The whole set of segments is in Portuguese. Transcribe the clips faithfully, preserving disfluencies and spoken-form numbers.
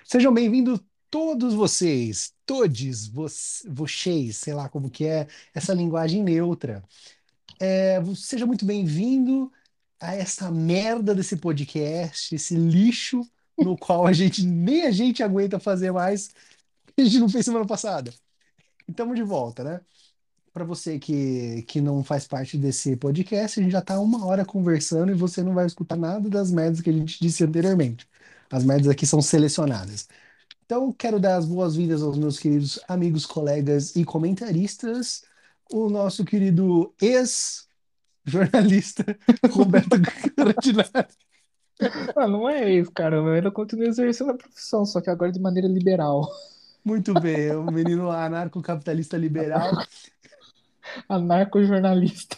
Sejam bem-vindos todos vocês, todes, vo- vocês, sei lá como que é essa linguagem neutra. É, vo- seja muito bem-vindo a essa merda desse podcast, esse lixo no qual a gente nem a gente aguenta fazer mais, que a gente não fez semana passada. Estamos de volta, né? Para você que, que não faz parte desse podcast, a gente já tá uma hora conversando e você não vai escutar nada das merdas que a gente disse anteriormente. As merdas aqui são selecionadas. Então, quero dar as boas-vindas aos meus queridos amigos, colegas e comentaristas, o nosso querido ex-jornalista Roberto Cardinale. Ah, não é isso, cara. Eu ainda continuo exercendo a profissão, só que agora de maneira liberal. Muito bem, o menino anarcocapitalista liberal. Anarco-jornalista.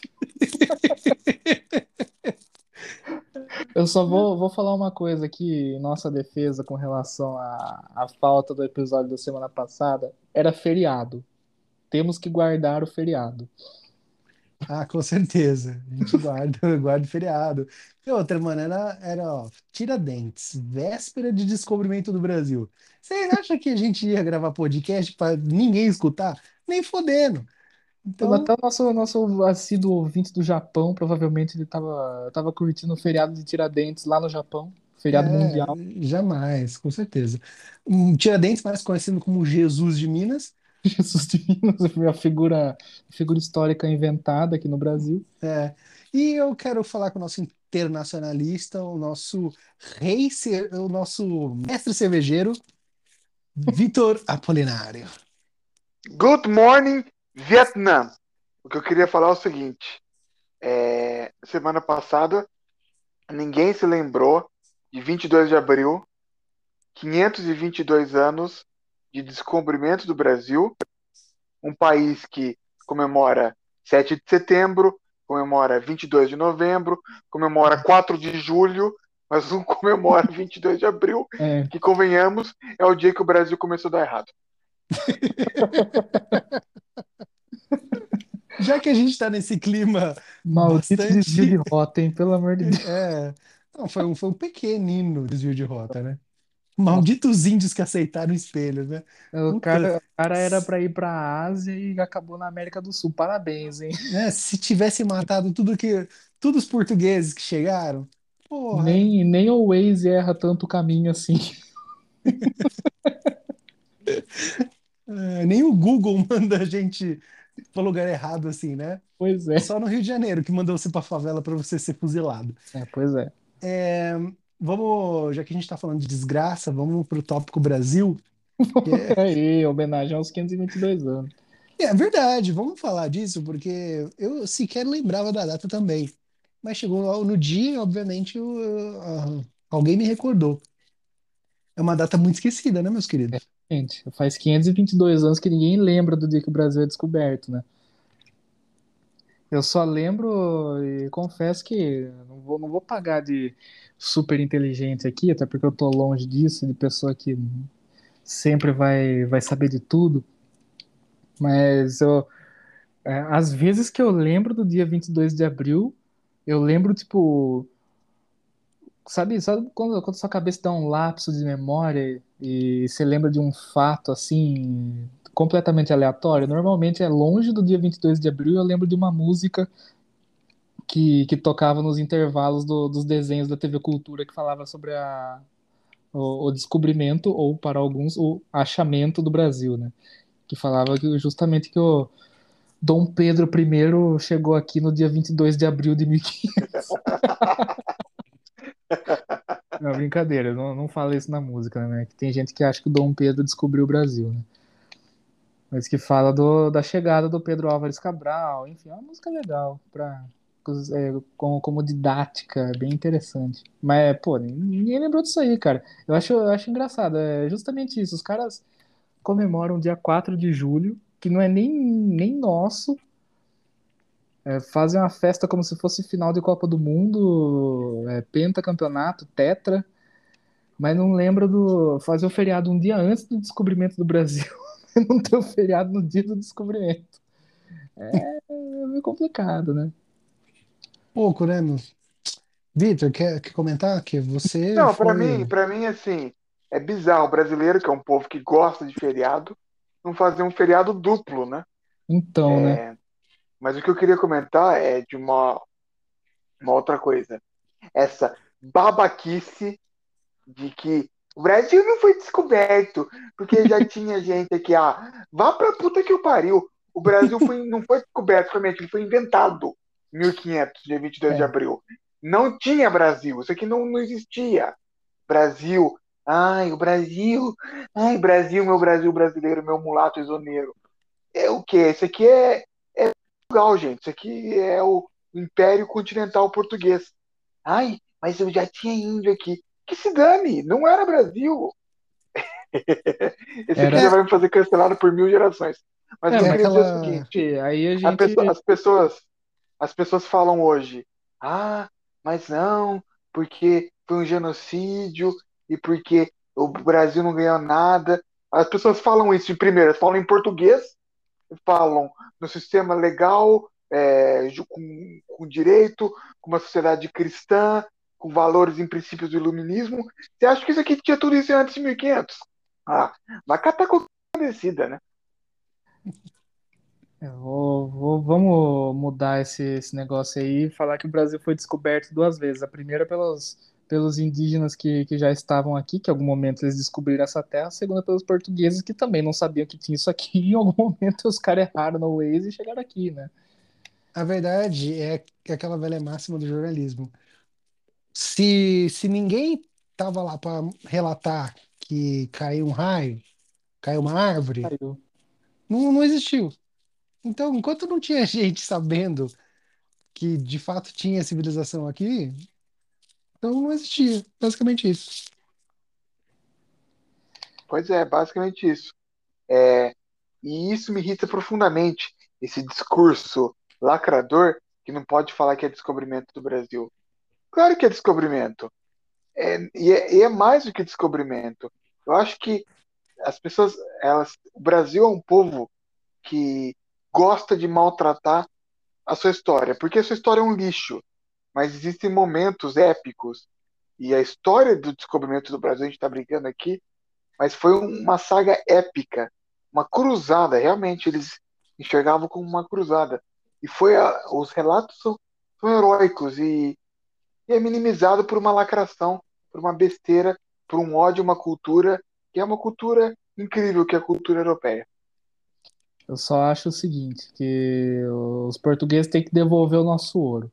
Eu só vou, vou falar uma coisa aqui em nossa defesa com relação à, à falta do episódio da semana passada. Era feriado. Temos que guardar o feriado. Ah, com certeza. A gente guarda, guarda o feriado. E outra, mano, era, era ó, Tiradentes, véspera de descobrimento do Brasil. Vocês acham que a gente ia gravar podcast para ninguém escutar? Nem fodendo. Até Então, o nosso, nosso assíduo ouvinte do Japão, provavelmente ele tava, tava curtindo o feriado de Tiradentes lá no Japão. Feriado é, mundial. jamais, com certeza. Um Tiradentes, mais conhecido como Jesus de Minas. Jesus divino, a figura, figura histórica inventada aqui no Brasil. É. E eu quero falar com o nosso internacionalista, o nosso rei, cer- o nosso mestre cervejeiro, Vitor Apolinário. Good morning, Vietnã. O que eu queria falar é o seguinte: é, semana passada ninguém se lembrou de vinte e dois de abril, quinhentos e vinte e dois anos de descobrimento do Brasil, um país que comemora sete de setembro, comemora vinte e dois de novembro, comemora quatro de julho, mas não comemora vinte e dois de abril, É, que convenhamos, é o dia que o Brasil começou a dar errado. Já que a gente está nesse clima maldito desvio de bastante. rota, hein? Pelo amor de Deus. É, não, foi um, foi um pequenino desvio de rota, né? Malditos índios que aceitaram espelhos, né? O Puta, cara, o cara era s- pra ir pra Ásia e acabou na América do Sul. Parabéns, hein? né, se tivesse matado tudo que, todos os portugueses que chegaram, porra, Nem, nem o Waze erra tanto caminho assim. é, nem o Google manda a gente para lugar errado assim, né? Pois é. Só no Rio de Janeiro que mandou você pra favela para você ser fuzilado. É, pois é. É, vamos, já que a gente tá falando de desgraça, vamos pro tópico Brasil, que é, Aí, homenagem aos quinhentos e vinte e dois anos. é verdade, vamos falar disso, porque eu sequer lembrava da data também. Mas chegou no no dia, obviamente, eu- ah, alguém me recordou. É uma data muito esquecida, né, meus queridos? Gente, faz quinhentos e vinte e dois anos que ninguém lembra do dia que o Brasil é descoberto, né? Eu só lembro e confesso que não vou, não vou pagar de super inteligente aqui, até porque eu tô longe disso, de pessoa que sempre vai, vai saber de tudo. Mas eu, é, às vezes que eu lembro do dia vinte e dois de abril, eu lembro, tipo, sabe, sabe quando, quando sua cabeça dá um lapso de memória e você lembra de um fato assim, completamente aleatório? Normalmente é longe do dia vinte e dois de abril, eu lembro de uma música que, que tocava nos intervalos do- dos desenhos da T V Cultura que falava sobre a, o, o descobrimento, ou para alguns, o achamento do Brasil, né? Que falava que justamente que o Dom Pedro I chegou aqui no dia vinte e dois de abril de mil e quinhentos. Não, brincadeira, não, não fala isso na música, né? Que tem gente que acha que o Dom Pedro descobriu o Brasil, né? Mas que fala do, da chegada do Pedro Álvares Cabral, enfim, é uma música legal, pra, é, como, como didática, é bem interessante. Mas, pô, ninguém lembrou disso aí, cara. Eu acho, eu acho engraçado, é justamente isso. Os caras comemoram dia quatro de julho, que não é nem, nem nosso, é, fazem uma festa como se fosse final de Copa do Mundo, é, pentacampeonato, tetra, mas não lembra do fazer o feriado um dia antes do descobrimento do Brasil, e não ter o feriado no dia do descobrimento. É meio complicado, né? Pouco, né, meu? Vitor, quer, quer comentar que você Não, para mim, foi. para mim, assim, É bizarro. O brasileiro, que é um povo que gosta de feriado, não fazer um feriado duplo, né? Então, né? Mas o que eu queria comentar é de uma, uma outra coisa. Essa babaquice de que o Brasil não foi descoberto, porque já tinha gente aqui, ah, vá pra puta que o pariu. O Brasil foi, não foi descoberto, realmente, ele foi inventado em mil e quinhentos, dia vinte e dois de É. abril. Não tinha Brasil, isso aqui não, não existia. Brasil, ai, o Brasil, ai, Brasil, meu Brasil brasileiro, meu mulato isoneiro. É o quê? Isso aqui é, é Portugal, gente. Isso aqui é o Império Continental Português. Ai, mas eu já tinha índio aqui. Que se dane, não era Brasil. Esse aqui Era. já É, vai me fazer cancelado por mil gerações. Mas o É, que eu é mas queria dizer é o seguinte: aquela. aí a a gente. pessoa- as pessoas, as pessoas falam hoje, ah, mas não, porque foi um genocídio e porque o Brasil não ganhou nada. As pessoas falam isso em primeiro, elas falam em português, falam no sistema legal, é, ju- com, com direito, com uma sociedade cristã, com valores e princípios do iluminismo. Você acha que isso aqui tinha tudo isso antes de mil e quinhentos? Ah, vai catar com descida, né? Eu vou, vou- vamos mudar esse, esse negócio aí e falar que o Brasil foi descoberto duas vezes. A primeira pelos, pelos indígenas que, que já estavam aqui, que em algum momento eles descobriram essa terra. A segunda pelos portugueses, que também não sabiam que tinha isso aqui. E em algum momento os caras erraram no Waze e chegaram aqui, né? A verdade é é aquela velha máxima do jornalismo. Se, se ninguém tava lá para relatar que caiu um raio, caiu uma árvore, Saiu. não, não existiu. Então, enquanto não tinha gente sabendo que de fato tinha civilização aqui, então não existia. Basicamente isso. Pois é, basicamente isso. É, e isso me irrita profundamente, esse discurso lacrador que não pode falar que é descobrimento do Brasil. Claro que é descobrimento. É, e, é, e é mais do que descobrimento. Eu acho que as pessoas, elas, o Brasil é um povo que gosta de maltratar a sua história, porque a sua história é um lixo, mas existem momentos épicos. E a história do descobrimento do Brasil, a gente está brincando aqui, mas foi uma saga épica, uma cruzada, realmente eles enxergavam como uma cruzada. E foi a, os relatos são, são heróicos e, e é minimizado por uma lacração, por uma besteira, por um ódio, uma cultura que é uma cultura incrível, que é a cultura europeia. Eu só acho o seguinte, que os portugueses têm que devolver o nosso ouro.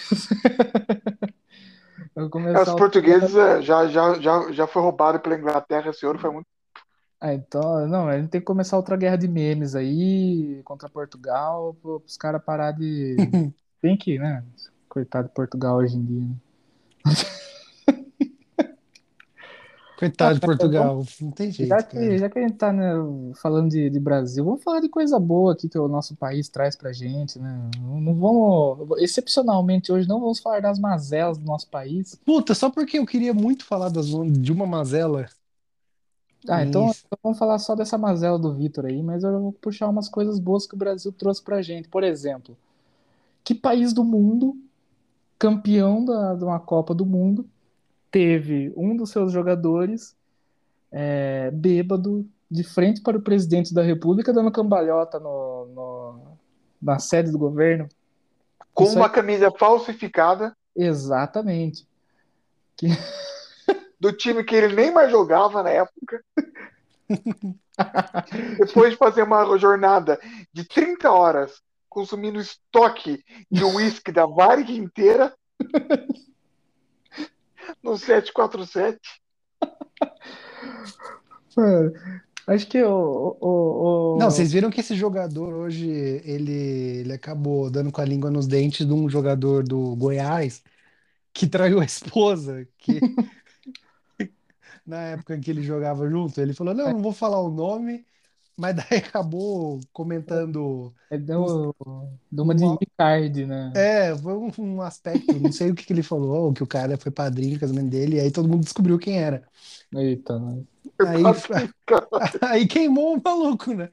Eu vou É, os começar o portugueses é, já, já, já, já foi roubado pela Inglaterra, esse ouro foi muito. Ah, então, não, a gente tem que começar outra guerra de memes aí contra Portugal, para os caras parar de. Tem que, né? Coitado de Portugal hoje em dia, né? Coitado de Vamos- Portugal, não tem Já jeito, cara. que, já que a gente tá, né, falando de, de Brasil, vamos falar de coisa boa aqui que o nosso país traz pra gente, né? Não, não vamos. Excepcionalmente hoje não vamos falar das mazelas do nosso país. Puta, só porque eu queria muito falar das, de uma mazela Ah, em... então, então vamos falar só dessa mazela do Vitor aí, mas eu vou puxar umas coisas boas que o Brasil trouxe pra gente. Por exemplo, que país do mundo campeão da, de uma Copa do Mundo, teve um dos seus jogadores é, bêbado de frente para o presidente da República dando cambalhota no, no- na sede do governo. Com Isso aí, uma camisa falsificada exatamente. Que, do time que ele nem mais jogava na época. Depois de fazer uma jornada de trinta horas consumindo estoque de uísque da Varig inteira no sete quatro sete. Mano, acho que o, Não, o, o, vocês viram que esse jogador hoje, ele, ele acabou dando com a língua nos dentes de um jogador do Goiás que traiu a esposa, que na época em que ele jogava junto, ele falou, não, não vou falar o nome, mas daí acabou comentando é, uns- deu, deu uma de uma, Ricardo, né? é, foi um, um aspecto, não sei o que que ele falou, que o cara foi padrinho do casamento dele, e aí todo mundo descobriu quem era. Eita, nós. Aí, aí queimou o maluco, né?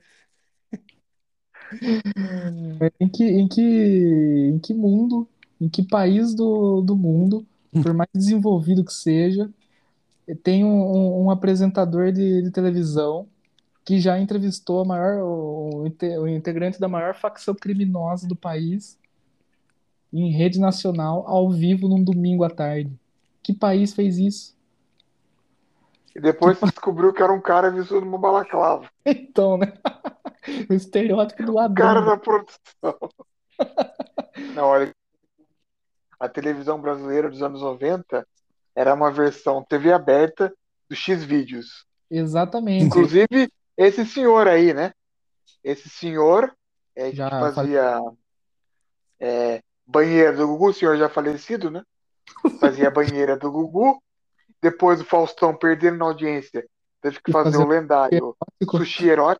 Hum. Em que, em que, em que mundo, em que país do, do mundo, por mais desenvolvido que seja, Tem um, um- um apresentador de, de televisão que já entrevistou a maior, o, inte- o integrante da maior facção criminosa do país em rede nacional, ao vivo, num domingo à tarde. Que país fez isso? E Que depois se pa- descobriu que era um cara vestido numa balaclava. Então, né? O estereótipo do O cara ladrão. da produção. Não, olha, a televisão brasileira dos anos noventa era uma versão T V aberta do X-Vídeos. Exatamente. Inclusive, esse senhor aí, né? Esse senhor é, que Já falei. fazia é, banheira do Gugu, o senhor já falecido, né? Fazia a banheira do Gugu. Depois o Faustão perdendo na audiência, teve que Que fazer fazer o o lendário estereótipo. sushi erótico.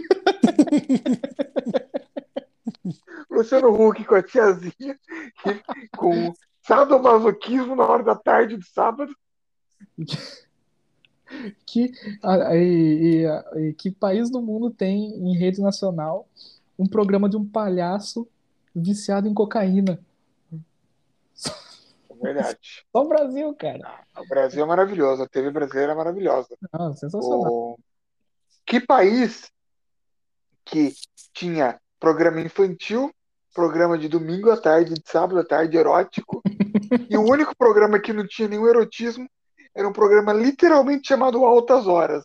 Luciano Huck com a tiazinha, que, com sadomasoquismo na hora da tarde do sábado. Que, a- e, e- a- e que país do mundo tem em rede nacional um programa de um palhaço viciado em cocaína? É verdade. Só o Brasil, cara. O Brasil é maravilhoso, a T V brasileira é maravilhosa. Ah, sensacional. O... Que país que tinha programa infantil, programa de domingo à tarde, de sábado à tarde, erótico, e o único programa que não tinha nenhum erotismo era um programa literalmente chamado Altas Horas.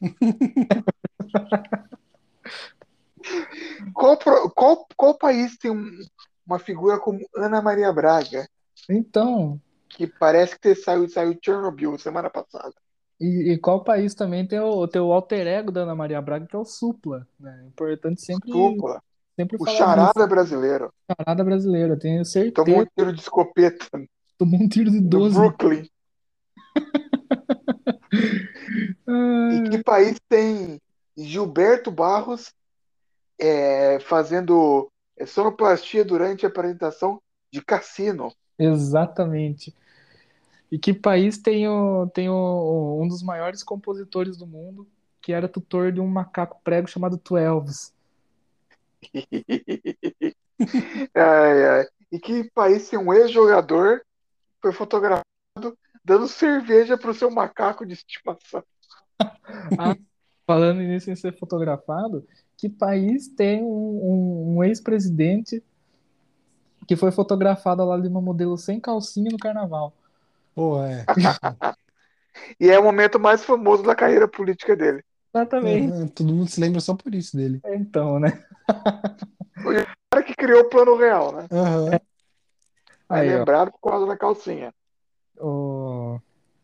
Qual, pro- qual, qual país tem um- uma figura como Ana Maria Braga, Então, que parece que saiu, saiu de Chernobyl semana passada? e, e qual país também tem o, tem o alter ego da Ana Maria Braga, que é o Supla, né? É importante sempre, Supla, sempre o falar disso. charada brasileiro, Parada brasileira, eu tenho que tomou um certeza. tiro de escopeta Tomou um tiro de no doze. Brooklyn. E que Ah, país tem Gilberto Barros é, fazendo é, sonoplastia durante a apresentação de Cassino? exatamente. E que país tem, o, tem o, um dos maiores compositores do mundo, que era tutor de um macaco prego chamado Twelves? Ai, ai. E que país tem um ex-jogador que foi fotografado dando cerveja para o seu macaco de estimação? Ah, falando nisso em ser fotografado, que país tem um, um, um ex-presidente que foi fotografado lá de uma modelo sem calcinha no carnaval? Pô, é. E é o momento mais famoso da carreira política dele. Exatamente. Aham, todo mundo se lembra só por isso dele. Então, né? O cara que criou o Plano Real, né? Aham. Vai Aí, ó. lembrado por causa da calcinha. O,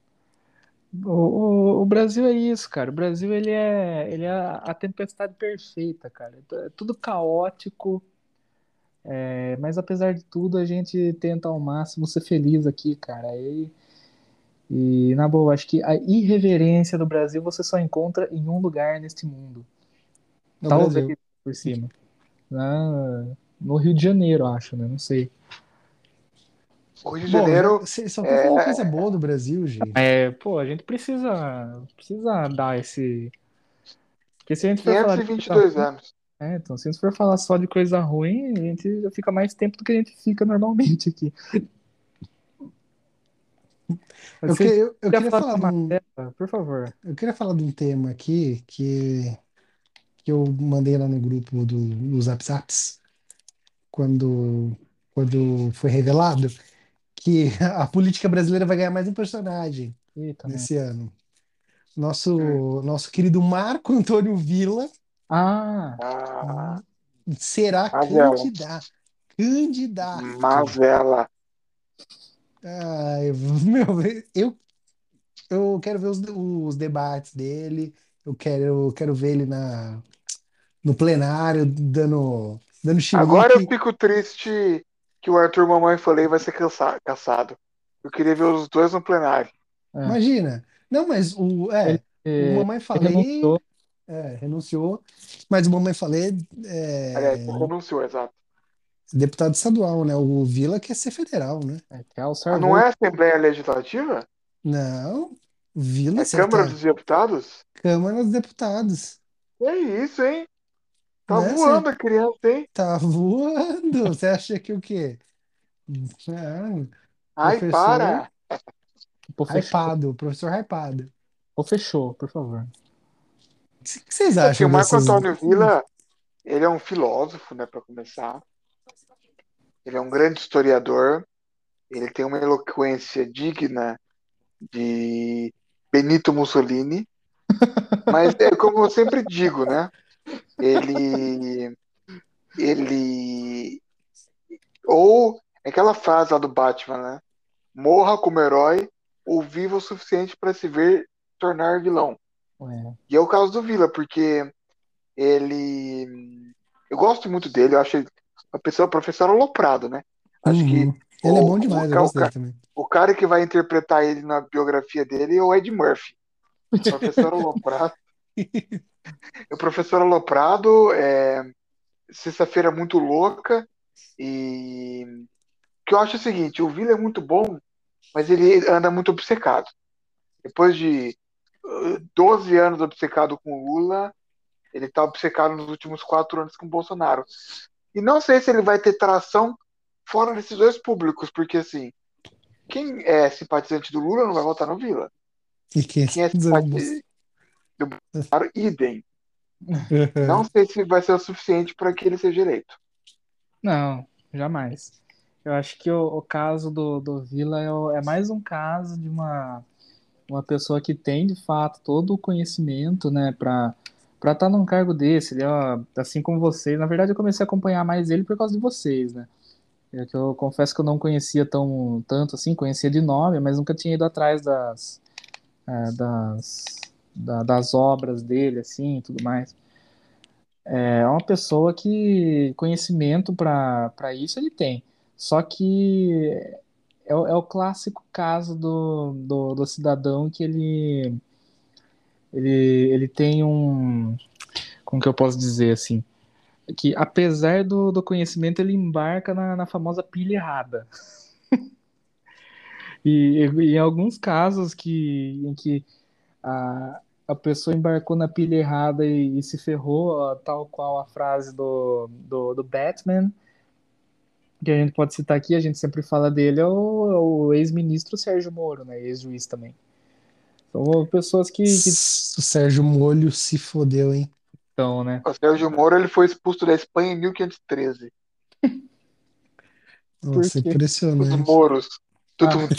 o, o Brasil é isso, cara. O Brasil, ele é, ele é a a tempestade perfeita, cara. É tudo caótico. É, mas apesar de tudo, a gente tenta ao máximo ser feliz aqui, cara. E, e na boa, acho que a irreverência do Brasil você só encontra em um lugar neste mundo. No Talvez Brasil. por cima. Na, no Rio de Janeiro, acho, né? Não sei. O Rio de Bom, já, Janeiro você só quer falar coisa é boa do Brasil, gente. É, pô, a gente precisa, precisa dar esse. Porque se a gente for falar quinhentos e de vinte e coisa dois ruim, anos. é, então, se a gente for falar só de coisa ruim, a gente já fica mais tempo do que a gente fica normalmente aqui. Mas Eu, se que, a gente eu, eu quiser queria falar de falar de uma um, matéria, por favor. eu queria falar de um tema aqui que, que eu mandei lá no grupo do, do Zap Zaps quando, quando foi revelado que a política brasileira vai ganhar mais um personagem Eita, né? nesse ano. Hum. Nosso, nosso querido Marco Antônio Villa Ah, Ah, será Mazela. candidato. Candidato. Mazela. Ai, meu, eu, eu quero ver os, os debates dele. Eu quero, eu quero ver ele na, no plenário dando, dando Agora eu chilique. fico triste que o Arthur Mamãe Falei vai ser cansa- caçado. Eu queria ver os dois no plenário. é. Imagina. Não, mas o, Ele, é, o ele Mamãe Falei renunciou. é, renunciou, mas o Mamãe Falei Aliás, é renunciou, exato. deputado estadual, né? O Vila quer ser federal, né? É, que é o Ah, não Sarvou. é Assembleia Legislativa? Não, o Vila, É você Câmara tá dos Deputados? Câmara dos Deputados, É isso, hein? Tá né? Você voando a criança, hein? tá voando. Você acha que o quê? Ah, Ai, professor, para! Pô, fechou. Hypado, professor hypado. Pô, fechou, por favor. O que que vocês Assim, o acham Marco dessas. Antônio Villa, ele é um filósofo, né, para começar. Ele é um grande historiador. Ele tem uma eloquência digna de Benito Mussolini. Mas é como eu sempre digo, né? Ele, ele, ou aquela frase lá do Batman, né? Morra como herói ou viva o suficiente para se ver tornar vilão. É, E é o caso do Villa, porque ele, eu gosto muito dele. Eu acho ele uma pessoa, professor aloprado, né? Acho que Uhum. Ele é bom o, o, demais, eu ca- o, gosto dele ca- também. o cara que vai interpretar ele na biografia dele é o Ed Murphy. Professor aloprado. O professor aloprado é sexta-feira muito louca. E o que eu acho é o seguinte: o Vila é muito bom, mas ele anda muito obcecado. Depois de uh, doze anos obcecado com o Lula, ele está obcecado nos últimos quatro anos com o Bolsonaro. E não sei se ele vai ter tração fora desses dois públicos, porque assim, quem é simpatizante do Lula não vai votar no Vila. E quem Quem é desambos. simpatizante do Bolsonaro, idem. Não sei se vai ser o suficiente para que ele seja eleito. não, jamais. Eu acho que o, o caso do, do Vila é, o- é mais um caso de uma, uma pessoa que tem, de fato, todo o conhecimento, né, para para estar num cargo desse. Ele, ó, assim como vocês, na verdade eu comecei a acompanhar mais ele por causa de vocês, né? É que eu confesso que eu não conhecia tão tanto assim, conhecia de nome, mas nunca tinha ido atrás das, é, das, da- das obras dele, assim, e tudo mais. É uma pessoa que conhecimento para para isso ele tem. Só que é, o- é o clássico caso do, do, do cidadão que ele, ele, ele tem um. Como que eu posso dizer assim? Que apesar do, do conhecimento, ele embarca na, na famosa pilha errada. E, e em alguns casos que, em que a, a pessoa embarcou na pilha errada e, e se ferrou, ó, tal qual a frase do, do, do Batman, que a gente pode citar aqui, a gente sempre fala dele, é o, é o ex-ministro Sérgio Moro, né? Ex-juiz também. São pessoas que, que O Sérgio Molho se fodeu, hein? estão, né? O Sérgio Moro ele foi expulso da Espanha em mil quinhentos e treze. Nossa, Porque. Os impressionante. moros. Ah, Tudo.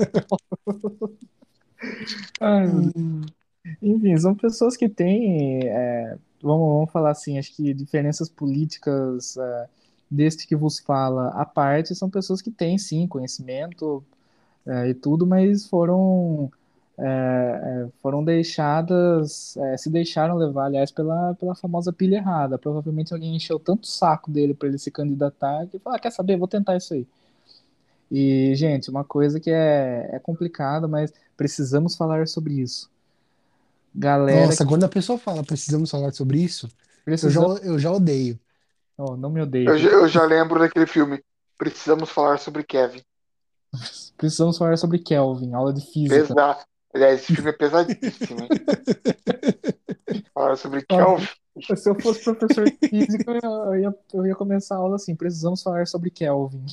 ai, meu Deus. Hum, Enfim, são pessoas que têm, é, vamos, vamos falar assim, acho que diferenças políticas, é, deste que vos fala à parte, são pessoas que têm, sim, conhecimento, é, e tudo, mas foram, é, é, foram deixadas, é, se deixaram levar, aliás, pela, pela famosa pilha errada. Provavelmente alguém encheu tanto o saco dele para ele se candidatar que falou, ah, quer saber, vou tentar isso aí. E, gente, uma coisa que é, é complicada, mas precisamos falar sobre isso. Galera Nossa, que quando a pessoa fala precisamos falar sobre isso, eu já, precisamos. eu já odeio. Oh, não me odeie, Eu, por já- favor. eu já lembro daquele filme. Precisamos falar sobre Kevin. Precisamos falar sobre Kelvin, aula de física. Pesado. Aliás, esse filme é pesadíssimo, hein? Falar sobre Nossa, Kelvin. se eu fosse professor de física, eu ia, eu ia começar a aula assim: precisamos falar sobre Kelvin.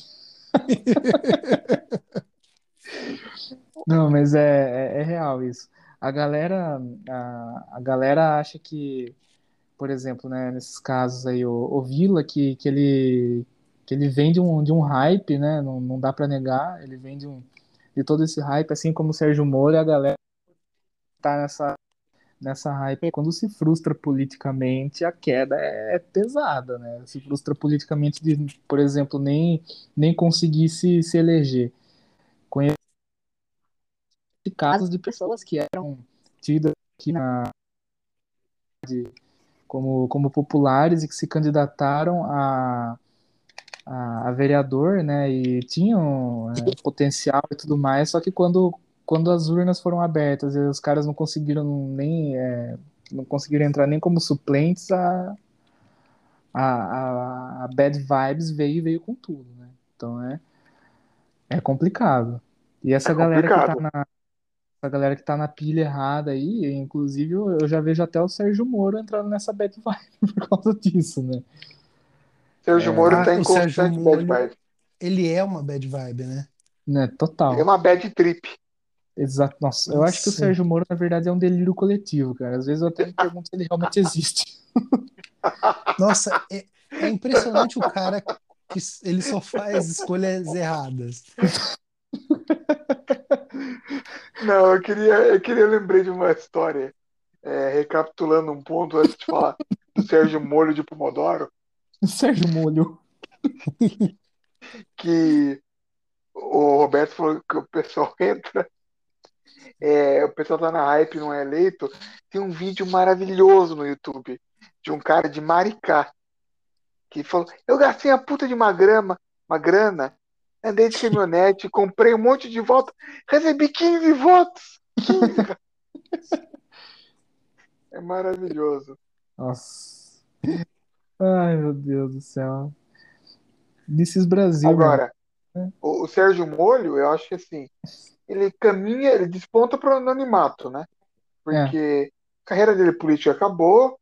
Não, mas é, é, é real isso. A galera, a, a galera acha que, por exemplo, né, nesses casos aí, o, o Vila, que, que ele, que ele vem de um, de um hype, né? Não, não dá pra negar, ele vem de, um, de todo esse hype, assim como o Sérgio Moro, e a galera tá nessa nessa hype, quando se frustra politicamente, a queda é, é pesada, né? Se frustra politicamente de, por exemplo, nem, nem conseguir se, se eleger. Conheci casos de pessoas que eram tidas aqui na, como, como populares e que se candidataram a, a, a vereador, né? E tinham é, potencial e tudo mais, só que quando, quando as urnas foram abertas e os caras não conseguiram nem é, não conseguiram entrar nem como suplentes, a, a, a, a bad vibes veio e veio com tudo, né? Então é, é complicado. E É essa galera que tá complicado. na, essa galera que tá na pilha errada aí, inclusive eu eu já vejo até o Sérgio Moro entrando nessa bad vibe por causa disso, né? Sérgio Moro Ah, tá em o Sérgio constante bad Molho, vibe. ele é uma bad vibe, né? Né? Ele é Total. uma bad trip. Exato. Nossa, eu acho que o Nossa, Sérgio Moro, na verdade, é um delírio coletivo, cara. Às vezes eu até me pergunto se ele realmente existe. nossa, é, é impressionante o cara que s- ele só faz escolhas erradas. Não, eu queria, eu queria lembrei de uma história, é, recapitulando um ponto antes de falar do Sérgio Molho de Pomodoro, Sérgio Molho. que o Roberto falou que o pessoal entra, é, o pessoal tá na hype, não é eleito. Tem um vídeo maravilhoso no YouTube de um cara de Maricá que falou: Eu gastei a puta de uma grama, uma grana, andei de caminhonete, comprei um monte de votos, recebi quinze votos. quinze. É maravilhoso. Nossa. Ai, meu Deus do céu. This is Brasil, meu amigo. Agora, o, o Sérgio Molho, eu acho que assim, ele caminha, ele desponta para o anonimato, né? É, Porque a carreira dele política acabou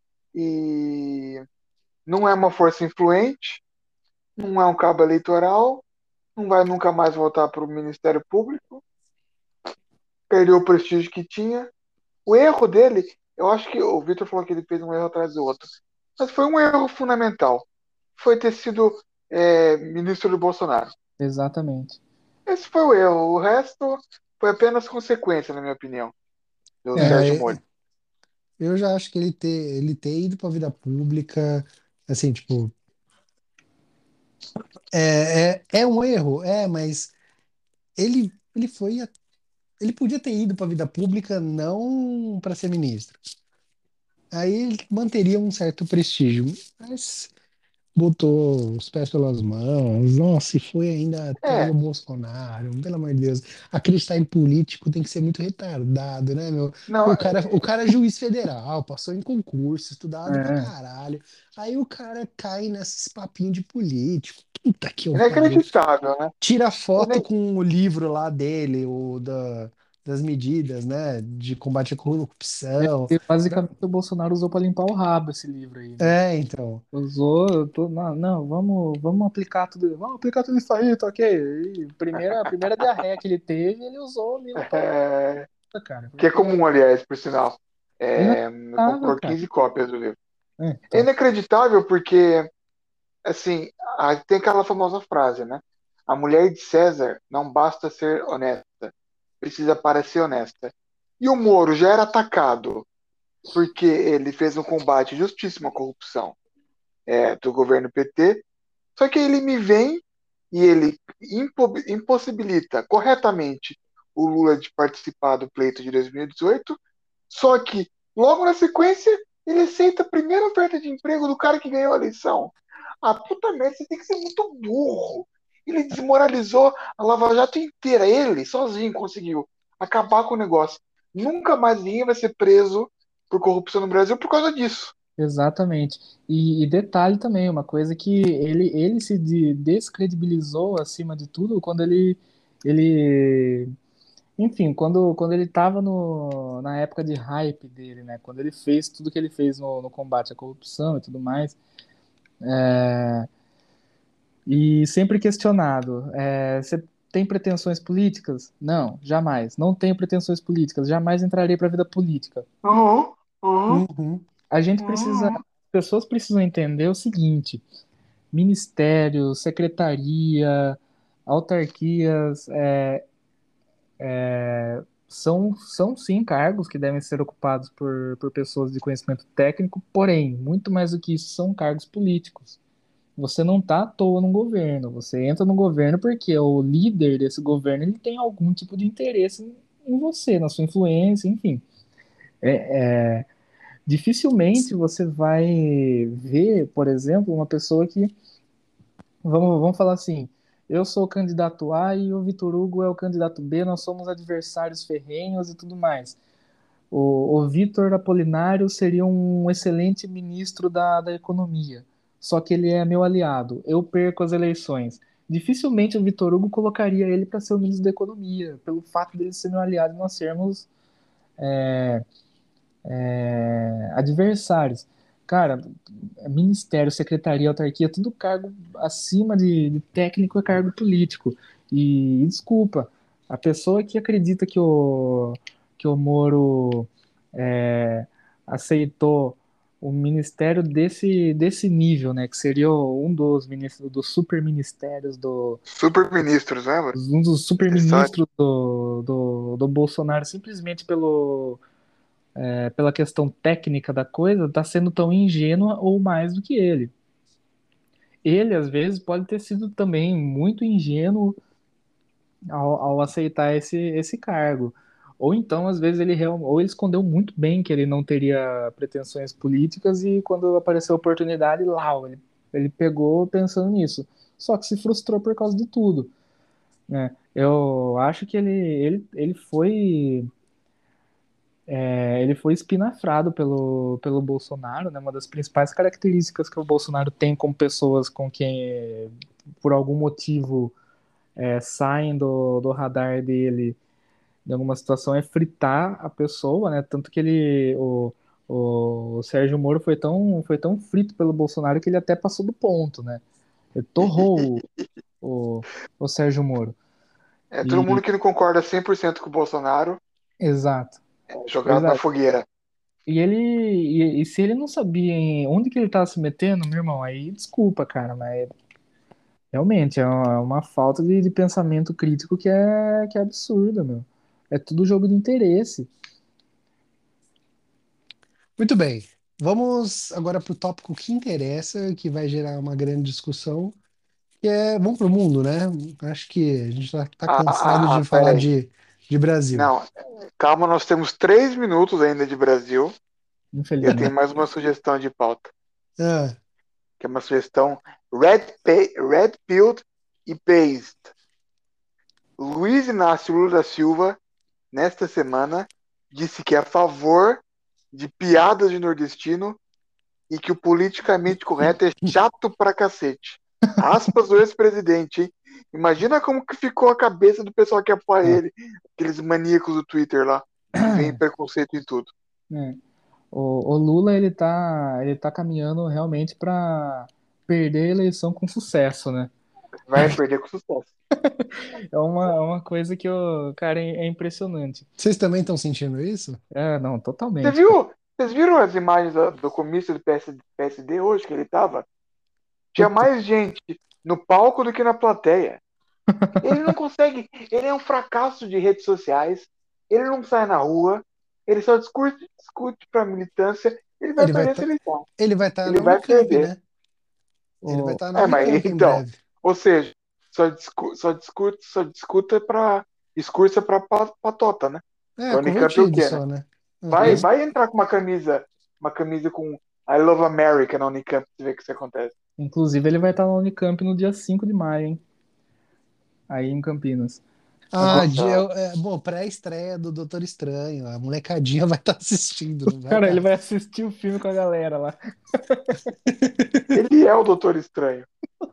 e não é uma força influente, não é um cabo eleitoral, não vai nunca mais voltar para o Ministério Público, perdeu o prestígio que tinha. O erro dele, eu acho que o Vitor falou que ele fez um erro atrás do outro, mas foi um erro fundamental. Foi ter sido é, ministro do Bolsonaro. exatamente. Esse foi o erro. O resto foi apenas consequência, na minha opinião, do Sérgio É, Molho. eu já acho que ele ter, ele ter ido para a vida pública, assim, tipo, é, é, é um erro, é, mas ele, ele foi, a- ele podia ter ido para a vida pública não para ser ministro. Aí ele manteria um certo prestígio, mas botou os pés pelas mãos, nossa, e foi ainda atrás do É, Bolsonaro, pelo amor de Deus. Acreditar em político tem que ser muito retardado, né, meu? Porque não, o cara, o cara é juiz federal, passou em concurso, estudado pra É, caralho. Aí o cara cai nesses papinhos de político. Puta que eu pariu. inacreditável, né? Tira foto Ele, com o livro lá dele, o da, das medidas, né, de combate à corrupção. e basicamente o Bolsonaro usou pra limpar o rabo esse livro aí, né? É, então. Usou, eu tô, não, não, vamos, vamos aplicar tudo, vamos aplicar tudo isso aí, tá ok? E primeira, a primeira diarreia que ele teve, ele usou o livro pra é, cara, que é porque comum, aliás, por sinal. é É, inacreditável, comprou cara. quinze cópias do livro. É, É então, inacreditável porque, assim, a- tem aquela famosa frase, né? A mulher de César não basta ser honesta, precisa parecer honesta. E o Moro já era atacado porque ele fez um combate justíssimo à corrupção, é, do governo P T. Só que ele me vem e ele impo- impossibilita corretamente o Lula de participar do pleito de dois mil e dezoito. Só que, logo na sequência, ele aceita a primeira oferta de emprego do cara que ganhou a eleição. Ah, puta merda, você tem que ser muito burro. Ele desmoralizou a Lava Jato inteira. Ele, sozinho, conseguiu acabar com o negócio. Nunca mais ninguém vai ser preso por corrupção no Brasil por causa disso. exatamente. E, e detalhe também, uma coisa que ele, ele se de- descredibilizou acima de tudo quando ele, ele, enfim, quando, quando ele estava no, na época de hype dele, né? Quando ele fez tudo que ele fez no, no combate à corrupção e tudo mais. E sempre questionado. É, você tem pretensões políticas? Não, jamais. Não tenho pretensões políticas. Jamais entrarei para a vida política. Uhum, uhum, Uhum. A gente precisa, as uhum. pessoas precisam entender o seguinte: ministério, secretaria, autarquias, é, são, são sim cargos que devem ser ocupados por, por pessoas de conhecimento técnico, porém, muito mais do que isso, são cargos políticos. Você não está à toa no governo, você entra no governo porque o líder desse governo ele tem algum tipo de interesse em você, na sua influência, enfim. Dificilmente você vai ver, por exemplo, uma pessoa que, vamos, vamos falar assim, eu sou o candidato A e o Vitor Hugo é o candidato B, nós somos adversários ferrenhos e tudo mais. O, o Vitor Apolinário seria um excelente ministro da, da economia, só que ele é meu aliado. Eu perco as eleições. Dificilmente o Vitor Hugo colocaria ele para ser o ministro da economia, pelo fato dele ser meu aliado e nós sermos é, adversários. Cara, ministério, secretaria, autarquia, tudo cargo acima de, de técnico é cargo político. E desculpa, A pessoa que acredita que o, que o Moro é, aceitou o ministério desse, desse nível, né? Que seria um dos, ministros, dos super ministérios do, Super ministros, lembra? um dos super Essa história. ministros do, do, do Bolsonaro, simplesmente pelo, é, pela questão técnica da coisa, está sendo tão ingênua ou mais do que ele. Ele, às vezes, pode ter sido também muito ingênuo ao, ao aceitar esse, esse cargo. Ou então, às vezes, ele real, ou ele escondeu muito bem que ele não teria pretensões políticas e quando apareceu a oportunidade, lá, ele, ele pegou pensando nisso. Só que se frustrou por causa de tudo, né? Eu acho que ele, ele, ele foi é, ele foi espinafrado pelo, pelo Bolsonaro, né? Uma das principais características que o Bolsonaro tem com pessoas com quem, por algum motivo, é, saem do, do radar dele em alguma situação é fritar a pessoa, né? Tanto que ele, o, o Sérgio Moro foi tão, foi tão frito pelo Bolsonaro que ele até passou do ponto, né? Ele torrou o, o, o Sérgio Moro. É, todo E, mundo que não concorda cem por cento com o Bolsonaro exato, é jogado na exato. fogueira. E ele, e, e se ele não sabia em onde que ele tava se metendo, meu irmão, aí desculpa, cara, mas realmente é uma, uma falta de, de pensamento crítico que é, que é absurda, meu. É tudo jogo de interesse. Muito bem. Vamos agora para o tópico que interessa, que vai gerar uma grande discussão, que é vamos para o mundo, né? Acho que a gente está tá tá Ah, cansado ah, ah, de pera falar aí. de, de Brasil. Não, calma, nós temos três minutos ainda de Brasil. E eu tenho Infelizmente. mais uma sugestão de pauta, Ah, que é uma sugestão red, pa- red pilled e based. Luiz Inácio Lula da Silva, nesta semana, disse que é a favor de piadas de nordestino e que o politicamente correto é chato pra cacete. Aspas do ex-presidente, hein? Imagina como que ficou a cabeça do pessoal que apoia ah. ele, aqueles maníacos do Twitter lá, que vem preconceito em tudo. É. O, o Lula ele tá, ele tá caminhando realmente para perder a eleição com sucesso, né? Vai perder com sucesso. É uma, é uma coisa que o cara é, é impressionante. Vocês também estão sentindo isso? É, não, Você totalmente, cara. viu? Vocês viram as imagens do, do comício do P S, P S D hoje que ele tava? Tinha Puta, mais gente no palco do que na plateia. Ele não consegue. Ele é um fracasso de redes sociais. Ele não sai na rua. Ele só discute, discute para militância. Ele vai ele vai perder essa estar eleição. ele vai estar Ele na vai Unicamp, perder. né? Ele vai O, estar na É, mas Unicamp em então, breve. ou seja, só, discu, só discute, só discuta para discursa para patota, né? É, A Unicamp é o convertido quê, né? só, né? Vai, Aham. esse, vai entrar com uma camisa, uma camisa com I Love America na Unicamp, pra você ver o que isso acontece. inclusive, ele vai estar na Unicamp no dia cinco de maio, hein? Aí em Campinas. Ah, Agora, de, Nossa, é, bom, pré-estreia do Doutor Estranho. A molecadinha vai estar assistindo, não vai cara, ele estar? vai assistir o filme com a galera lá. ele é o Doutor Estranho.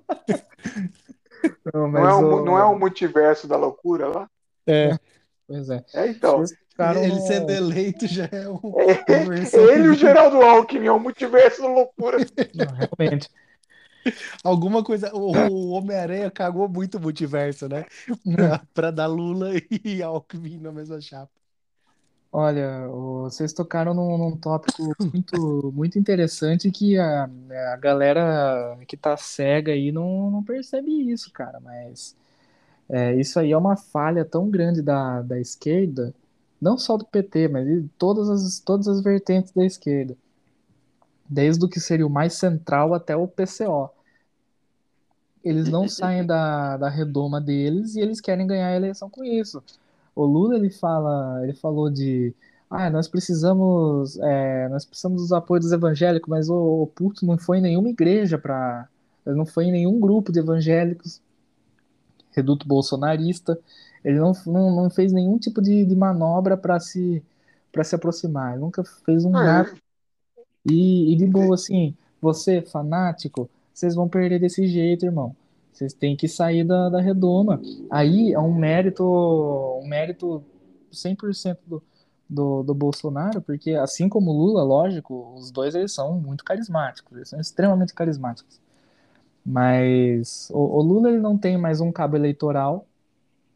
Não, Não é mas o, mu- não é o o. multiverso da loucura lá? É, pois é. É, então. Vocês ficaram Ele sendo no. eleito já é um- É, uma é versão ele e o muito. Geraldo Alckmin, é o multiverso da loucura. Não, realmente. Alguma coisa. O, o Homem-Aranha cagou muito o multiverso, né? Pra, pra dar Lula e Alckmin na mesma chapa. Olha, o- vocês tocaram num, num tópico muito, muito interessante que a, a galera que tá cega aí não, não percebe isso, cara. Mas é, isso aí é uma falha tão grande da, da esquerda, não só do P T, mas de todas as, todas as vertentes da esquerda, desde o que seria o mais central até o P C O. Eles não saem da, da redoma deles e eles querem ganhar a eleição com isso. O Lula ele fala, ele falou de, ah, nós precisamos, é, nós precisamos dos apoios dos evangélicos, mas o, o Puto não foi em nenhuma igreja para, ele não foi em nenhum grupo de evangélicos, reduto bolsonarista, ele não, não, não fez nenhum tipo de, de manobra para se para se aproximar, ele nunca fez um nada É, e, e de boa assim, você fanático, vocês vão perder desse jeito, irmão. Vocês têm que sair da, da redoma. Aí é um mérito, um mérito cem por cento do, do, do Bolsonaro, porque assim como o Lula, lógico, os dois eles são muito carismáticos, eles são extremamente carismáticos. Mas o, o Lula ele não tem mais um cabo eleitoral,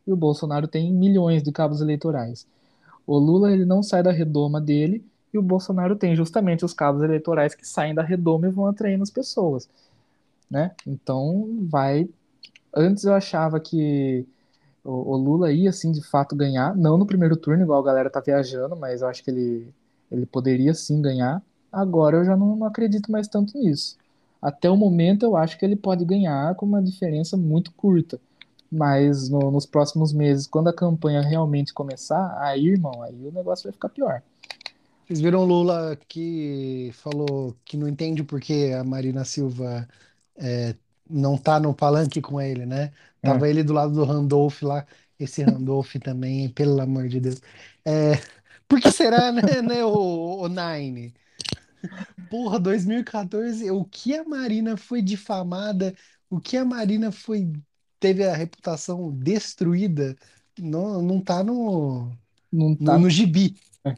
e o Bolsonaro tem milhões de cabos eleitorais. O Lula ele não sai da redoma dele e o Bolsonaro tem justamente os cabos eleitorais que saem da redoma e vão atraindo as pessoas, né? Então vai. Antes eu achava que o, o Lula ia sim de fato ganhar, não no primeiro turno, igual a galera tá viajando, mas eu acho que ele, ele poderia sim ganhar. Agora eu já não, não acredito mais tanto nisso. Até o momento eu acho que ele pode ganhar com uma diferença muito curta. Mas no- nos próximos meses, quando a campanha realmente começar, aí, irmão, aí o negócio vai ficar pior. Vocês viram o Lula que falou que não entende por que a Marina Silva é, não tá no palanque com ele, né? É, Tava ele do lado do Randolph lá, esse Randolph também, pelo amor de Deus. É, por que será, né, né, o, o Nine? Porra, dois mil e quatorze, o que a Marina foi difamada, o que a Marina foi, teve a reputação destruída, não, não tá no, não no, tá. no gibi.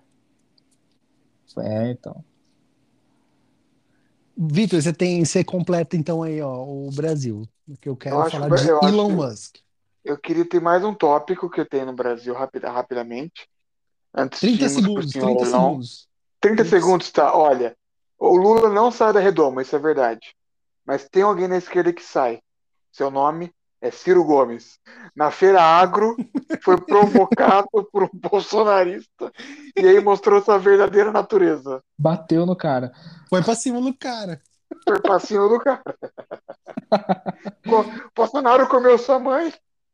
É, então. Vitor, você tem, você completa então aí, ó, o Brasil, que eu Eu quero acho, falar de eu acho Elon que Musk. eu queria ter mais um tópico que eu tenho no Brasil rapida, rapidamente, antes de Trinta irmos para o segundos, senhor trinta Elon. segundos. trinta trinta se- segundos, tá? Olha, o Lula não sai da redoma, isso é verdade. Mas tem alguém na esquerda que sai. Seu nome é Ciro Gomes. Na Feira Agro, foi provocado por um bolsonarista e aí mostrou sua verdadeira natureza. Bateu no cara. Foi pra cima do cara. Foi pra cima do cara. Co- Bolsonaro comeu sua mãe.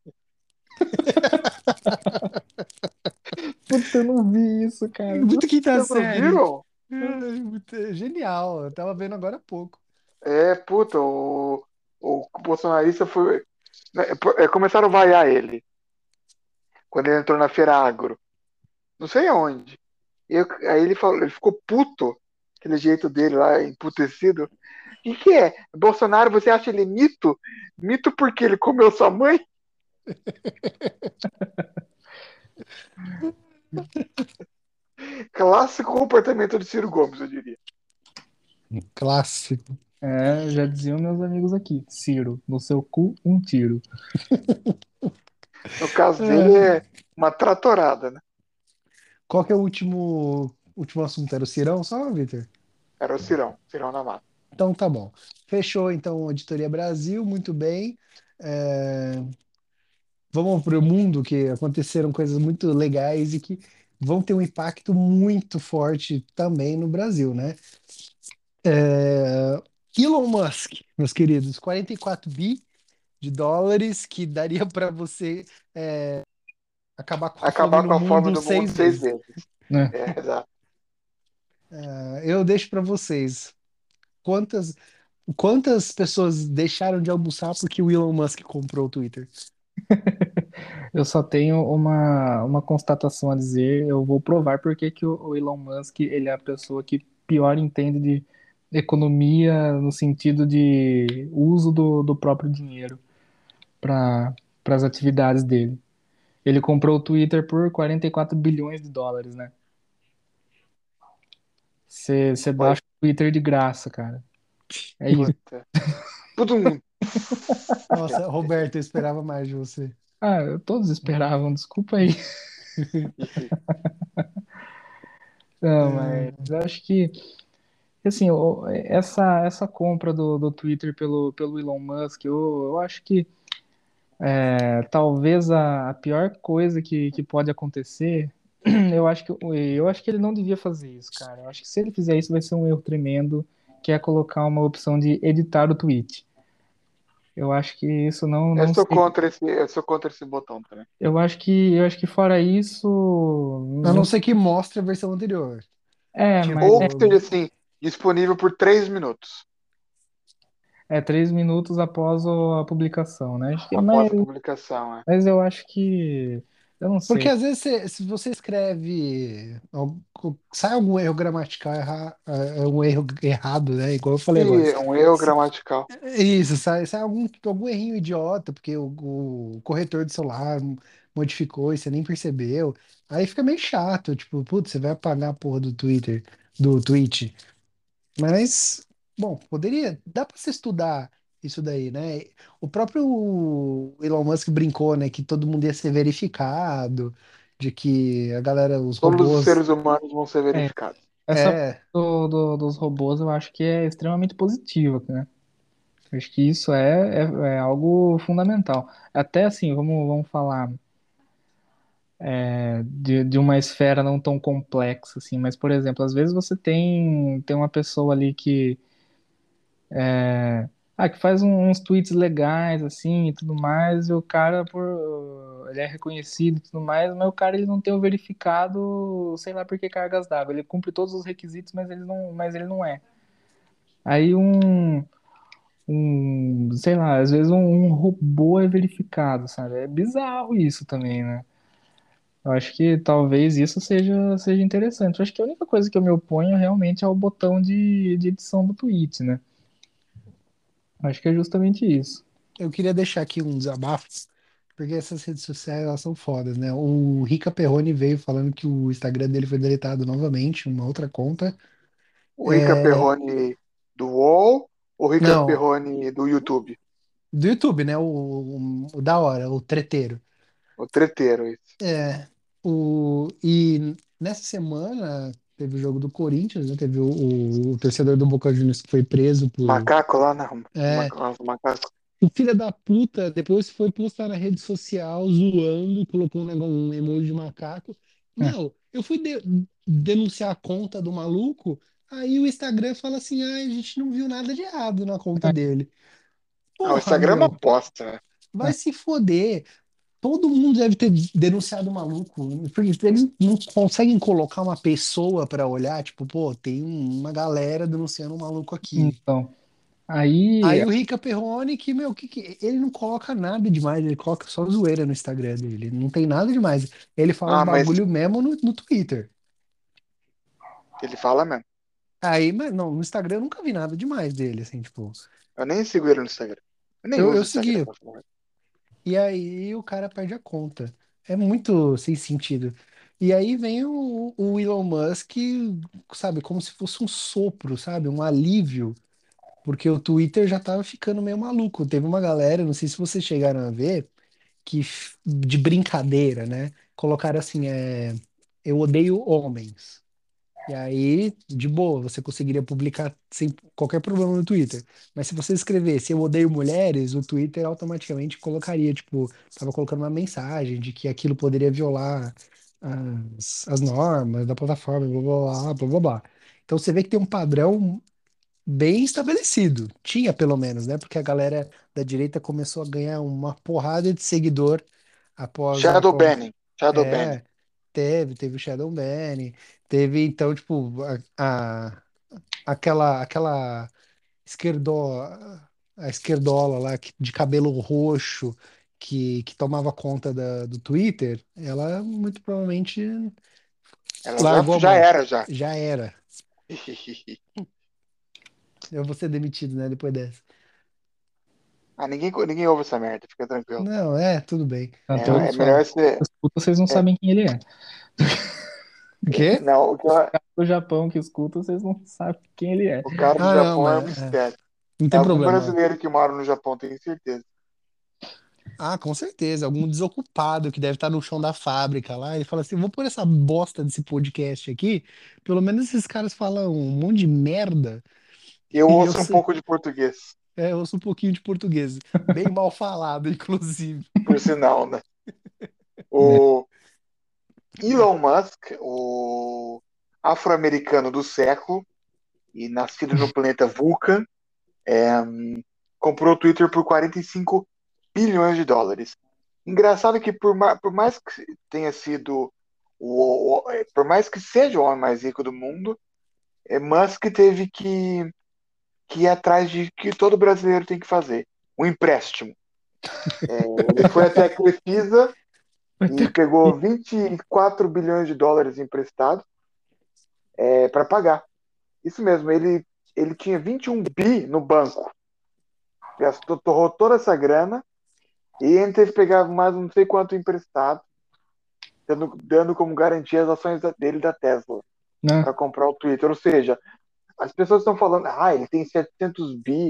Puta, eu não vi isso, cara. Muito quinta Vocês não série. viram? Ai, muito- Genial, eu tava vendo agora há pouco. É, puta, o, o bolsonarista foi. Né, é, começaram a vaiar ele quando ele entrou na Feira Agro. Não sei aonde. E eu- aí ele falou, ele ficou puto, aquele jeito dele lá, emputecido. O que, que é? Bolsonaro, você acha ele mito? Mito porque ele comeu sua mãe? Clássico comportamento de Ciro Gomes, eu diria. Clássico. É, já diziam meus amigos aqui. Ciro, no seu cu, um tiro. No caso dele, É. é uma tratorada, né? Qual que é o último, último assunto? Era o Cirão só, Vitor? Era o Cirão, Cirão da Mata. Então tá bom. Fechou então a Editoria Brasil, muito bem. É, vamos para o mundo que aconteceram coisas muito legais e que vão ter um impacto muito forte também no Brasil, né? É, Elon Musk, meus queridos, quarenta e quatro bi de dólares que daria para você acabar com a fome Acabar no com a fome mundo do mundo seis seis vezes. vezes. Né? É, exato. É, eu deixo para vocês. Quantas, quantas pessoas deixaram de almoçar porque o Elon Musk comprou o Twitter? Eu só tenho uma, uma constatação a dizer. Eu vou provar porque que o, o Elon Musk ele é a pessoa que pior entende de economia no sentido de uso do, do próprio dinheiro para para as atividades dele. Ele comprou o Twitter por quarenta e quatro bilhões de dólares, né? Você Foi. baixa o Twitter de graça, cara. É isso. Puta. Todo mundo. Nossa, Roberto, eu esperava mais de você. Ah, todos esperavam, desculpa aí. Não, mas É, eu acho que, assim, o- essa, essa compra do, do Twitter pelo, pelo Elon Musk, eu, eu acho que é, talvez a, a pior coisa que, que pode acontecer, eu acho que, eu acho que ele não devia fazer isso, cara. Eu acho que se ele fizer isso vai ser um erro tremendo, que é colocar uma opção de editar o tweet. Eu acho que isso não, Eu não sou seria. contra esse, eu sou contra esse botão também. Eu acho que, eu acho que fora isso, a não, não ser que mostre a versão anterior. é, mas Ou que Tipo, seja assim, disponível por três minutos é três minutos após o- a publicação, né? Acho que, após mas, a publicação. É. mas eu acho que, eu não porque sei. às vezes você- se você escreve, algo- sai algum erro gramatical, erra, é um erro errado, né? Igual eu falei agora. E um erro gramatical. Isso, sai, sai algum, algum errinho idiota, porque o, o corretor do celular modificou e você nem percebeu. Aí fica meio chato, tipo, putz, você vai apagar a porra do Twitter, do tweet. Mas, bom, poderia, dá pra você estudar isso daí, né? O próprio Elon Musk brincou, né, que todo mundo ia ser verificado, de que a galera, os Todos os robôs, seres humanos vão ser É, verificados. essa parte é, do, do- dos robôs eu acho que é extremamente positiva, né? Eu acho que isso é, é, é algo fundamental. Até assim, vamos, vamos falar é, de, de uma esfera não tão complexa, assim, mas, por exemplo, às vezes você tem, tem uma pessoa ali que, é, ah, que faz um- uns tweets legais, assim, e tudo mais, e o cara, por, ele é reconhecido e tudo mais, mas o cara ele não tem o verificado, sei lá por que cargas d'água. Ele cumpre todos os requisitos, mas ele não, mas ele não é. Aí um, um, sei lá, às vezes um, um robô é verificado, sabe? É bizarro isso também, né? Eu acho que talvez isso seja, seja interessante. Eu acho que a única coisa que eu me oponho realmente é o botão de, de edição do tweet, né? Eu acho que é justamente isso. eu queria deixar aqui um desabafo, porque essas redes sociais, elas são fodas, né? O Rica Perrone veio falando que o Instagram dele foi deletado novamente, uma outra conta. O Rica É, Perrone do UOL ou o Rica não, Perrone do YouTube? do YouTube, né? O, o, o da hora, o treteiro. O treteiro, isso. É, o, e nessa semana teve o jogo do Corinthians, né? Teve o, o, o torcedor do Boca Juniors que foi preso por. Macaco lá, não. É, Maca- Macaco. o filho da puta depois foi postar na rede social zoando, colocou um, negócio- um emoji de macaco. É, Meu, eu fui de- denunciar a conta do maluco, aí o Instagram fala assim: ah, a gente não viu nada de errado na conta é, dele. Ah, o Porra, Instagram é uma meu, bosta, velho. vai é. se foder. Todo mundo deve ter denunciado o maluco, porque eles não conseguem colocar uma pessoa pra olhar, tipo, pô, tem uma galera denunciando um maluco aqui. Então, aí, Aí o Rica Perrone, que, meu, que, que- ele não coloca nada demais, ele coloca só zoeira no Instagram dele, não tem nada demais. Ele fala os Ah, mas bagulho mesmo no, no Twitter. ele fala mesmo. Aí, mas não, no Instagram eu nunca vi nada demais dele, assim, tipo, Eu nem sigo ele no Instagram. Eu nem eu, eu uso o Instagram segui, pra falar. e aí o cara perde a conta. É muito sem sentido. E aí vem o, o Elon Musk, sabe, como se fosse um sopro, sabe, um alívio, porque o Twitter já tava ficando meio maluco. Teve uma galera, não sei se vocês chegaram a ver, que f- de brincadeira, né? Colocaram assim, é, eu odeio homens. E aí, de boa, você conseguiria publicar sem qualquer problema no Twitter. Mas se você escrevesse eu odeio mulheres, o Twitter automaticamente colocaria, tipo, tava colocando uma mensagem de que aquilo poderia violar as, as normas da plataforma, blá blá blá, blá blá blá. Então você vê que tem um padrão bem estabelecido. Tinha pelo menos, né? Porque a galera da direita começou a ganhar uma porrada de seguidor após a Shadow prova. banning. Shadow banning. É, teve, teve o Shadow Banning, teve então, tipo, a, a- aquela, aquela esquerdo, a esquerdola lá que- de cabelo roxo que, que tomava conta da- do Twitter, ela muito provavelmente Ela já, largou a já mão. era, já. Já era. Eu vou ser demitido, né, depois dessa. Ah, ninguém, ninguém ouve essa merda, fica tranquilo. Não, é, tudo bem. tanto eu É, é Todos falam. melhor você. escuto, vocês não É, sabem quem ele é. O quê? não, o cara, Do Japão que escuta, vocês não sabem quem ele é. o cara do Ah, não, Japão é um mas é, mistério. não É tem algum problema. brasileiro que mora no Japão, tenho certeza. Ah, com certeza. Algum desocupado que deve estar no chão da fábrica lá. Ele fala assim: vou pôr essa bosta desse podcast aqui. Pelo menos esses caras falam um monte de merda. Eu E eu ouço um sei, pouco de português, é, eu ouço um pouquinho de português. Bem mal falado, inclusive. por sinal, né? Né? O Elon Musk, o afro-americano do século e nascido no planeta Vulcan, comprou o Twitter por quarenta e cinco bilhões de dólares. Engraçado que por, ma- por mais que tenha sido o, o- é, por mais que seja o homem mais rico do mundo, é, Musk teve que, que ir atrás de que todo brasileiro tem que fazer, um empréstimo. É, ele foi até a Crefisa Vai e ter pegou vinte e quatro bilhões de dólares emprestados é, para pagar. Isso mesmo, ele, ele tinha vinte e um bi no banco, gastou, torrou toda essa grana e ele teve que pegar mais não sei quanto emprestado, dando, dando como garantia as ações da- dele da Tesla né? para comprar o Twitter. Ou seja, as pessoas estão falando, ah, ele tem setecentos bi,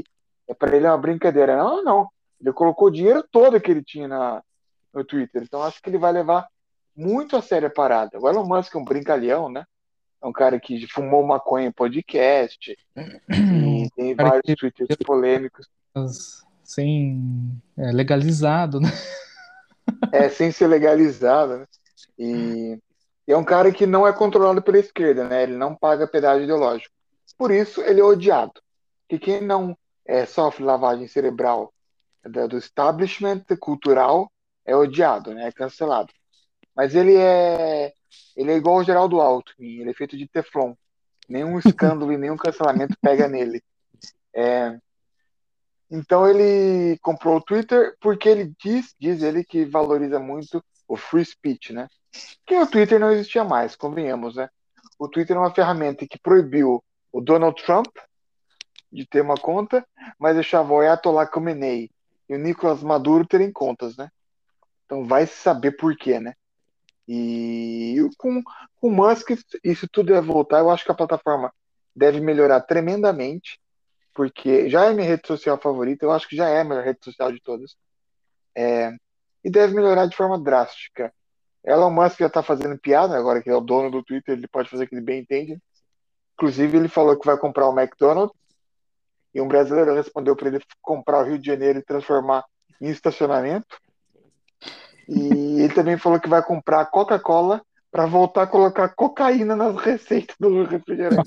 É para ele é uma brincadeira. Não, não. Ele colocou o dinheiro todo que ele tinha na, no Twitter. Então acho que ele vai levar muito a sério a parada. O Elon Musk é um brincalhão, né? É um cara que fumou maconha em podcast Um e tem cara vários que tweets polêmicos. sem é, legalizado, né? É, sem ser legalizado, né? E, e é um cara que não é controlado pela esquerda, né? Ele não paga pedágio ideológico. Por isso ele é odiado. Que quem não é, sofre lavagem cerebral da- do establishment cultural é odiado, né? É cancelado. Mas ele é ele é igual o Geraldo Alckmin, ele é feito de Teflon. Nenhum escândalo e nenhum cancelamento pega nele. Então ele comprou o Twitter porque ele diz, diz ele que valoriza muito o free speech, né? Que o Twitter não existia mais, convenhamos, né? O Twitter é uma ferramenta que proibiu o Donald Trump de ter uma conta, mas deixava o Ayatollah Khamenei e o Nicolás Maduro terem contas, né? Então vai se saber por quê, né? E com, com o Musk, isso tudo deve voltar. Eu acho que a plataforma deve melhorar tremendamente, porque já é minha rede social favorita, eu acho que já é a melhor rede social de todas. É, e deve melhorar de forma drástica. Elon Musk já está fazendo piada, agora que é o dono do Twitter, ele pode fazer o que ele bem entende. Inclusive, ele falou que vai comprar o McDonald's, e um brasileiro respondeu para ele comprar o Rio de Janeiro e transformar em estacionamento. E ele também falou que vai comprar a Coca-Cola para voltar a colocar cocaína nas receitas do refrigerante.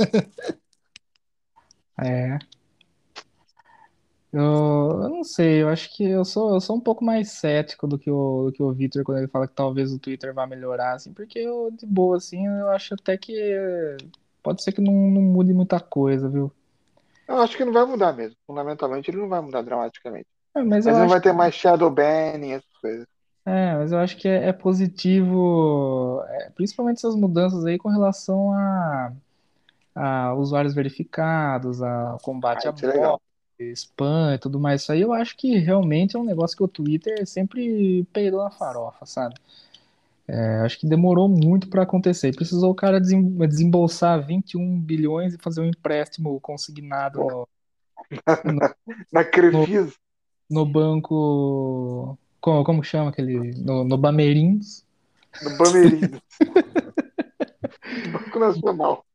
É. Eu, eu não sei, eu acho que eu sou, eu sou um pouco mais cético do que o, do que o Victor quando ele fala que talvez o Twitter vá melhorar, assim, porque eu, de boa, assim, eu acho até que eh, pode ser que não, não mude muita coisa, viu? Eu acho que não vai mudar mesmo. Fundamentalmente, ele não vai mudar dramaticamente. É, mas eu Mas não acho, vai ter mais shadow banning, essas coisas. é, mas eu acho que é, é positivo, é, principalmente essas mudanças aí com relação a, a usuários verificados, a Ah, combate a isso é legal. bot, spam e tudo mais. Isso aí eu acho que realmente é um negócio que o Twitter sempre peidou na farofa, sabe? É, acho que demorou muito para acontecer. Precisou o cara desem- desembolsar vinte e um bilhões e fazer um empréstimo consignado no, no, Na no, Crefisa, no banco. Como, como que chama aquele? No, no Bamerindos. no Bamerindos, Banco Nacional.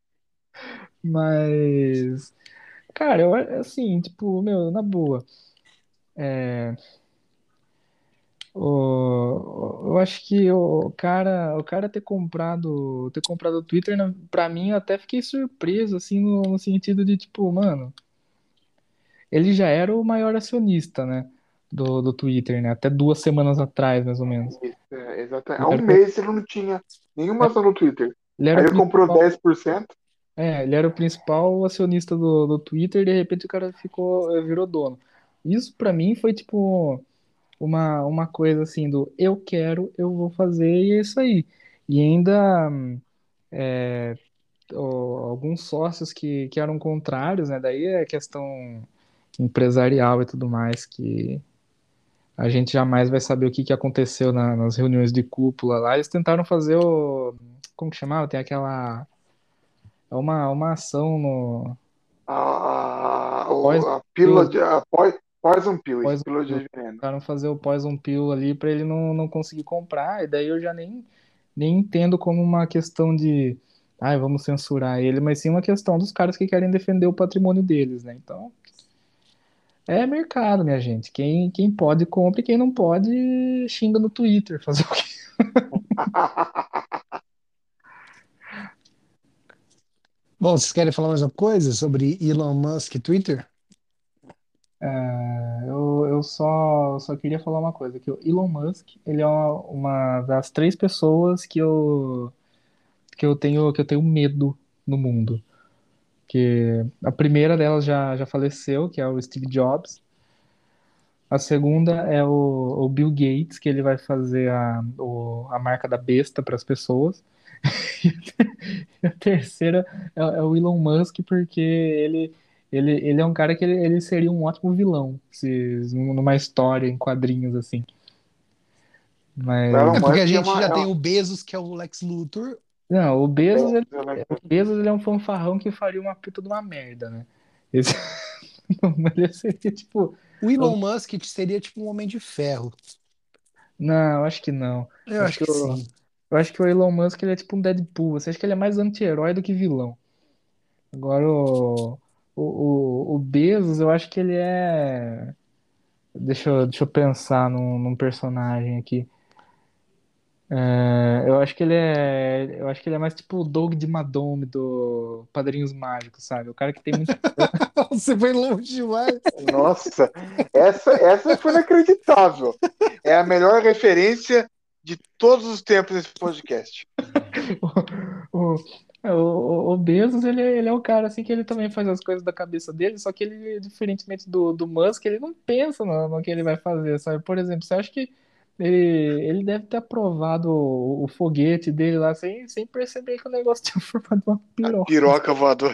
Mas, cara, eu assim, tipo, meu, na boa. O, eu acho que o cara, o cara ter comprado, ter comprado o Twitter, na- pra mim, eu até fiquei surpreso, assim, no, no sentido de, tipo, mano. Ele já era o maior acionista, né, do, do Twitter, né, até duas semanas atrás, mais ou menos. Isso, é, exatamente. Ele Há um era o, mês ele não tinha nenhuma ação no Twitter. ele era Aí o ele comprou principal, dez por cento. é, ele era o principal acionista do, do Twitter e de repente o cara ficou, eh, virou dono. Isso pra mim foi tipo uma, uma coisa assim do eu quero, eu vou fazer e é isso aí. E ainda ó, alguns sócios que, que eram contrários, né, daí é questão empresarial e tudo mais que a gente jamais vai saber o que que aconteceu na- nas reuniões de cúpula lá. Eles tentaram fazer o. Como que chamava? Tem aquela. É uma, uma ação no. A, a, o- Poison a pílula Pill. de. A poi- poison pill, isso, Poison pílula Pill. de veneno. Tentaram fazer o Poison Pill ali para ele não, não conseguir comprar. E daí eu já nem, nem entendo como uma questão de. Ai, vamos censurar ele, mas sim uma questão dos caras que querem defender o patrimônio deles, né? Então, é mercado, minha gente. Quem, quem pode, compra, e quem não pode, xinga no Twitter. Fazer o quê? Bom, vocês querem falar mais uma coisa sobre Elon Musk e Twitter? É, eu, eu só, só queria falar uma coisa, que o Elon Musk, ele é uma, uma das três pessoas que eu, que eu tenho, que eu tenho medo no mundo. Que a primeira delas já, já faleceu, que é o Steve Jobs. A segunda é o, o Bill Gates, que ele vai fazer a, o, a marca da besta para as pessoas. E a terceira é, é o Elon Musk, porque ele, ele, ele é um cara que ele, ele seria um ótimo vilão, se, numa história em quadrinhos assim. O Elon É porque a Mas Musk é gente uma. já É tem uma o Bezos, que é o Lex Luthor. não, o Bezos, ele, é, o Bezos ele é um fanfarrão que faria uma puta de uma merda, né? Esse- Mas ele seria tipo. O Elon Musk seria tipo um homem de ferro. Não, acho que não. Eu Acho acho que que o, sim. eu acho que o Elon Musk ele é tipo um Deadpool. Você acha que ele é mais anti-herói do que vilão? Agora o, o, o, o Bezos, eu acho que ele é. Deixa eu, deixa eu pensar num, num personagem aqui. É, eu acho que ele é. Eu acho que ele é mais tipo o Doug de Madome do Padrinhos Mágicos, sabe? O cara que tem muito. Você foi longe demais. Nossa, essa, essa foi inacreditável. É a melhor referência de todos os tempos nesse podcast. O, o, o, o Bezos, ele, ele é o cara assim que ele também faz as coisas da cabeça dele, só que ele, diferentemente do, do Musk, ele não pensa no, no que ele vai fazer, sabe? Por exemplo, você acha que ele, ele deve ter aprovado o, o foguete dele lá sem, sem perceber que o negócio tinha formado uma piroca. Piroca voadora.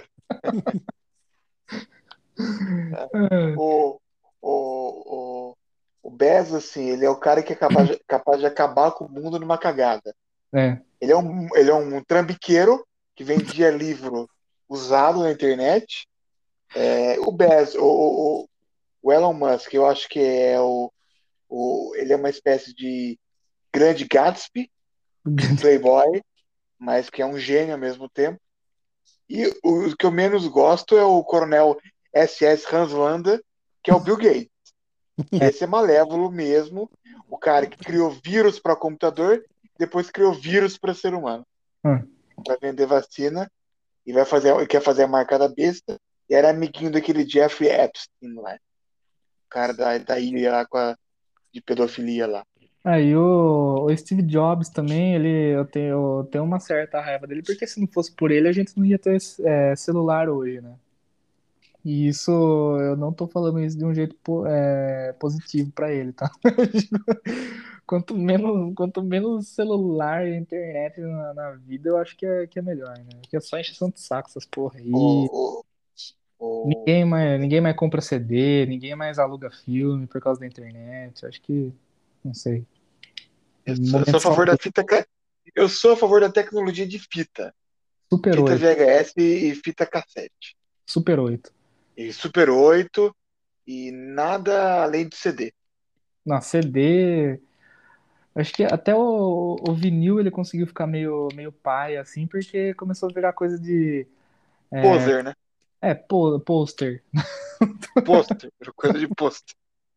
É, O, o, o, o Bezos, assim, ele é o cara que é capaz de, capaz de acabar com o mundo numa cagada. é, Ele é um, ele é um trambiqueiro que vendia livro usado na internet. É, o Bezos, o, o, o Elon Musk, eu acho que é o, o, ele é uma espécie de grande Gatsby, um playboy, mas que é um gênio ao mesmo tempo. E o que eu menos gosto é o coronel S S Hans Landa, que é o Bill Gates. Esse é malévolo mesmo, o cara que criou vírus para computador, depois criou vírus para ser humano, é. para vender vacina e vai fazer, quer fazer a marca da besta. E era amiguinho daquele Jeffrey Epstein lá, o cara da, da ilha lá com a, de pedofilia lá. Aí o, o Steve Jobs também, ele, eu tenho, eu tenho uma certa raiva dele, porque se não fosse por ele, a gente não ia ter é, celular hoje, né? E isso, eu não tô falando isso de um jeito po- é, positivo pra ele, tá? Quanto menos, quanto menos celular e internet na, na vida, eu acho que é, que é melhor, né? Porque é só encheção de saco essas porra aí. O, o, o, Ninguém mais, ninguém mais compra C D, ninguém mais aluga filme por causa da internet. Eu acho que, não sei. O eu sou eu sou momento a favor da saúde fita. ca- Eu sou a favor da tecnologia de fita. Super Fita oito, V H S e fita cassete. Super oito. E Super oito e nada além de C D. Na C D, acho que até o, o vinil ele conseguiu ficar meio, meio pai, assim, porque começou a virar coisa de. Poser, né? É, pô, pôster. Pôster. Coisa de pôster.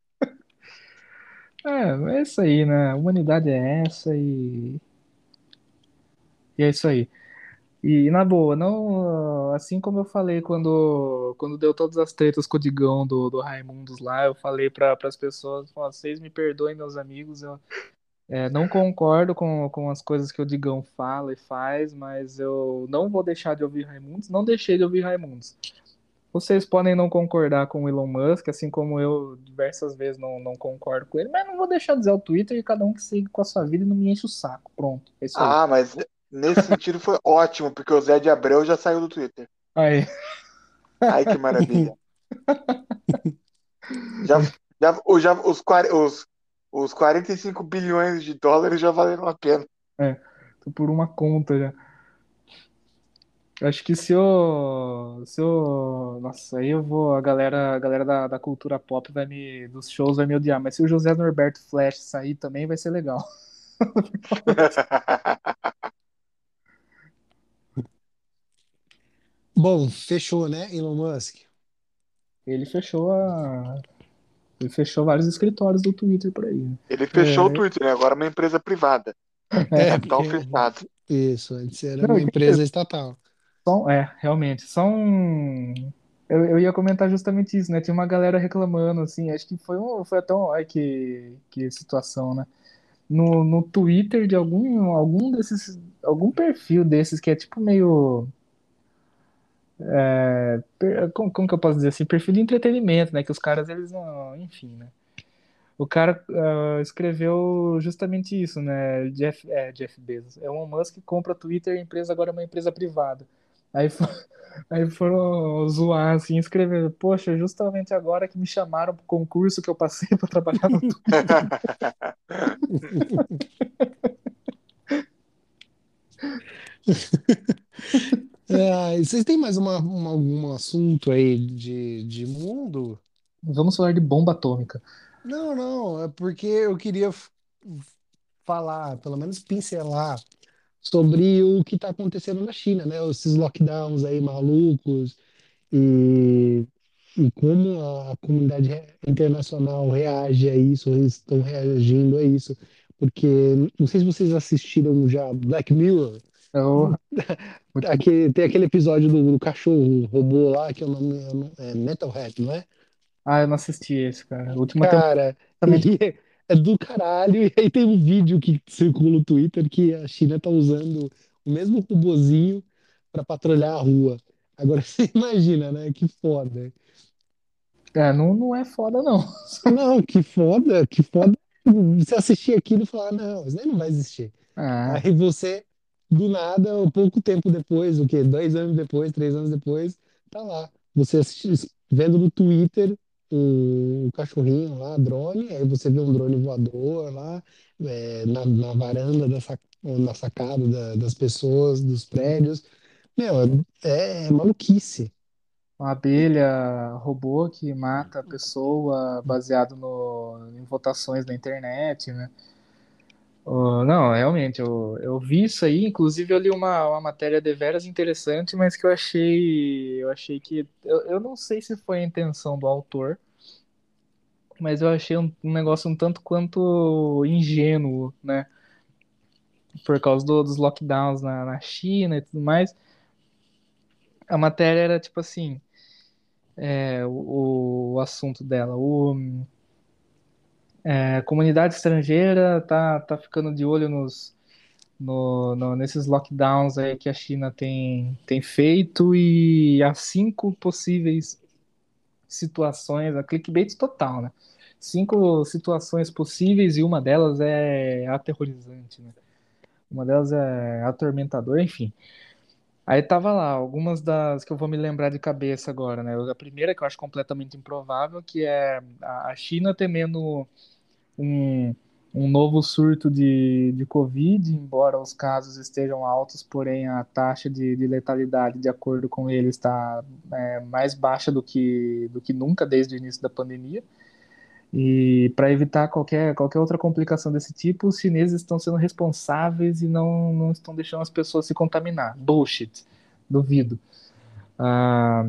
É, é isso aí, né? A humanidade é essa e, e é isso aí. E na boa, não, assim como eu falei quando, quando deu todas as tretas com o Digão do, do Raimundos lá, eu falei para as pessoas, "Ó, vocês me perdoem, meus amigos, eu é, não concordo com, com as coisas que o Digão fala e faz, mas eu não vou deixar de ouvir Raimundos, não deixei de ouvir Raimundos. Vocês podem não concordar com o Elon Musk, assim como eu diversas vezes não, não concordo com ele, mas não vou deixar de usar o Twitter e cada um que siga com a sua vida e não me enche o saco. Pronto, é isso aí. Ah, mas nesse sentido foi ótimo, porque o Zé de Abreu já saiu do Twitter. Aí, Ai, que maravilha. Já, já, o- já, os, quar- os, os quarenta e cinco bilhões de dólares já valeram a pena. é, tô por uma conta já. Acho que se eu, se eu, nossa, aí eu vou, a galera, a galera da, da cultura pop vai me, dos shows vai me odiar, mas se o José Norberto Flash sair também vai ser legal. Bom, fechou, né, Elon Musk? Ele fechou a, ele fechou vários escritórios do Twitter por aí, né? Ele fechou o É, Twitter, né? Agora é uma empresa privada. é, Capital porque fechado. isso, antes era Não, uma e quer dizer, empresa estatal. são, é, realmente, são. Eu, eu ia comentar justamente isso, né? Tinha uma galera reclamando, assim, acho que foi, um, foi até um. Ai, que, que situação, né? No, no Twitter de algum, algum desses. Algum perfil desses que é tipo meio. é, per- como, como que eu posso dizer assim? Perfil de entretenimento, né? Que os caras, eles não. Enfim, né? O cara ah, escreveu justamente isso, né? Jeff, é, Jeff Bezos. Elon Musk compra Twitter e a empresa agora é uma empresa privada. Aí, fo- aí foram zoar assim, escrever, poxa, justamente agora que me chamaram pro concurso que eu passei para trabalhar no Twitter. É, vocês têm mais uma, uma- algum assunto aí de, de mundo? Vamos falar de bomba atômica. Não, não, é porque eu queria f- falar, pelo menos pincelar, sobre o que está acontecendo na China, né? Esses lockdowns aí malucos e, e como a comunidade re- internacional reage a isso, eles estão reagindo a isso. Porque não sei se vocês assistiram já Black Mirror. Eu, muito bom. Aquele, tem aquele episódio do, do cachorro robô lá, que é o nome é Metalhead, não é? Ah, eu não assisti esse, cara. A última temporada Cara, também. e é, é do caralho. E aí tem um vídeo que circula no Twitter que a China tá usando o mesmo robozinho para patrulhar a rua. Agora você imagina, né? Que foda. É, não, não é foda, não. Não, que foda, que foda. Você assistir aquilo e falar, não, isso daí não vai existir. Ah, Aí você, do nada, um pouco tempo depois, o quê? Dois anos depois, três anos depois, tá lá. Você assisti- vendo no Twitter um cachorrinho lá, drone, aí você vê um drone voador lá, é, na, na varanda, da sac- ou na sacada da- das pessoas, dos prédios. Meu, é, é maluquice. uma abelha robô que mata a pessoa baseado no, em votações na internet, né? Oh, não, realmente, eu, eu vi isso aí, inclusive eu li uma, uma matéria deveras interessante, mas que eu achei, eu achei que, eu, eu não sei se foi a intenção do autor, mas eu achei um, um negócio um tanto quanto ingênuo, né? Por causa do- dos lockdowns na, na China e tudo mais. A matéria era tipo assim, é, o, o assunto dela, o, é, a comunidade estrangeira tá, tá ficando de olho nos no, no- nesses lockdowns aí que a China tem, tem feito e há cinco possíveis situações, a clickbait total, né? Cinco situações possíveis e uma delas é aterrorizante, né? Uma delas é atormentadora, enfim. Aí tava lá, algumas das que eu vou me lembrar de cabeça agora, né? A primeira que eu acho completamente improvável, que é a a China temendo um, um novo surto de, de Covid, embora os casos estejam altos, porém a taxa de, de letalidade, de acordo com ele, está é, mais baixa do que, do que nunca desde o início da pandemia. E para evitar qualquer, qualquer outra complicação desse tipo, os chineses estão sendo responsáveis e não, não estão deixando as pessoas se contaminar. Bullshit. Duvido. Ah,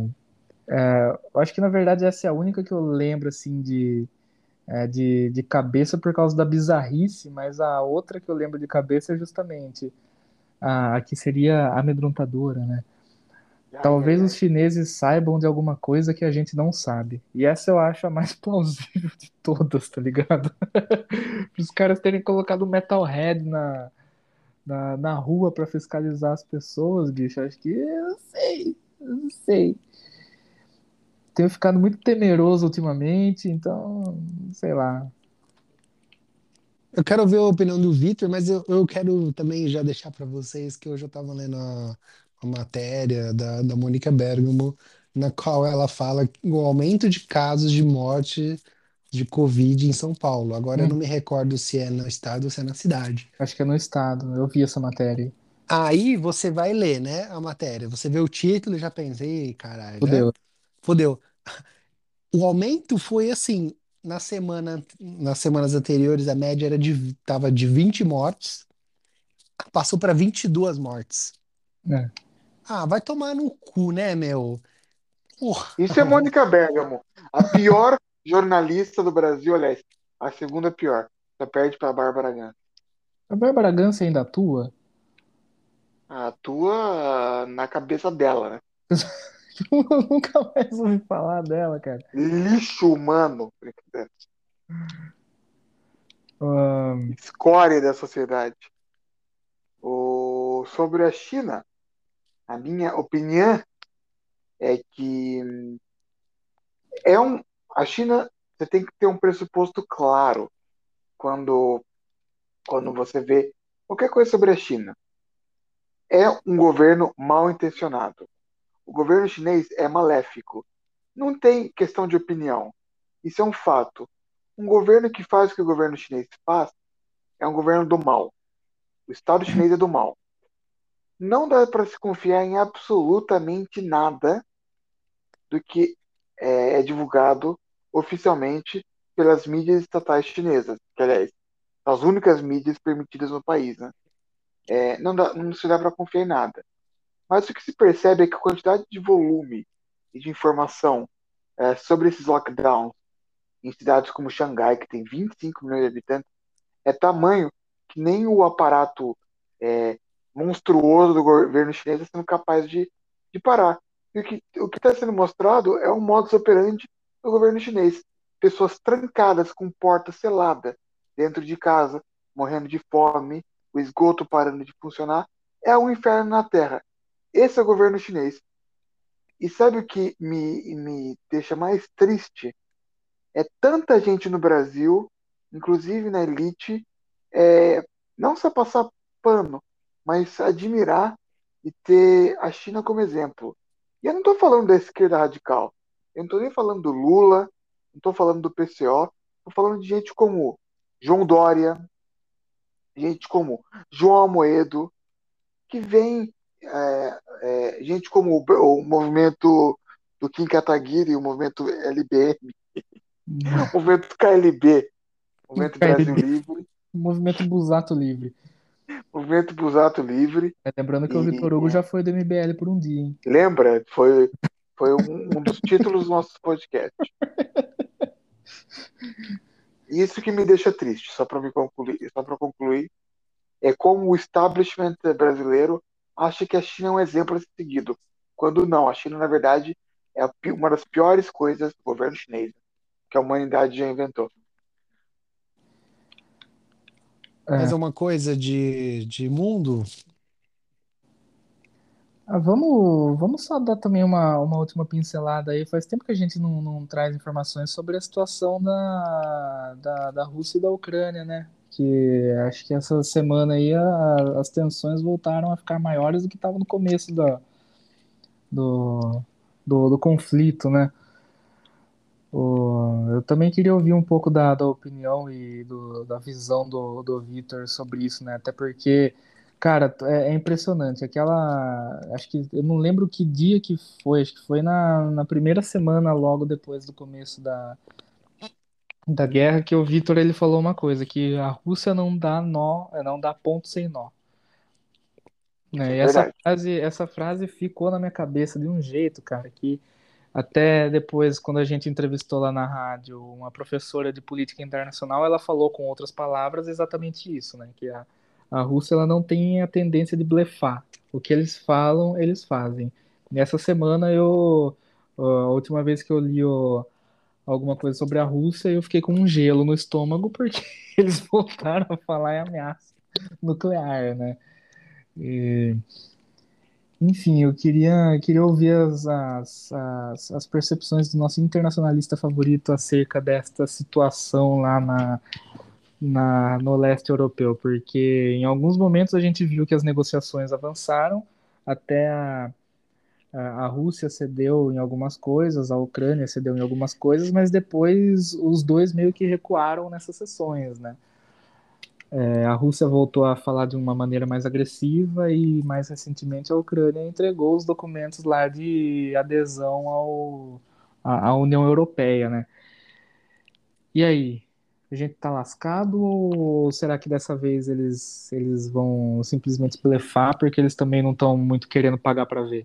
eu acho que na verdade essa é a única que eu lembro assim de é, de, de cabeça por causa da bizarrice, mas a outra que eu lembro de cabeça é justamente a, a que seria amedrontadora, né? Ai, ai, Talvez os ai. chineses saibam de alguma coisa que a gente não sabe. E essa eu acho a mais plausível de todas, tá ligado? Os caras terem colocado o Metalhead na, na, na rua pra fiscalizar as pessoas, bicho, acho que eu não sei, eu não sei. Tenho ficado muito temeroso ultimamente, então, sei lá. Eu quero ver a opinião do Vitor, mas eu, eu quero também já deixar para vocês que hoje eu estava lendo a, a matéria da, da Mônica Bergamo, na qual ela fala o aumento de casos de morte de Covid em São Paulo. Agora eu não Hum, me recordo se é no estado ou se é na cidade. acho que é no estado, eu vi essa matéria aí. Aí você vai ler, né, a matéria. Você vê o título e já pensa, ei, caralho, né? Fudeu. Fodeu. O aumento foi assim, na semana, nas semanas anteriores a média era de, tava de vinte mortes. Passou para vinte e duas mortes. É. Ah, vai tomar no cu, né, meu? Porra. Isso é Mônica Bergamo, a pior jornalista do Brasil, aliás, a segunda pior. Só perde para Bárbara Gans. A Bárbara Gance ainda atua? Atua na cabeça dela, né? Eu nunca mais ouvi falar dela, cara. Lixo humano. Brincadeira. Ahn, Escória da sociedade. O... Sobre a China, a minha opinião é que é um... a China, você tem que ter um pressuposto claro quando, quando você vê qualquer coisa sobre a China. É um governo mal intencionado. O governo chinês é maléfico. Não tem questão de opinião. Isso é um fato. Um governo que faz o que o governo chinês faz é um governo do mal. O Estado chinês é do mal. não dá para se confiar em absolutamente nada do que é, é divulgado oficialmente pelas mídias estatais chinesas, que, aliás, são as únicas mídias permitidas no país, né? É, não, dá, não se dá para confiar em nada. Mas o que se percebe é que a quantidade de volume e de informação é, sobre esses lockdowns em cidades como Xangai, que tem vinte e cinco milhões de habitantes, é tamanho que nem o aparato é, monstruoso do governo chinês está sendo capaz de, de parar. E o que está sendo mostrado é um modus operandi do governo chinês. Pessoas trancadas com porta selada dentro de casa, morrendo de fome, o esgoto parando de funcionar. É um inferno na Terra. Esse é o governo chinês. E sabe o que me, me deixa mais triste? É tanta gente no Brasil, inclusive na elite, é, não só passar pano, mas admirar e ter a China como exemplo. E eu não estou falando da esquerda radical, eu não estou nem falando do Lula, não estou falando do P C O, estou falando de gente como João Dória, gente como João Amoedo, que vem, é, é, gente como o, o movimento do Kim Kataguiri, o movimento L B M, o movimento K L B, o movimento Brasil K L B, Livre, Movimento Busato Livre. o movimento Busato Livre. É, lembrando que o E Vitor Hugo já foi do M B L por um dia, hein? lembra, foi, foi um, um dos títulos do nosso podcast. Isso que me deixa triste, só para me concluir, só para concluir, é como o establishment brasileiro acha que a China é um exemplo a ser seguido, quando não, a China, na verdade, é a pi- uma das piores coisas do governo chinês que a humanidade já inventou. Mas É. é uma coisa de, de mundo. Ah, vamos, vamos só dar também uma, uma última pincelada aí. Faz tempo que a gente não, não traz informações sobre a situação da, da, da Rússia e da Ucrânia, né? Que acho que essa semana aí a- as tensões voltaram a ficar maiores do que estavam no começo da, do, do, do conflito, né? O, eu também queria ouvir um pouco da, da opinião e do, da visão do, do Vitor sobre isso, né? Até porque, cara, é, é impressionante. Aquela. Acho que. Eu não lembro que dia que foi, acho que foi na, na primeira semana, logo depois do começo da, da guerra, que o Vitor ele falou uma coisa: que a Rússia não dá nó, não dá ponto sem nó. Isso Né? é E essa verdade. frase, essa frase ficou na minha cabeça de um jeito, cara, que até depois, quando a gente entrevistou lá na rádio uma professora de política internacional, ela falou com outras palavras exatamente isso, né? Que a, a Rússia ela não tem a tendência de blefar. O que eles falam, eles fazem. Nessa semana, eu, a última vez que eu li o- alguma coisa sobre a Rússia, eu fiquei com um gelo no estômago porque eles voltaram a falar em ameaça nuclear, né? E, enfim, eu queria, queria ouvir as, as, as, as percepções do nosso internacionalista favorito acerca desta situação lá na, na, no leste europeu, porque em alguns momentos a gente viu que as negociações avançaram, até a, a, a Rússia cedeu em algumas coisas, a Ucrânia cedeu em algumas coisas, mas depois os dois meio que recuaram nessas sessões, né? A Rússia voltou a falar de uma maneira mais agressiva e, mais recentemente, a Ucrânia entregou os documentos lá de adesão ao, à, à União Europeia, né? E aí? A gente tá lascado ou será que dessa vez eles, eles vão simplesmente blefar porque eles também não estão muito querendo pagar para ver?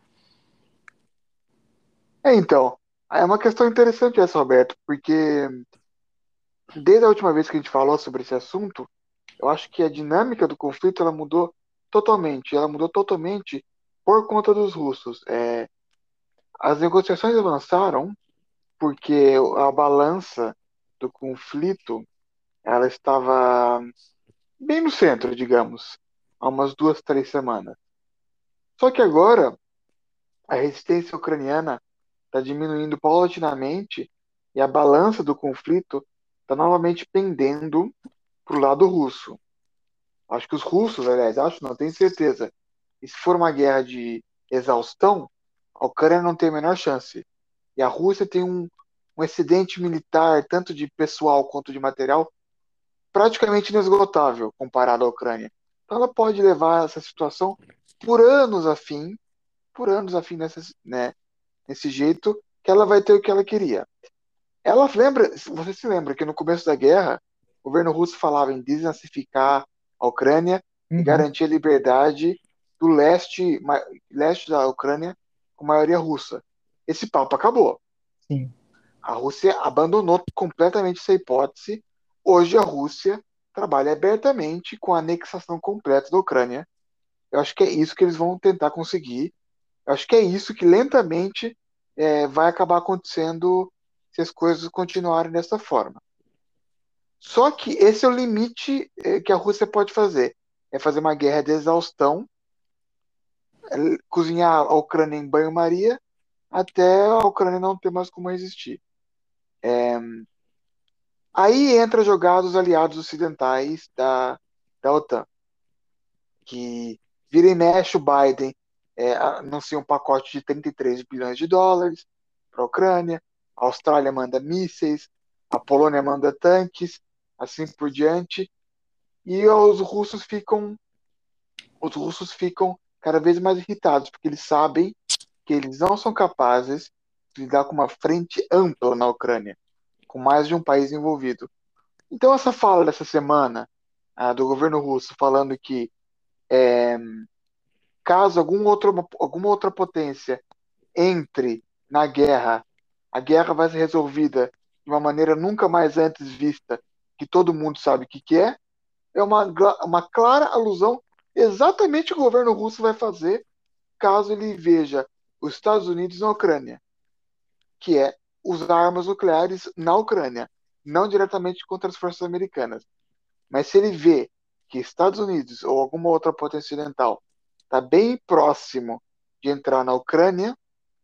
É, então, é uma questão interessante essa, Roberto, porque desde a última vez que a gente falou sobre esse assunto, eu acho que a dinâmica do conflito ela mudou totalmente. Ela mudou totalmente por conta dos russos. É, as negociações avançaram porque a balança do conflito ela estava bem no centro, digamos, há umas duas, três semanas. Só que agora a resistência ucraniana está diminuindo paulatinamente e a balança do conflito está novamente pendendo para o lado russo. Acho que os russos, aliás, acho, não tenho certeza. E se for uma guerra de exaustão, a Ucrânia não tem a menor chance. E a Rússia tem um, um excedente militar, tanto de pessoal quanto de material, praticamente inesgotável comparado à Ucrânia. Então ela pode levar essa situação por anos a fim, por anos a fim nessa, né, nesse jeito, que ela vai ter o que ela queria. Ela lembra, você se lembra que no começo da guerra, o governo russo falava em desnazificar a Ucrânia e Uhum, garantir a liberdade do leste, ma- leste da Ucrânia com maioria russa. Esse papo acabou. sim. A Rússia abandonou completamente essa hipótese. Hoje a Rússia trabalha abertamente com a anexação completa da Ucrânia. Eu acho que é isso que eles vão tentar conseguir. Eu acho que é isso que lentamente é, vai acabar acontecendo se as coisas continuarem dessa forma. Só que esse é o limite é, que a Rússia pode fazer. É fazer uma guerra de exaustão, é, cozinhar a Ucrânia em banho-maria, até a Ucrânia não ter mais como resistir. Aí entra jogados os aliados ocidentais da, da OTAN, que vira e mexe o Biden é, anuncia um pacote de trinta e três bilhões de dólares para a Ucrânia, a Austrália manda mísseis, a Polônia manda tanques, assim por diante, e os russos ficam os russos ficam cada vez mais irritados, porque eles sabem que eles não são capazes de lidar com uma frente ampla na Ucrânia, com mais de um país envolvido. Então, essa fala dessa semana ah, do governo russo falando que caso algum outro, alguma outra potência entre na guerra, a guerra vai ser resolvida de uma maneira nunca mais antes vista, que todo mundo sabe o que, que é, é uma, uma clara alusão exatamente o que o governo russo vai fazer caso ele veja os Estados Unidos na Ucrânia, que é usar armas nucleares na Ucrânia, não diretamente contra as forças americanas. Mas se ele vê que Estados Unidos ou alguma outra potência ocidental está bem próximo de entrar na Ucrânia,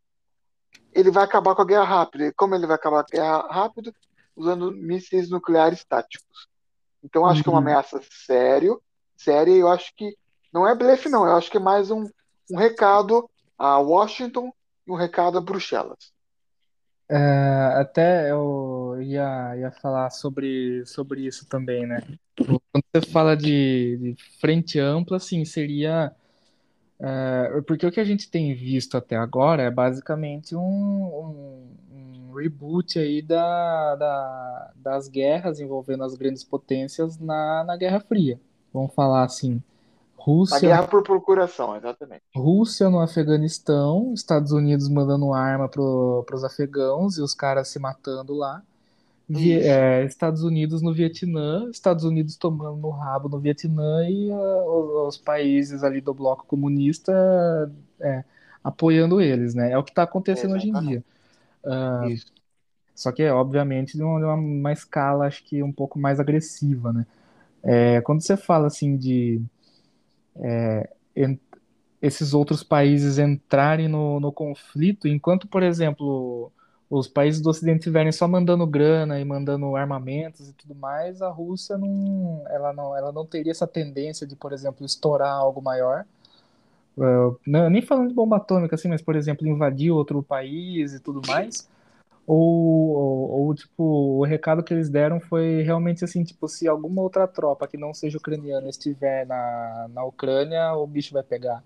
ele vai acabar com a guerra rápido. E como ele vai acabar com a guerra rápido? Usando mísseis nucleares táticos. Então, acho que é uma E ameaça sério, séria, e eu acho que não é blefe, não. Eu acho que é mais um, um recado a Washington e um recado a Bruxelas. é, até eu ia, ia falar sobre, sobre isso também, né? Quando você fala de, de frente ampla, assim, seria. É, porque o que a gente tem visto até agora é basicamente um, um, um reboot aí da, da- das guerras envolvendo as grandes potências na, na Guerra Fria. Vamos falar assim, A Rússia, guerra por procuração, exatamente. Rússia no Afeganistão, Estados Unidos mandando arma para os afegãos e os caras se matando lá. Vi- Isso, é, Estados Unidos no Vietnã, Estados Unidos tomando no rabo no Vietnã e ah, os, os países ali do bloco comunista é, apoiando eles, né? É o que está acontecendo hoje em exatamente. dia. Ah, Isso. só que é, obviamente, de uma, de uma- uma escala, acho que um pouco mais agressiva, né? É, quando você fala, assim, de en- esses outros países entrarem no, no conflito, enquanto, por exemplo, os países do Ocidente estiverem só mandando grana e mandando armamentos e tudo mais, a Rússia não, ela não, ela não teria essa tendência de, por exemplo, estourar algo maior. Uh, não, nem falando de bomba atômica, assim, mas, por exemplo, invadir outro país e tudo mais. Ou, ou, ou, tipo, o recado que eles deram foi realmente assim, tipo, se alguma outra tropa que não seja ucraniana estiver na, na Ucrânia, o bicho vai pegar.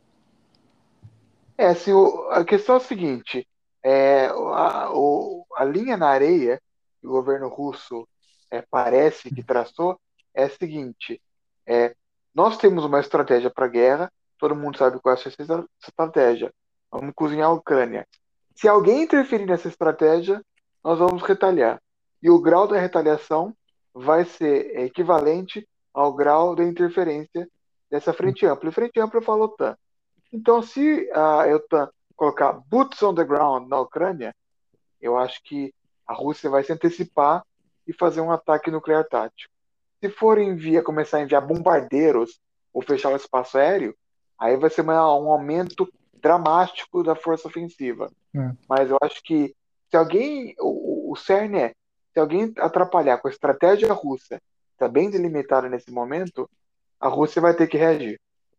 É, assim, o- a questão é a seguinte: é, a, o- a linha na areia que o governo russo é, parece que traçou é a seguinte: é, nós temos uma estratégia para a guerra, todo mundo sabe qual é essa estra- estratégia. Vamos cozinhar a Ucrânia. Se alguém interferir nessa estratégia, nós vamos retaliar. E o grau da retaliação vai ser equivalente ao grau da interferência dessa frente ampla. E frente ampla eu falo OTAN. Então, se a OTAN colocar boots on the ground na Ucrânia, eu acho que a Rússia vai se antecipar e fazer um ataque nuclear tático. Se for enviar, começar a enviar bombardeiros ou fechar o espaço aéreo, aí vai ser uma- um aumento dramático da força ofensiva. Né? Mas eu acho que se alguém, o, o cerne é, se alguém atrapalhar com a estratégia russa, está bem delimitada nesse momento, a Rússia vai ter que reagir.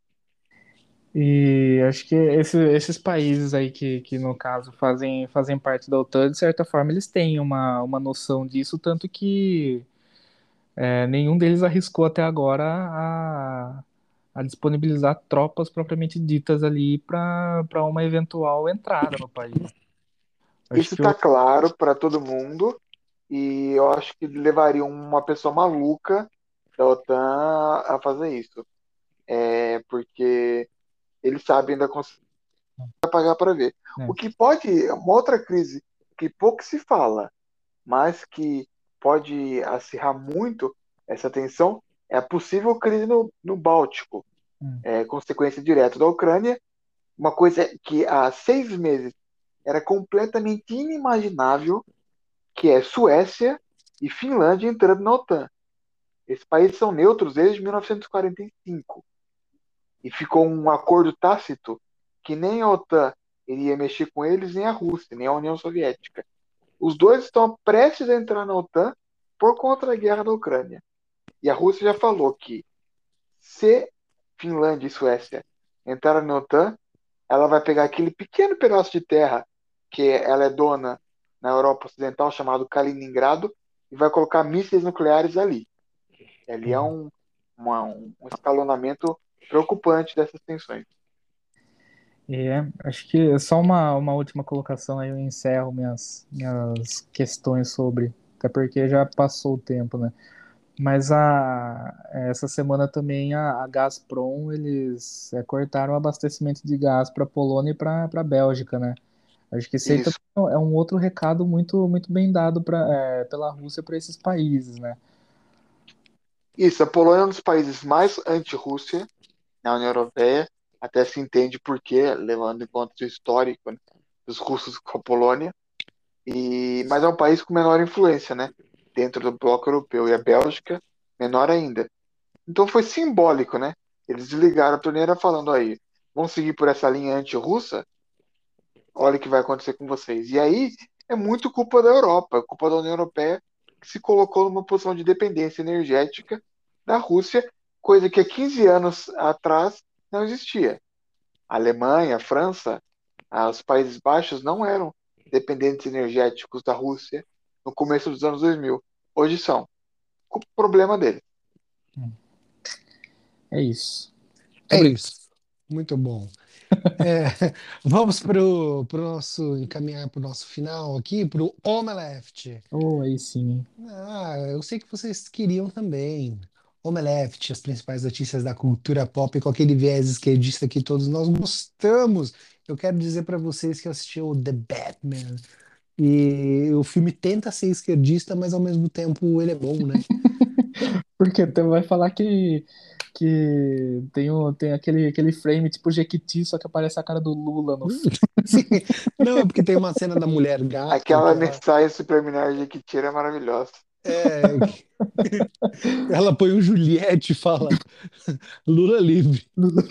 E acho que esse- esses países aí que, que no caso fazem, fazem parte da OTAN, de certa forma, eles têm uma, uma noção disso, tanto que é, nenhum deles arriscou até agora a, a disponibilizar tropas propriamente ditas ali para para uma eventual entrada no país. Acho Isso que está o, claro para todo mundo e eu acho que levaria uma pessoa maluca da OTAN a fazer isso. É porque eles sabem da consequência pagar para ver. O né, que pode, uma outra crise que pouco se fala, mas que pode acirrar muito essa tensão, é a possível crise no, no Báltico, hum, é, consequência direta da Ucrânia, uma coisa que há seis meses era completamente inimaginável, que é Suécia e Finlândia entrando na OTAN. Esses países são neutros desde mil novecentos e quarenta e cinco. E ficou um acordo tácito que nem a OTAN iria mexer com eles, nem a Rússia, nem a União Soviética. Os dois estão prestes a entrar na OTAN por conta da guerra da Ucrânia. E a Rússia já falou que se Finlândia e Suécia entrarem na OTAN, ela vai pegar aquele pequeno pedaço de terra que ela é dona na Europa Ocidental, chamado Kaliningrado, e vai colocar mísseis nucleares ali. Ali é um, uma- um escalonamento preocupante dessas tensões. é, acho que é só uma, uma última colocação aí eu encerro minhas, minhas questões sobre, até porque já passou o tempo, né? Mas a, essa semana também a, a Gazprom, eles é, cortaram o abastecimento de gás para a Polônia e para a Bélgica, né? Acho que isso aí Isso. também é um outro recado muito, muito bem dado pra, é, pela Rússia para esses países, né? Isso, a Polônia é um dos países mais anti-Rússia na União Europeia, até se entende por quê, levando em conta o histórico, né, dos russos com a Polônia, e, mas é um país com menor influência, né, dentro do bloco europeu, e a Bélgica, menor ainda. Então foi simbólico, né? Eles desligaram a torneira falando aí, vão seguir por essa linha anti-russa, olha o que vai acontecer com vocês. E aí é muito culpa da Europa, culpa da União Europeia, que se colocou numa posição de dependência energética da Rússia, coisa que há quinze anos atrás não existia. A Alemanha, a França, ah, os Países Baixos não eram dependentes energéticos da Rússia no começo dos anos dois mil. Hoje são. O problema deles. É isso. Muito É obrigado. isso. Muito bom. É, vamos para o nosso encaminhar para o nosso final aqui, para o Omeleft. Oh, aí sim. Ah, eu sei que vocês queriam também. Omeleft, as principais notícias da cultura pop com aquele viés esquerdista que todos nós gostamos. Eu quero dizer para vocês que eu assisti o The Batman e o filme tenta ser esquerdista, mas ao mesmo tempo ele é bom, né? Porque até vai falar que, que tem, o, tem aquele, aquele frame tipo Jequiti, só que aparece a cara do Lula no filme. Sim. Não, é porque tem uma cena da mulher gato Aquela que ela mensagem subliminar de que tira é maravilhosa. é, ela põe o Juliette e fala Lula livre.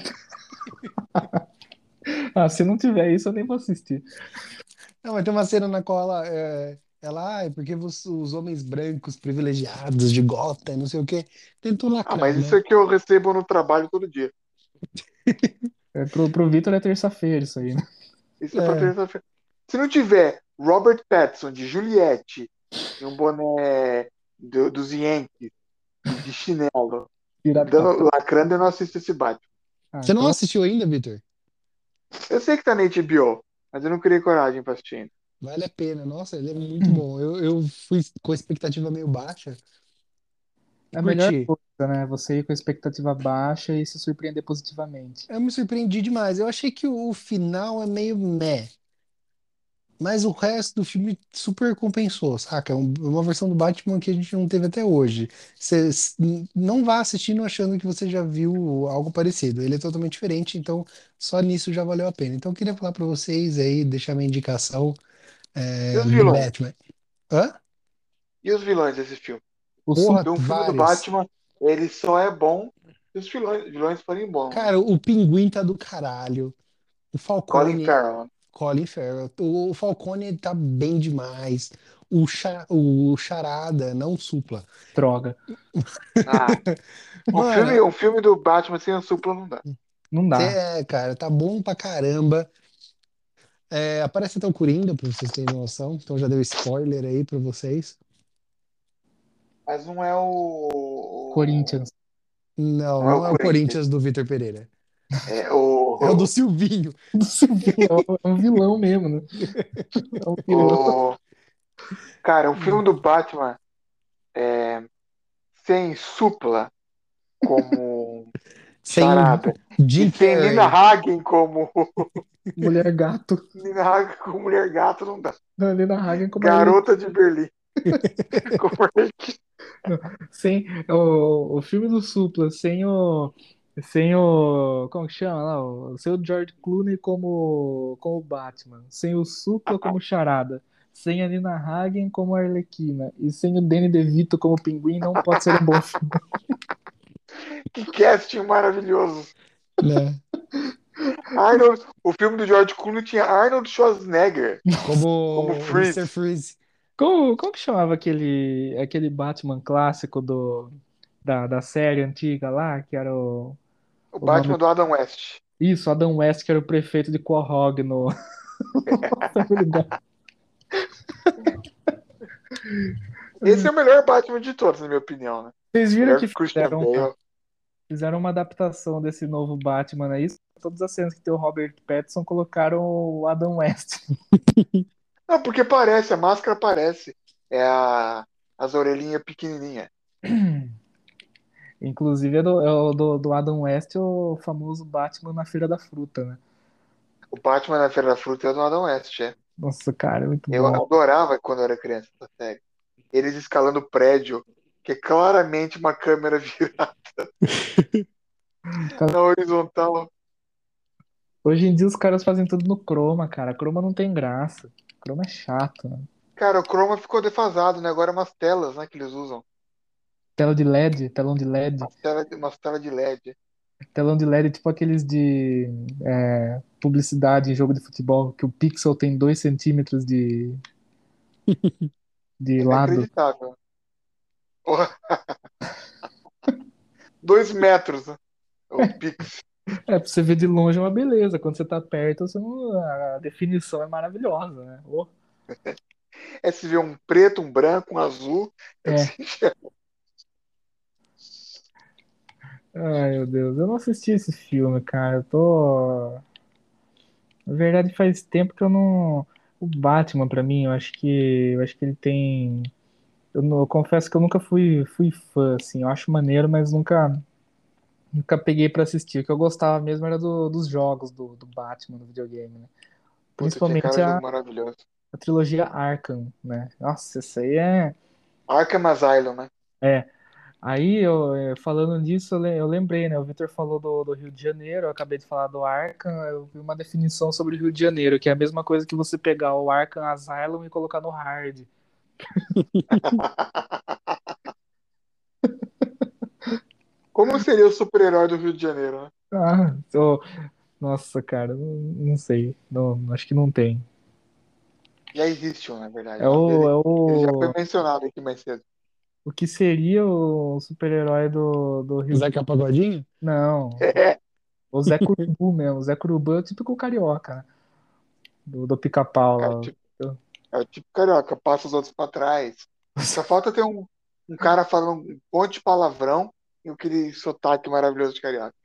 Ah, se não tiver isso, eu nem vou assistir. Não, mas tem uma cena na qual ela, é, ela, ah, é porque os, os homens brancos privilegiados de Gotham, não sei o quê, tentam Ah, lacrar, mas isso né? é que eu recebo no trabalho todo dia. É, pro, pro Vitor é terça-feira isso aí, né? Isso é pra É, terça-feira. Se não tiver Robert Pattinson de Juliette e um boné do- dos Yankees e de chinelo, dando, Piratão. lacrando, eu não assisto esse Batman. Ah, você não então assistiu ainda, Vitor? Eu sei que tá na H B O, mas eu não criei coragem pra assistir ainda. Vale a pena. Nossa, ele é muito bom. Eu, eu fui com a expectativa meio baixa e é a melhor curti. coisa, né? Você ir com a expectativa baixa e se surpreender positivamente. Eu me surpreendi demais. Eu achei que o, o final é meio meh. Mas o resto do filme super compensou, saca? É um- uma versão do Batman que a gente não teve até hoje. Você s- n- não vá assistindo achando que você já viu algo parecido. Ele é totalmente diferente, então só nisso já valeu a pena. Então eu queria falar pra vocês aí, deixar minha indicação, E é, os The vilões? Batman. Hã? E os vilões desse filme? O Sul, Porra, Porque um filme do vários. Batman, ele só é bom se os vilões, vilões forem bons, né? Cara, o Pinguim tá do caralho. O Colin Falcone, Farrell. Colin Farrell. O, o Falcone tá bem demais. O, Cha- o Charada, não o Supla. droga. Ah, um filme, Mano, um filme do Batman sem o Supla não dá. Não cê dá. é, cara, tá bom pra caramba. É, aparece até o Coringa, pra vocês terem noção. Então já deu spoiler aí pra vocês. Mas não é o, o- Corinthians. Não, Não é o não é o Corinthians. Corinthians do Vitor Pereira. É É o do o, Silvinho. Do Silvinho, é um é um vilão mesmo, né? É um vilão. o. Cara, um filme do Batman é, sem Supla como Sem o Charada e Jim sem Nina Carrey. Hagen como Mulher Gato. Nina Hagen como Mulher Gato não dá. Não, Lena Hagen como Arlequina. Garota de Berlim como Arlequina. Sem o, o filme do Supla, sem o. Sem o. Como que chama lá? O, sem o George Clooney como, como Batman. Sem o Supla como Charada. Sem a Nina Hagen como Arlequina. E sem o Danny DeVito como Pinguim, não pode ser um bom filme. Que casting maravilhoso. Né? Arnold, o filme do George Clooney tinha Arnold Schwarzenegger como Como o mister Freeze. Freeze. Como, como que chamava aquele, aquele Batman clássico do, da, da série antiga lá? Que era o, O o nome. Batman do Adam West. Isso, Adam West, que era o prefeito de Quahog no Family Guy. Esse é o melhor Batman de todos, na minha opinião, né? Vocês viram Melhor que que Christian fizeram uma, Bale. fizeram uma adaptação desse novo Batman aí? Todas as cenas que tem o Robert Pattinson colocaram o Adam West. Não, porque parece, a máscara parece. É a, as orelhinhas pequenininhas. Inclusive é, do, é o do, do Adam West, o famoso Batman na Feira da Fruta, né? O Batman na Feira da Fruta é o do Adam West, é. Nossa, cara, é muito Eu bom. adorava quando eu era criança essa série. Eles escalando o prédio, que é claramente uma câmera virada Cara, na horizontal. hoje em dia os caras fazem tudo no Chroma, cara. Chroma não tem graça. Chroma é chato, né? Cara, o Chroma ficou defasado, né? Agora é umas telas, né, que eles usam. Tela de L E D, telão de L E D. Umas telas, umas telas de L E D. Telão de L E D tipo aqueles de é, publicidade em jogo de futebol, que o pixel tem dois centímetros de, de É lado. inacreditável. Porra, dois metros, né? O Pix. É, pra você ver de longe é uma beleza. Quando você tá perto, você não- a definição é maravilhosa, né? Oh, É se vê um preto, um branco, um azul. É o que é. você enxerga. Ai, meu Deus. Eu não assisti esse filme, cara. Eu tô. Na verdade, faz tempo que eu não. O Batman, pra mim, eu acho que. Eu acho que ele tem. Eu, não- eu confesso que eu nunca fui, fui fã, assim. Eu acho maneiro, mas nunca, nunca peguei pra assistir. O que eu gostava mesmo era do- dos jogos do, do Batman no videogame, né? Puta, tinha Principalmente cada a, jogo maravilhoso. a trilogia Arkham, né? Nossa, isso aí é. Arkham Asylum, né? É. Aí, eu, eh, falando nisso, eu le- eu lembrei, né? O Victor falou do, do Rio de Janeiro, eu acabei de falar do Arkham, eu vi uma definição sobre o Rio de Janeiro, que é a mesma coisa que você pegar o Arkham Asylum e colocar no Hard. Como seria o super-herói do Rio de Janeiro, né? Ah, tô- nossa, cara, não, não sei, não, acho que não tem. Já existe um, na verdade. É O nome o, dele, é ele já foi o, mencionado aqui mais cedo. o que seria o super-herói do, do Rio de Zeca Pagodinho? Não, É, o Zé Curubu mesmo, o Zé Curubu é o típico carioca, né? Do, do pica-pau é o lá. tipo, é o tipo carioca, passa os outros pra trás. Só falta ter um, um cara falando um monte de palavrão e aquele sotaque maravilhoso de carioca.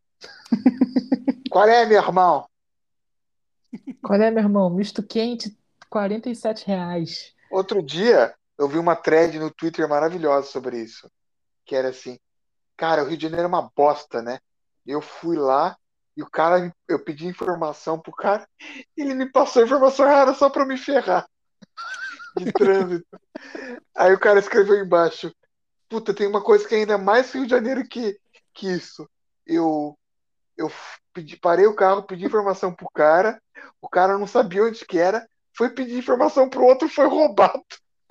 Qual é, meu irmão? Qual é, meu irmão? Misto quente, quarenta e sete reais. Outro dia eu vi uma thread no Twitter maravilhosa sobre isso. Que era assim, cara, o Rio de Janeiro é uma bosta, né? Eu fui lá e o cara, eu pedi informação pro cara, e ele me passou informação errada só pra me ferrar de trânsito. Aí o cara escreveu embaixo, puta, tem uma coisa que é ainda mais Rio de Janeiro que, que isso. Eu, eu pedi, parei o carro, pedi informação pro cara, o cara não sabia onde que era, foi pedir informação pro outro, foi roubado.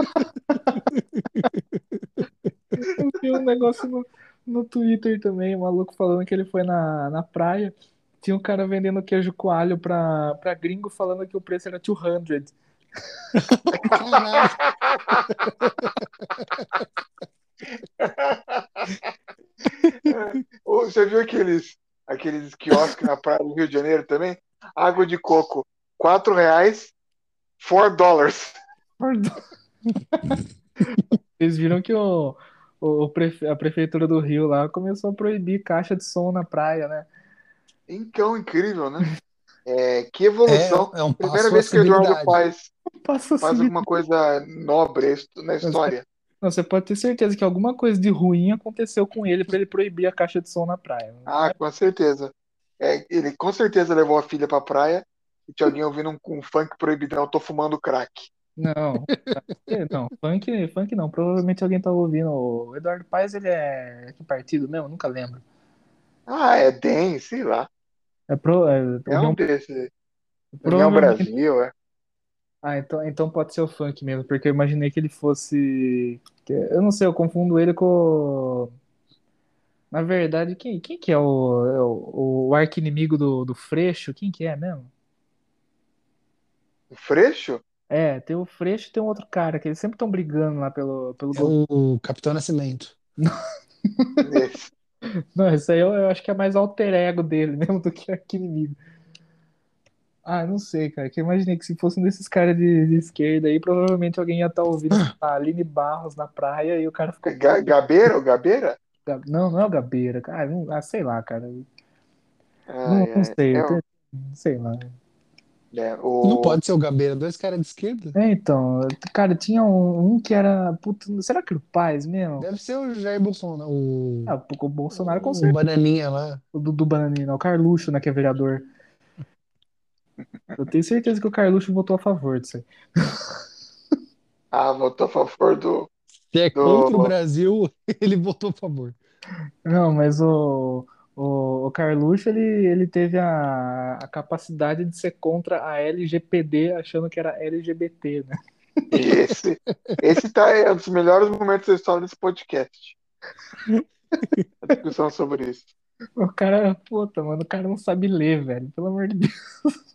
Eu vi um negócio no, no Twitter também, um maluco falando que ele foi na, na praia. Tinha um cara vendendo queijo coalho pra, pra gringo falando que o preço era duzentos. Caralho. Ô, você viu aqueles, aqueles quiosques na praia do Rio de Janeiro também? Água de coco, quatro reais, four dollars. Vocês viram que o, o, o prefe- a prefeitura do Rio lá começou a proibir caixa de som na praia, né? Então, incrível, né? É, que É, evolução. é um Primeira passo à vez que o Eduardo civilidade. faz, Passou faz assim. alguma coisa nobre na história. Não, você pode ter certeza que alguma coisa de ruim aconteceu com ele pra ele proibir a caixa de som na praia. Não Ah, é? com certeza. É, ele com certeza levou a filha pra praia e tinha alguém ouvindo um, um funk proibidão, eu tô fumando crack. Não, é, não, funk, funk não. Provavelmente alguém tá ouvindo. O Eduardo Paes, ele é que partido mesmo? Nunca lembro. Ah, é D E M, sei lá. É, pro, é É um União, desses. União provavelmente. Brasil, é. Ah, então, então pode ser o funk mesmo, porque eu imaginei que ele fosse. que- Eu não sei, eu confundo ele com. Na verdade, quem, quem que é o, é o, o arqui-inimigo do, do Freixo? Quem que é mesmo? O Freixo? É, tem o Freixo e tem um outro cara, que eles sempre estão brigando lá pelo, pelo É governo. o Capitão Nascimento. Esse. Não, isso aí eu, eu acho que é mais alter ego dele mesmo do que arqui-inimigo. Ah, não sei, cara. Que eu imaginei que se fosse um desses caras de, de esquerda aí, provavelmente alguém ia estar ouvindo, sei lá, Aline Barros na praia e o cara ficou Ga- puto. Gabeira, o Gabeira? Não, não é o Gabeira, cara. Não, ah, sei lá, cara. Não, Ai, não ai. sei, É, eu o- te- sei lá. é, Não o, pode ser o Gabeira, dois caras de esquerda. É, então, cara, tinha um, um que era. Puta, será que era o Paes mesmo? Deve ser o Jair Bolsonaro, o, Ah, porque o Bolsonaro com o certeza. Bananinha lá. O Dudu Bananina, o Carluxo, né, que é vereador. Eu tenho certeza que o Carluxo votou a favor disso aí. ah, votou a favor do, Se é contra o do. Brasil, ele votou a favor. Não, mas o, o, o Carluxo, ele, ele teve a, a capacidade de ser contra a L G P D, achando que era L G B T, né? E esse, esse tá, é um dos melhores momentos da história desse podcast. A discussão sobre isso. O cara, puta, mano, o cara não sabe ler, velho, pelo amor de Deus.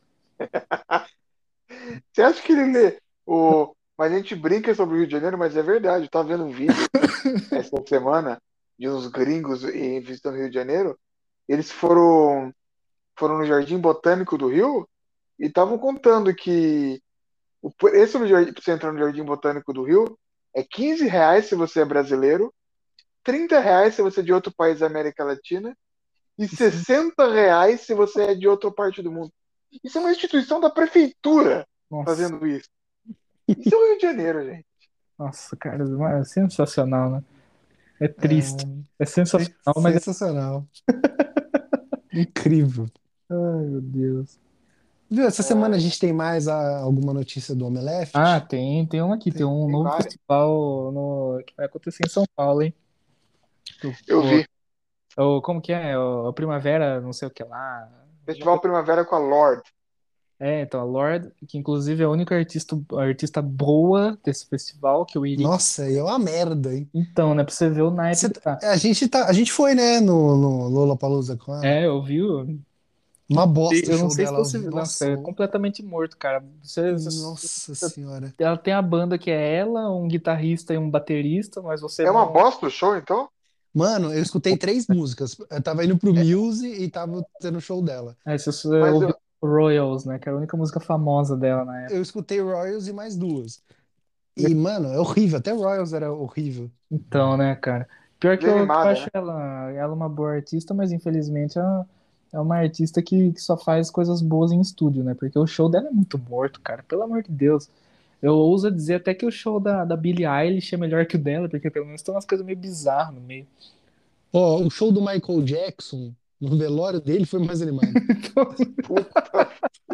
Você acha que ele lê o. Mas a gente brinca sobre o Rio de Janeiro, mas é verdade. Eu tava vendo um vídeo essa semana de uns gringos e- visitando o Rio de Janeiro. Eles foram, foram no Jardim Botânico do Rio e estavam contando que o preço no jardim, pra você entrar no Jardim Botânico do Rio é quinze reais se você é brasileiro, trinta reais se você é de outro país da América Latina e sessenta reais se você é de outra parte do mundo. Isso é uma instituição da prefeitura Nossa, fazendo isso. Isso é o Rio de Janeiro, gente. nossa, cara, é sensacional, né? É triste. É, É sen- sensacional, mas é. sensacional. Incrível. Ai, meu Deus. Viu, essa semana a É, gente tem mais ah, alguma notícia do Ah, Omeleft? tem, tem um aqui, tem Tem. um tem novo várias. festival no, que vai acontecer em São Paulo, hein? Eu O, vi. o, como que é? O, a Primavera, não sei o que lá. Alguma Festival coisa- Primavera com a Lorde. É, então, a Lorde, que inclusive é a única artista, artista boa desse festival que eu iria. Nossa, é uma merda, hein? Então, né, pra você ver o naipe Cê que tá- tá. a gente tá, a gente foi, né, no, no Lollapalooza com ela. É, eu vi. Eu Uma bosta o eu não show sei se dela. você. Nossa, Nossa, é o- completamente morto, cara. Você, você- nossa senhora. ela tem a banda que é ela, um guitarrista e um baterista, mas você É uma não. bosta o show, então? Mano, eu escutei três músicas. Eu tava indo pro Muse e tava tendo show dela. É, se você Mas ouviu eu, Royals, né? Que era a única música famosa dela na época. Eu escutei Royals e mais duas. E- E, mano, é horrível. Até Royals era horrível. Então, né, cara? Pior que eu, que eu desanimada, acho né? ela, ela uma boa artista, mas infelizmente ela é uma artista que, que só faz coisas boas em estúdio, né? Porque o show dela é muito morto, cara. Pelo amor de Deus. Eu ouso dizer até que o show da, da Billie Eilish é melhor que o dela, porque pelo menos tem umas coisas meio bizarras no meio. Ó, o show do Michael Jackson, no velório dele, foi mais animado. Puta.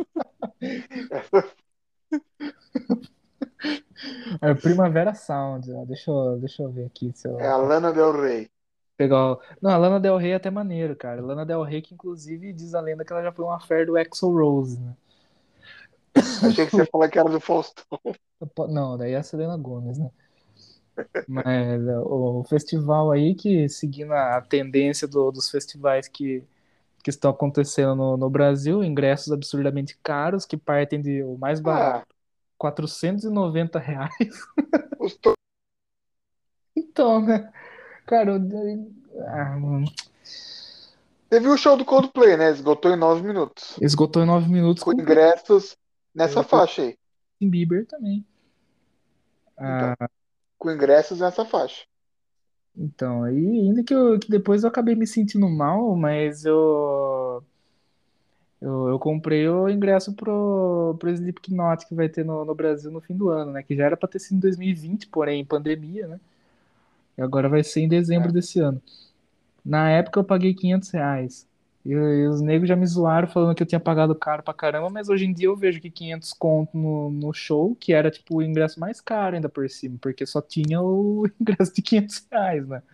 É Primavera Sound, ó. Deixa eu, deixa eu ver aqui se É eu a Lana Del Rey. pegar. o- Não, a Lana Del Rey é até maneiro, cara. A Lana Del Rey, que inclusive diz a lenda que ela já foi uma affair do Axl Rose, né? Achei que você ia falar que era do Faustão. Não, daí é a Selena Gomez, né? Mas é, o festival aí, que seguindo a tendência do- dos festivais que, que estão acontecendo no, no Brasil, ingressos absurdamente caros, que partem de o mais barato, Ah, quatrocentos e noventa reais. os to- Então, né? Cara, eu- ah, mano, teve o show do Coldplay, né? Esgotou em nove minutos. esgotou em nove minutos Com com ingressos nessa o faixa aí. Justin Bieber também. Então, Ah, com ingressos nessa faixa. Então, aí ainda que, eu, que depois eu acabei me sentindo mal, mas eu, eu, eu comprei o ingresso pro, pro Slipknot que vai ter no, no Brasil no fim do ano, né? Que já era pra ter sido em dois mil e vinte, porém pandemia, né? E agora vai ser em dezembro É. desse ano. Na época eu paguei quinhentos reais. E, e os negros já me zoaram falando que eu tinha pagado caro pra caramba, mas hoje em dia eu vejo que quinhentos conto no, no show, que era tipo o ingresso mais caro ainda por cima, porque só tinha o ingresso de quinhentos reais, né?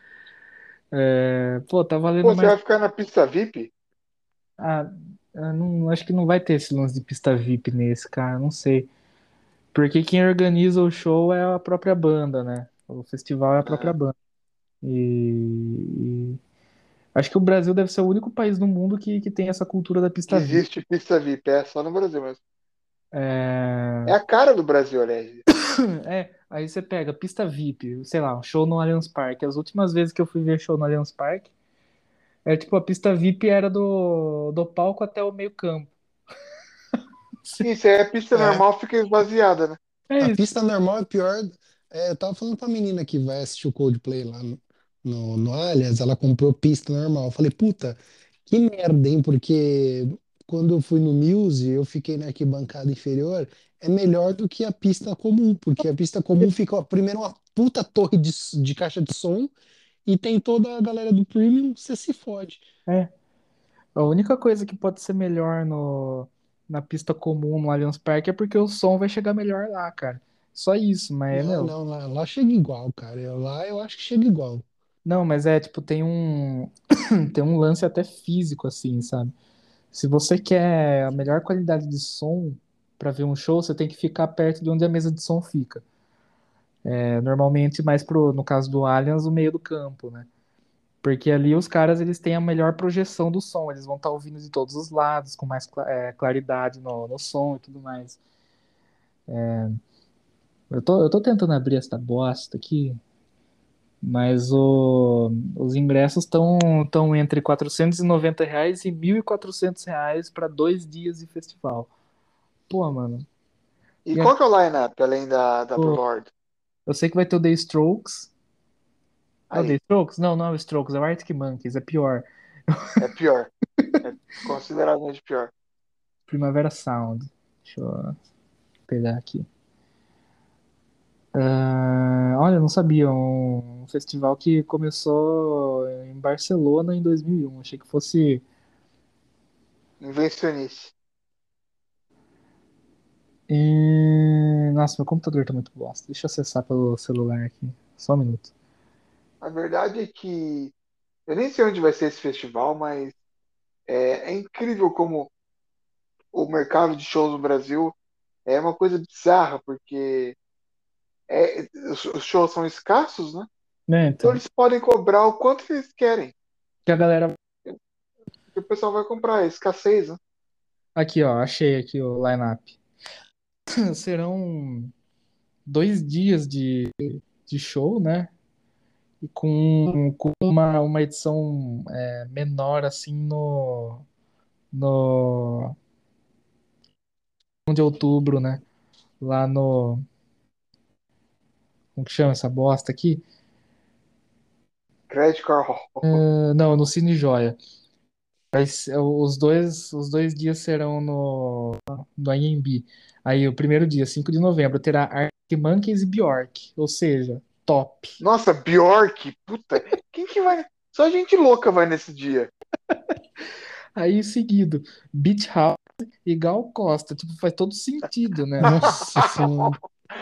É, pô, tá valendo Pô, você mais. vai ficar na pista V I P? Ah, eu não, acho que não vai ter esse lance de pista V I P nesse, cara, não sei. Porque quem organiza o show é a própria banda, né? O festival é a própria Aham. banda. E, e acho que o Brasil deve ser o único país no mundo que, que tem essa cultura da Que pista V I P. existe pista V I P, é só no Brasil mesmo. É, É a cara do Brasil, aliás. é, aí você pega pista V I P, sei lá, um show no Allianz Parque. As últimas vezes que eu fui ver show no Allianz Parque, é tipo, a pista V I P era do, do palco até o meio campo. Isso aí, a pista É, normal fica esvaziada, né? É a isso. pista normal é pior. É, eu tava falando pra menina que vai assistir o Coldplay lá no, no, no Allianz, ela comprou pista normal. Eu falei, puta, que merda, hein? Porque quando eu fui no Muse, eu fiquei na arquibancada inferior, é melhor do que a pista comum, porque a pista comum fica, ó, primeiro, uma puta torre de, s- de caixa de som e tem toda a galera do Premium, você se fode. É. A única coisa que pode ser melhor no, na pista comum no Allianz Parque é porque o som vai chegar melhor lá, cara. Só isso, mas, Não, meu. não, lá, lá chega igual, cara. Eu- lá eu acho que chega igual. Não, mas é, tipo, tem um. Tem um lance até físico, assim, sabe? Se você quer a melhor qualidade de som pra ver um show, você tem que ficar perto de onde a mesa de som fica. É, normalmente, mais pro, no caso do Allianz, o meio do campo, né? Porque ali os caras eles têm a melhor projeção do som, eles vão estar ouvindo de todos os lados, com mais cla- é, claridade no, no som e tudo mais. Eu tô, eu tô tentando abrir essa bosta aqui, mas o, os ingressos estão estão entre quatrocentos e noventa reais e mil e quatrocentos reais para dois dias de festival. Pô, mano. E E qual que é o line-up, além da, da agora, Boulevard? eu sei que vai ter o The Strokes. É o The Aí, Strokes? Não, não é o Strokes, é o Arctic Monkeys, é pior. é pior. É consideravelmente pior. Primavera Sound. Deixa eu pegar aqui. Ah, olha, eu não sabia. Um festival que começou em Barcelona em dois mil e um. Achei que fosse. Invencionice. em- Nossa, meu computador tá muito bosta. Deixa eu acessar pelo celular aqui. Só um minuto. A verdade é que eu nem sei onde vai ser esse festival, mas é, é incrível como o mercado de shows no Brasil é uma coisa bizarra, porque é, os, os shows são escassos, né? Né, Então então. eles podem cobrar o quanto eles querem, Que a galera. que o pessoal vai comprar, é escassez, né? Aqui, ó. Achei aqui o lineup. Serão dois dias de, de show, né? E com, com uma, uma edição é, menor, assim, no. No. De outubro, né? Lá no. Como que chama essa bosta aqui? Credit Card Hall. Ah, não, no Cine Joia. Mas, é, os dois, os dois dias serão no, no Anhembi. Aí o primeiro dia, cinco de novembro, terá Arctic Monkeys e Bjork. Ou seja, top. Nossa, Bjork, puta, quem que vai? Só gente louca vai nesse dia. Aí seguido, Beach House e Gal Costa. Tipo, faz todo sentido, né? Nossa senhora.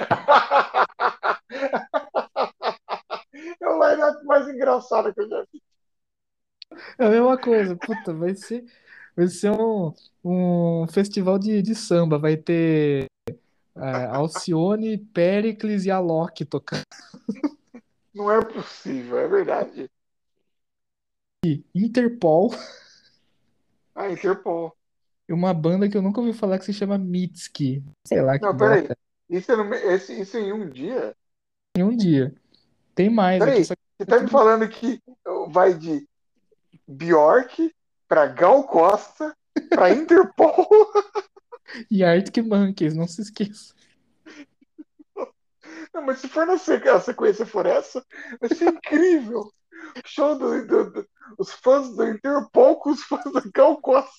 É o line-up mais engraçado que eu já vi. É a mesma coisa. Puta, vai ser, vai ser um, um festival de, de samba. Vai ter é, Alcione, Péricles e Alok tocando. Não é possível, é verdade. Interpol Ah, Interpol. e uma banda que eu nunca ouvi falar que se chama Mitski. Sei lá que Não, peraí. bosta. Isso, é no me- esse- isso em um dia? Em um dia. Tem mais aqui, Peraí, só que você é tá me tudo. falando que vai de Bjork pra Gal Costa pra Interpol? E Arctic Monkeys, não se esqueça. Não, mas se for na sequ- a sequência for essa, vai ser incrível. Show do, do- do- os fãs do Interpol com os fãs da Gal Costa.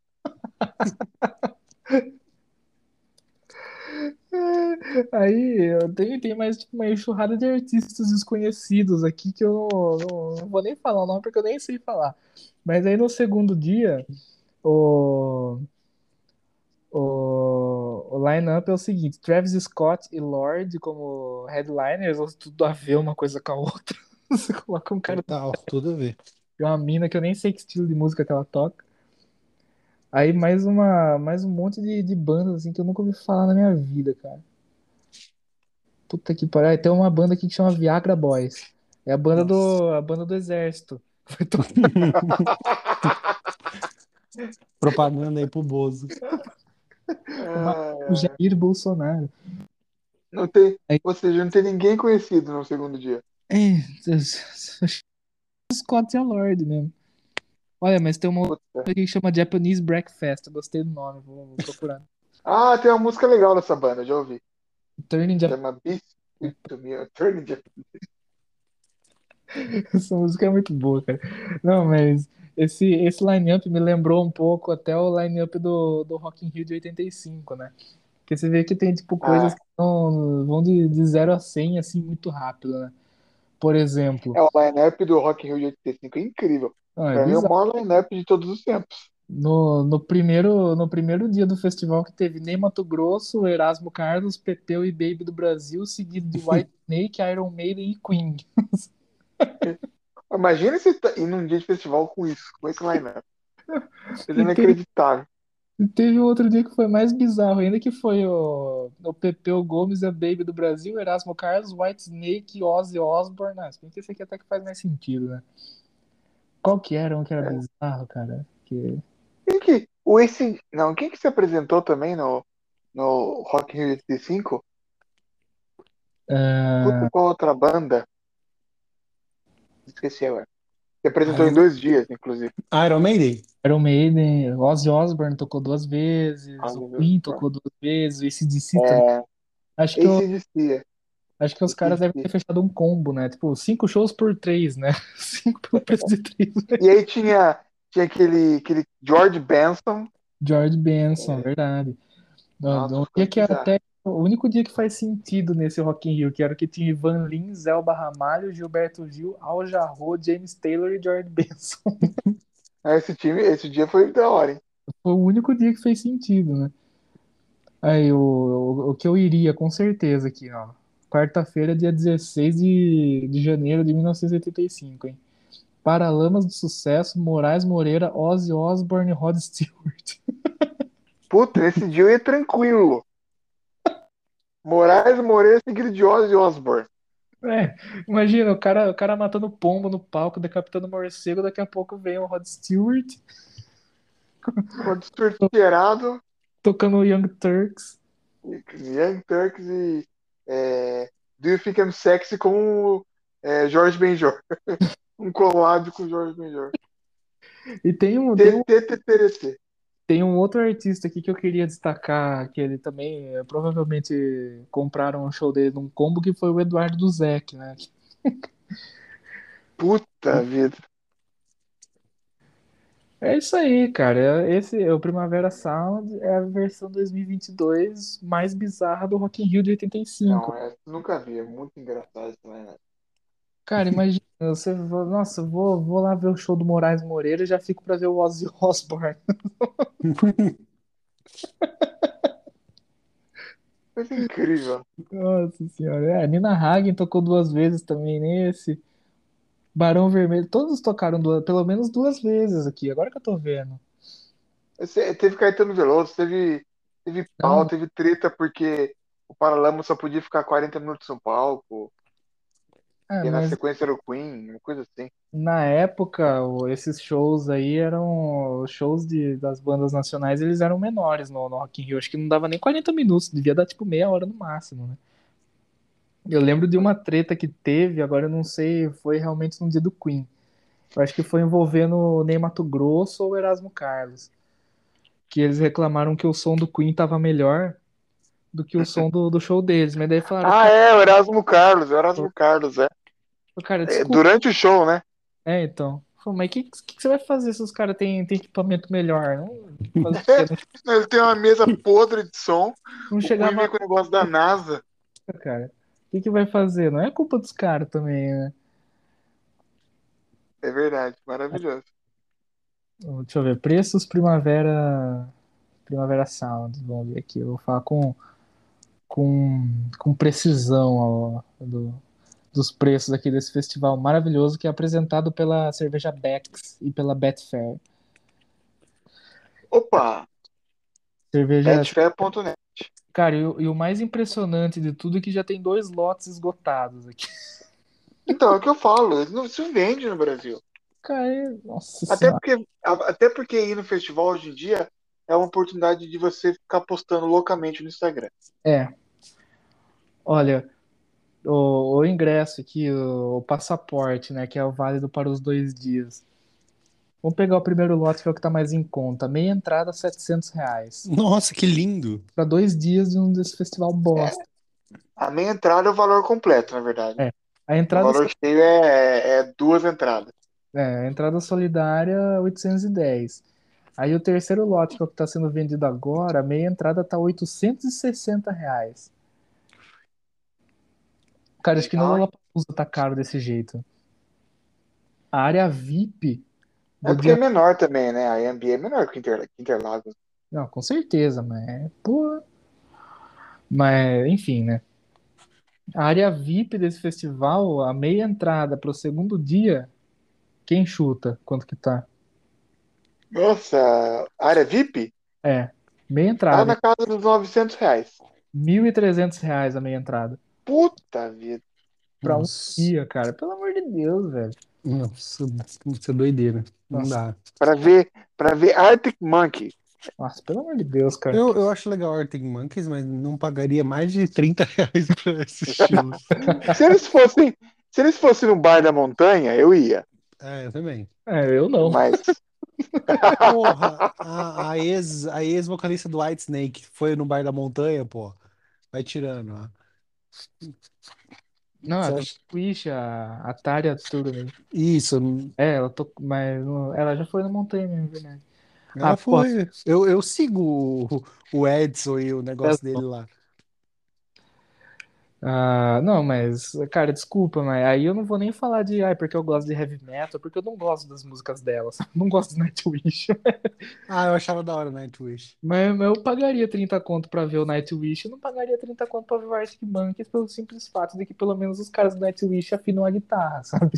Aí eu tenho, tem mais tipo, uma enxurrada de artistas desconhecidos aqui que eu não, não- não vou nem falar o nome porque eu nem sei falar. Mas aí no segundo dia, o, o, o line-up é o seguinte: Travis Scott e Lorde como headliners, ou tudo a ver uma coisa com a outra. Você coloca um cara Total, tudo a ver. e uma mina que eu nem sei que estilo de música que ela toca. Aí mais uma, mais um monte de, de bandas assim que eu nunca ouvi falar na minha vida, cara. Puta que pariu. Aí tem uma banda aqui que chama Viagra Boys. É a banda Nossa. do, a banda do exército. Vai to- Propaganda aí pro Bozo. Uma, o Ah, Jair Bolsonaro. não tem, Aí, ou seja, não tem ninguém conhecido no segundo dia. é, Scott e a Lorde mesmo. Olha, mas tem uma outra Puta. aqui que chama Japanese Breakfast. Eu gostei do nome, vou, vou procurar. Ah, tem uma música legal dessa banda, já ouvi. Turning Japan. Chama Beast to Me. Turn Jap- Essa música é muito boa, cara. Não, mas esse, esse line-up me lembrou um pouco até o line-up do, do Rock in Rio de oitenta e cinco, né? Porque você vê que tem, tipo, coisas Ah, que vão, vão de, de zero a cem assim, muito rápido, né? Por exemplo, é o line-up do Rock in Rio de oitenta e cinco, é incrível. não, é Pra mim é o bizarro. maior line-up de todos os tempos. No, no, primeiro, no primeiro dia do festival que teve Ney Matogrosso, Erasmo Carlos, Pepeu e Baby do Brasil, seguido de White Snake, Iron Maiden e Queen. Imagina você tá ir num dia de festival com isso, com esse line-up. É E teve, inacreditável. e teve um outro dia que foi mais bizarro ainda, que foi o, o Pepeu Gomes e a Baby do Brasil, Erasmo Carlos, White Snake e Ozzy Osbourne. Ah, se bem que esse aqui até que faz mais sentido, né? Qual que era um que era É. bizarro, cara? Que, Quem que, o esse, não, quem que se apresentou também no, no Rock in Rio oitenta e cinco? Puta, ah, qual outra banda? Esqueci agora. Se apresentou em Iron, dois dias, inclusive. Iron Maiden? Iron Maiden, Ozzy Osbourne tocou duas vezes, o Queen tocou duas vezes, o A C/D C também. É, Acho que, eu, A C/D C. acho que os caras devem ter A C/D C. fechado um combo, né? Tipo, cinco shows por três, né? Cinco pelo preço de três. E aí tinha, tinha aquele, aquele George Benson. George Benson, É, verdade. No, nossa, no ficou dia que era bizarro. até o único dia que faz sentido nesse Rock in Rio, que era o que tinha Ivan Lins, Elba Ramalho, Gilberto Gil, Al Jarreau, James Taylor e George Benson. Aí Esse time, esse dia foi da hora, hein? Foi o único dia que fez sentido, né? Aí, o, o, o que eu iria, com certeza, aqui, ó. Quarta-feira, dia dezesseis de, de janeiro de mil novecentos e oitenta e cinco, hein? Paralamas do Sucesso, Moraes Moreira, Ozzy Osbourne e Rod Stewart. Puta, nesse dia eu ia tranquilo. Moraes Moreira seguido de Ozzy Osbourne. É, imagina, o cara, o cara matando pombo no palco, decapitando morcego, daqui a pouco vem o Rod Stewart Rod Stewart cheirado, tocando Young Turks. Young Turks e é, Do You Think I'm Sexy com é, Jorge Benjor. Um collab com Jorge Benjor. E tem um, T tem um, T T T T. tem um outro artista aqui que eu queria destacar, que ele também eh, provavelmente compraram o show dele num combo, que foi o Eduardo Duzec, né? Puta vida. É isso aí, cara. É- Esse é o Primavera Sound, é a versão dois mil e vinte e dois mais bizarra do Rock in Rio de oitenta e cinco. Não, essa eu nunca vi. É muito engraçado isso, né? Cara, imagina, você, va- nossa, vou, vou lá ver o show do Moraes Moreira e já fico pra ver o Ozzy Osbourne. Coisa incrível. Nossa senhora. É, Nina Hagen tocou duas vezes também nesse. Barão Vermelho, todos tocaram duas, pelo menos duas vezes aqui, agora que eu tô vendo. Esse- Teve Caetano Veloso, teve, teve pau, Ah, teve treta porque o Paralamas só podia ficar quarenta minutos no palco. é, E na mas sequência era o Queen, uma coisa assim. na época, o- esses shows aí eram os shows de, das bandas nacionais, eles eram menores no, no Rock in Rio. Acho que não dava nem quarenta minutos, devia dar tipo meia hora no máximo, né? Eu lembro de uma treta que teve, agora eu não sei, foi realmente no dia do Queen. Eu acho que foi envolvendo o Ney Matogrosso ou o Erasmo Carlos. Que eles reclamaram que o som do Queen tava melhor do que o som do, do show deles. Mas daí falaram, Ah, cara, é, o Erasmo Carlos, o Erasmo Carlos, é. cara, É, desculpa. durante o show, né? É, então. Falei, mas o que, que, que você vai fazer se os caras têm têm equipamento melhor? Não fazer o quê? Não, Ele tem uma mesa podre de som, não o Queen chegava vem com o negócio da NASA. lá, cara. O que, que vai fazer? Não é culpa dos caras também, né? É verdade, maravilhoso. Deixa eu ver. Preços Primavera. Primavera Sound. Vamos ver aqui. Eu vou falar com, com, com precisão ó, do, dos preços aqui desse festival maravilhoso que é apresentado pela cerveja Beck's e pela Betfair. Opa, Cerveja. betfair ponto net. Cara, e, o- e o mais impressionante de tudo é que já tem dois lotes esgotados aqui. Então, é o que eu falo, não se vende no Brasil. Cara, é- nossa Até senhora. porque, a- até porque ir no festival hoje em dia é uma oportunidade de você ficar postando loucamente no Instagram. É, olha, o, o ingresso aqui, o, o passaporte, né, que é o válido para os dois dias. Vamos pegar o primeiro lote, que é o que tá mais em conta. Meia entrada, setecentos reais. Nossa, que lindo! Para dois dias de um desse festival É, bosta. a meia entrada é o valor completo, na verdade. É. A O entrada, valor cheio é, é duas entradas. é, a entrada solidária, oitocentos e dez. Aí o terceiro lote, que é o que está sendo vendido agora, a meia entrada tá oitocentos e sessenta reais. Cara, acho que no Então, Lollapalooza tá caro desse jeito. A área V I P é do porque é dia. menor também, né? A A M B é menor que Inter, que Interlagos. Não, com certeza, mas. Pô. Mas, enfim, né? A área V I P desse festival, a meia entrada pro segundo dia, quem chuta? Quanto que tá? Nossa, área V I P É, meia tá entrada, hein? na casa dos novecentos reais. mil e trezentos reais a meia entrada. Puta vida. Pra um Nossa, dia, cara. Pelo amor de Deus, velho. nossa, isso é doideira. Não Nossa, dá. Pra ver, para ver Arctic Monkey. nossa, pelo amor de Deus, cara. Eu, eu acho legal Arctic Monkeys, mas não pagaria mais de trinta reais pra assisti-los. Se eles fossem, se eles fossem no bar da montanha, eu ia. É, eu também. É, eu não. Mas Porra, a, a ex, a ex-vocalista do Whitesnake foi no Bar da Montanha, pô. Vai tirando, ó. Não, Você a acha? Wish, a, a Tarya Turunen. Isso, É, ela to... mas não- ela já foi na montanha mesmo, é verdade. Ah, ela pô, foi. Eu, eu sigo o, o Edson e o negócio dele Tesla. lá. Ah, não, mas, cara, desculpa, mas aí eu não vou nem falar de, ai, porque eu gosto de heavy metal, porque eu não gosto das músicas delas. Não gosto de Nightwish. Ah, eu achava da hora Nightwish. Mas, mas eu pagaria trinta conto pra ver o Nightwish, eu não pagaria trinta conto pra ver o Arctic Monkeys pelo simples fato de que pelo menos os caras do Nightwish afinam a guitarra, sabe?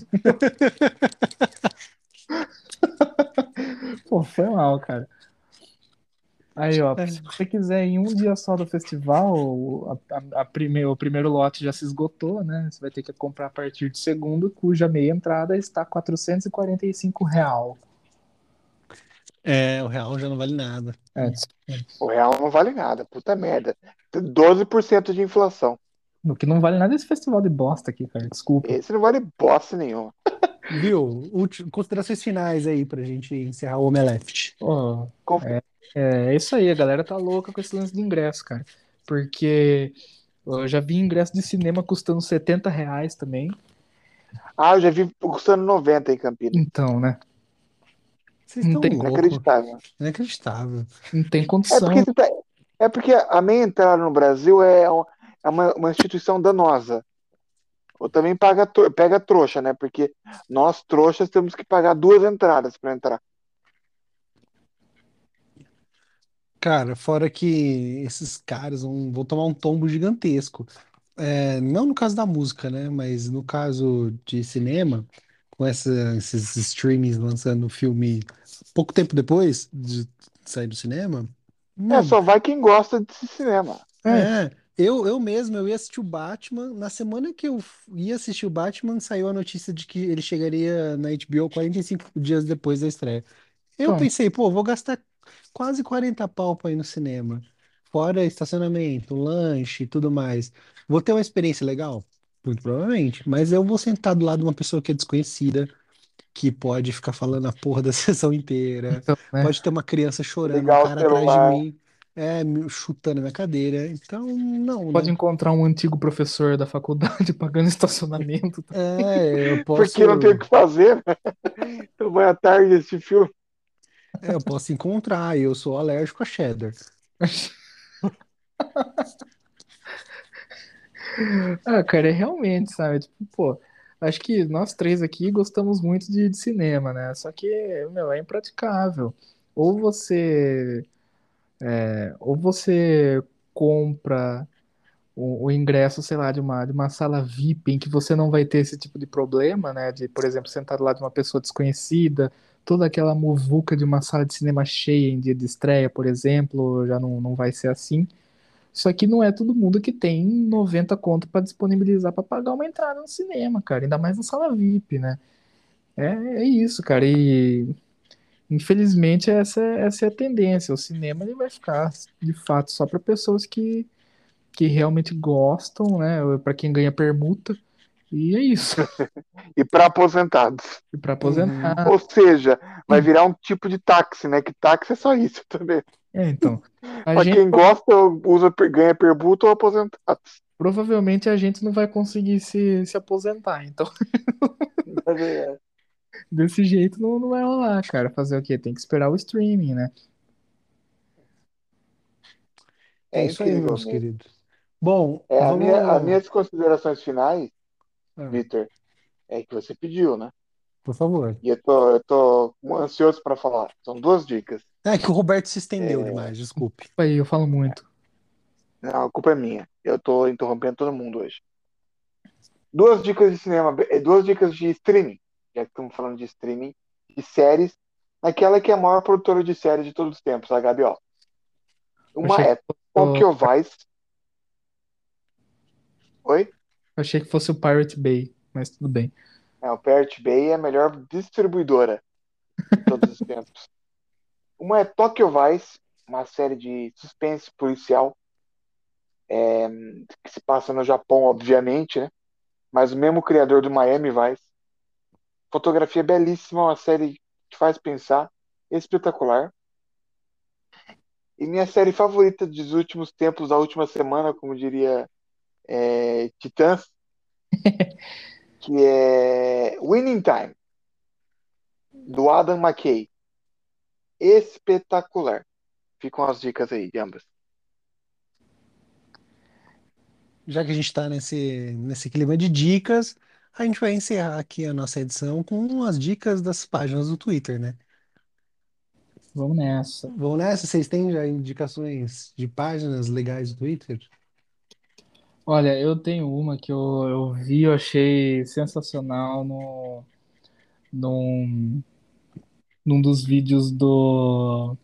Pô, foi mal, cara. Aí, ó, É. se você quiser em um dia só do festival, a, a, a prime- o primeiro lote já se esgotou, né? Você vai ter que comprar a partir de segundo, cuja meia entrada está quatrocentos e quarenta e cinco real. É, o real já não vale nada. É, o real não vale nada. Puta merda. doze por cento de inflação. o que não vale nada é esse festival de bosta aqui, cara. Desculpa. Esse não vale bosta nenhuma. Viu? Ulti- Considerações finais aí pra gente encerrar o Omelete. Ó, Com- é, é isso aí, a galera tá louca com esse lance de ingresso, cara. Porque eu já vi ingresso de cinema custando setenta reais também. Ah, eu já vi custando noventa em Campinas. Então, né? Vocês Não estão tem, loucos. Inacreditável. Inacreditável. não tem É porque, condição. você tá- é porque a meia entrada no Brasil é, um- é uma, uma instituição danosa. Ou também paga, tro- pega trouxa, né? Porque nós, trouxas, temos que pagar duas entradas para entrar. Cara, fora que esses caras vão, vão tomar um tombo gigantesco. É, não no caso da música, né? Mas no caso de cinema, com essa- esses streamings lançando o filme pouco tempo depois de sair do cinema. É, Meu, só vai quem gosta de cinema. É, é, eu, eu mesmo, eu ia assistir o Batman. Na semana que eu f- ia assistir o Batman, saiu a notícia de que ele chegaria na H B O quarenta e cinco dias depois da estreia. Eu então, pensei, pô, vou gastar quase quarenta pau pra ir no cinema. Fora estacionamento, lanche e tudo mais. Vou ter uma experiência legal? Muito provavelmente. Mas eu vou sentar do lado de uma pessoa que é desconhecida, que pode ficar falando a porra da sessão inteira. então, né? Pode ter uma criança chorando, um Ligar o cara atrás de celular. mim. é, me chutando a minha cadeira. Então, não, Pode né? encontrar um antigo professor da faculdade pagando estacionamento. Tá? É, eu Porque não tem o posso, que fazer, né? Então vai à tarde esse filme. é, eu posso encontrar. Eu sou alérgico a cheddar. Ah, cara, é realmente, sabe? Tipo, pô, acho que nós três aqui gostamos muito de, de cinema, né? Só que, meu, é impraticável. Ou você, é, ou você compra o, o ingresso, sei lá, de uma, de uma sala V I P em que você não vai ter esse tipo de problema, né? De, por exemplo, sentar do lado de uma pessoa desconhecida, toda aquela muvuca de uma sala de cinema cheia em dia de estreia, por exemplo, já não, não vai ser assim. Só que não é todo mundo que tem noventa conto para disponibilizar para pagar uma entrada no cinema, cara. Ainda mais na sala V I P, né? É, é isso, cara. E infelizmente essa, essa é a tendência. O cinema ele vai ficar, de fato, só para pessoas que, que realmente gostam, né? Para quem ganha permuta. E é isso. E para aposentados. E para Uhum. aposentar. Ou seja, vai virar um tipo de táxi, né? Que táxi é só isso também. É, então. A Para gente, quem gosta, usa, ganha permuta ou aposentados. provavelmente a gente não vai conseguir se, se aposentar. Então, desse jeito não, não vai rolar, cara. Fazer o quê? Tem que esperar o streaming, né? É É isso aí, incrível meus mesmo. queridos. Bom, É, a minha, as vamos. minhas considerações finais, Ah, Vitor, é que você pediu, né? por favor. E eu tô, eu tô ansioso para falar. São duas dicas. É que o Roberto se estendeu É, demais, desculpe. Aí eu falo muito. não, a culpa é minha. Eu tô interrompendo todo mundo hoje. Duas dicas de cinema, é, duas dicas de streaming, já que estamos falando de streaming, de séries, naquela que é a maior produtora de séries de todos os tempos, a H B O. Uma Achei que é fosse o, Tokyo Vice. Oi? achei que fosse o Pirate Bay, mas tudo bem. É, o Pirate Bay é a melhor distribuidora de todos os tempos. Uma é Tokyo Vice, uma série de suspense policial, é, que se passa no Japão, obviamente, né? Mas o mesmo criador do Miami Vice. Fotografia belíssima, uma série que faz pensar, espetacular. E minha série favorita dos últimos tempos, da última semana, como diria é, Titãs, que é Winning Time, do Adam McKay. Espetacular. Ficam as dicas aí de ambas. Já que a gente está nesse, nesse clima de dicas, a gente vai encerrar aqui a nossa edição com as dicas das páginas do Twitter, né? Vamos nessa. Vamos nessa? Vocês têm já indicações de páginas legais do Twitter? Olha, eu tenho uma que eu, eu vi, eu achei sensacional no, num, num dos vídeos do,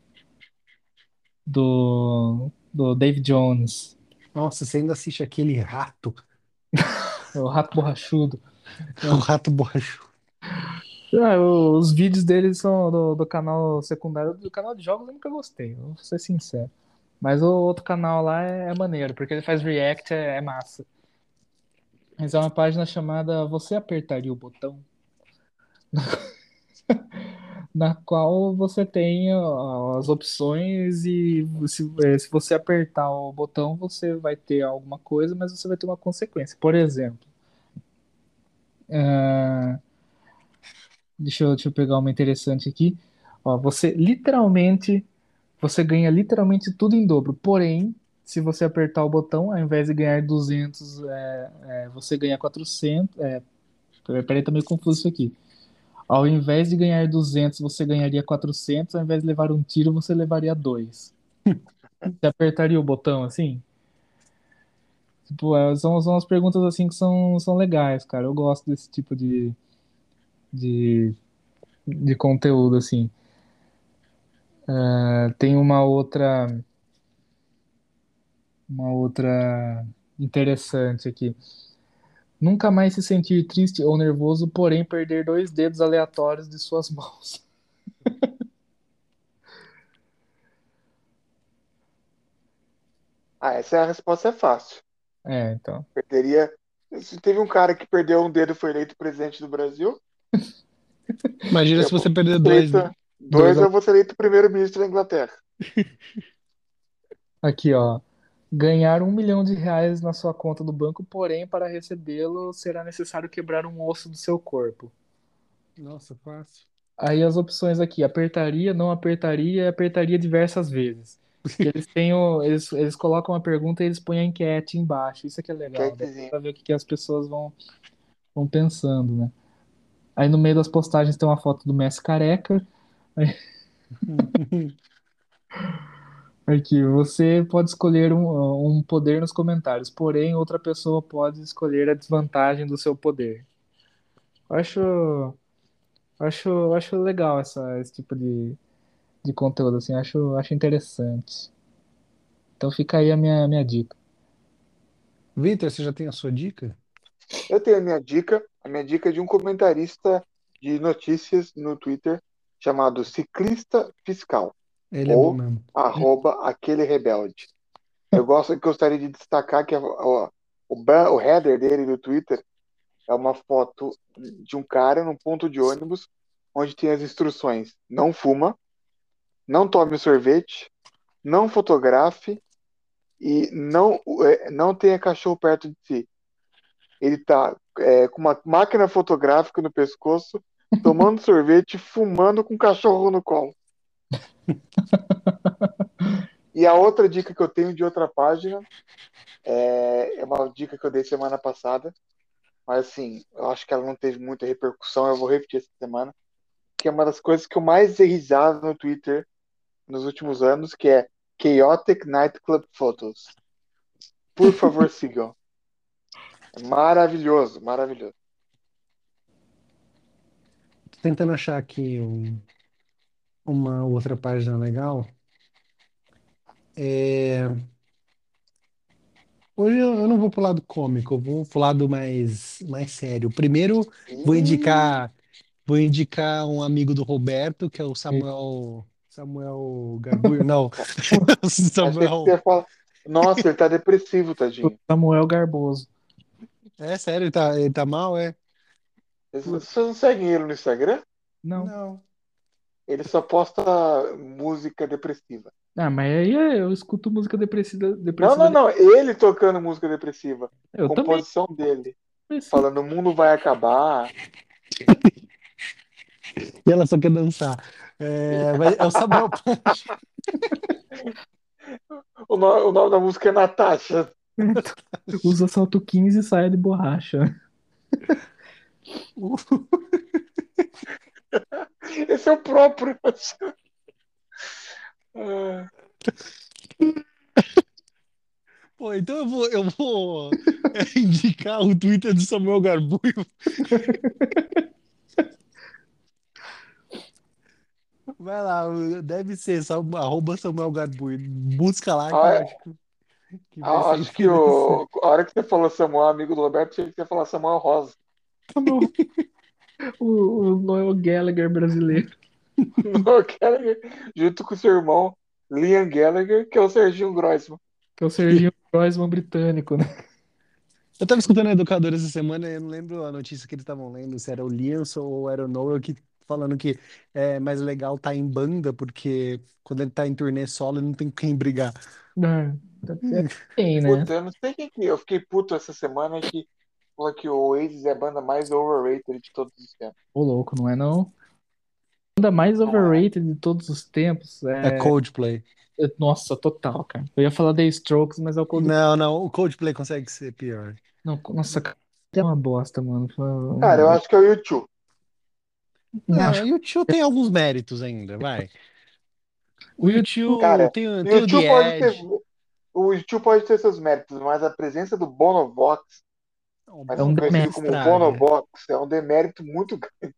do, do Dave Jones, Nossa, você ainda assiste aquele rato, o Rato Borrachudo. o rato borrachudo. Ah, o- os vídeos dele são do, do canal secundário, do canal de jogos eu nunca gostei, vou ser sincero. Mas o outro canal lá é, é maneiro, porque ele faz react, é, é massa. Mas é uma página chamada Você Apertaria o Botão, na qual você tem ó, as opções e se, eh, se você apertar o botão, você vai ter alguma coisa, mas você vai ter uma consequência. Por exemplo, ah, deixa eu, deixa eu pegar uma interessante aqui. Ó, você literalmente, você ganha literalmente tudo em dobro. Porém, se você apertar o botão, ao invés de ganhar duzentos, é, é, você ganha quatrocentos. É, peraí, tá meio confuso isso aqui. Ao invés de ganhar duzentos, você ganharia quatrocentos. Ao invés de levar um tiro, você levaria dois. Você apertaria o botão assim? Tipo, é, são, são as perguntas assim que são, são legais, cara. Eu gosto desse tipo de, de, de conteúdo, assim. É, tem uma outra, uma outra interessante aqui. Nunca mais se sentir triste ou nervoso, porém perder dois dedos aleatórios de suas mãos. Ah, essa é a resposta é fácil. É, então. Perderia. Se teve um cara que perdeu um dedo e foi eleito presidente do Brasil, Imagina eu se vou você perder ser dois, eleito. dois. Dois, eu vou ser eleito primeiro-ministro da Inglaterra. Aqui, ó. Ganhar um milhão de reais na sua conta do banco, porém, para recebê-lo, será necessário quebrar um osso do seu corpo. Nossa, fácil. Aí as opções aqui, apertaria, não apertaria, apertaria diversas vezes. Que eles têm o, eles, eles colocam a pergunta e eles põem a enquete embaixo. Isso aqui é legal, dá Enquetezinha. pra ver o que que as pessoas vão, vão pensando, né? Aí no meio das postagens tem uma foto do Messi careca. Aí, aqui, você pode escolher um, um poder nos comentários, porém outra pessoa pode escolher a desvantagem do seu poder. Eu acho, acho, acho legal essa, esse tipo de, de conteúdo, assim, acho, acho interessante. Então fica aí a minha, minha dica. Vitor, você já tem a sua dica? Eu tenho a minha dica, a minha dica é de um comentarista de notícias no Twitter chamado Ciclista Fiscal, Ele é bom ou mesmo. arroba aquele rebelde. Eu gosto, gostaria de destacar que a- a- o, ban- o header dele do Twitter é uma foto de um cara num ponto de ônibus onde tem as instruções: não fuma, não tome sorvete, não fotografe e não, é, não tenha cachorro perto de si. Ele tá é, com uma máquina fotográfica no pescoço, tomando sorvete, fumando com um cachorro no colo. E a outra dica que eu tenho de outra página é, é uma dica que eu dei semana passada, mas assim, eu acho que ela não teve muita repercussão, eu vou repetir essa semana, que é uma das coisas que eu mais dei risada no Twitter nos últimos anos, que é Chaotic Nightclub Photos. Por favor, sigam. É maravilhoso, maravilhoso. Tô tentando achar aqui um- uma outra página legal. É, hoje eu eu não vou pro lado cômico, eu vou pro lado mais, mais sério. Primeiro, vou Ih, indicar, vou indicar um amigo do Roberto, que é o Samuel, Samuel Garbuio. Não, achei que você Samuel. ia falar. Nossa, ele tá depressivo, O tadinho. Samuel Garboso. É sério, ele tá, ele tá mal, é? Putz, Vocês não seguem ele no Instagram? Não. não. Ele só posta música depressiva. Ah, mas aí eu escuto música depressiva, Não, depressiva não, de... não. Ele tocando música depressiva. Eu também Composição dele. depressivo. Falando, o mundo vai acabar. E ela só quer dançar. É, mas é o Samuel Punch. O, no- o nome da música é Natasha. Usa salto quinze e saia de borracha. Esse é o próprio. Ah, Pô, então eu vou, eu vou é, indicar o Twitter do Samuel Garbuio. Vai lá, deve ser só arroba Samuel Garbuio. Busca lá que eu ah, acho que, que vai ah, ser acho que interessante. o, a hora que você falou Samuel, amigo do Roberto, tinha que você falar Samuel Rosa. Samuel, o, o Noel Gallagher brasileiro. Noel Gallagher, junto com seu irmão Liam Gallagher, que é o Serginho Groisman. Que é o Serginho Groisman britânico, né? Eu tava escutando a Educadora essa semana e eu não lembro a notícia que eles estavam lendo, se era o Lianson ou era o Noel, que, falando que é mais legal estar em banda, porque quando ele tá em turnê solo, ele não tem com quem brigar. Ah, é, tem, né? Puta, eu não sei quem que eu fiquei puto essa semana que falou que o Oasis é a banda mais overrated de todos os tempos. Ô, louco, não é não? A banda mais Não é. overrated de todos os tempos É é... Coldplay. é- Nossa, total, cara. Eu ia falar The Strokes, mas é o Coldplay. Não, não, o Coldplay consegue ser pior. Não, nossa, cara, é uma bosta, mano. Foi Cara, eu um- acho que é o U dois. eu Não, acho e o Tio tem alguns méritos ainda, vai. O o U dois Cara, tem, o- o tem o U dois The pode ter, Edge. o U dois pode ter seus méritos, mas a presença do Bonovox, O mais é um conhecido demérito. como estraga. Bonovox, é um demérito muito grande.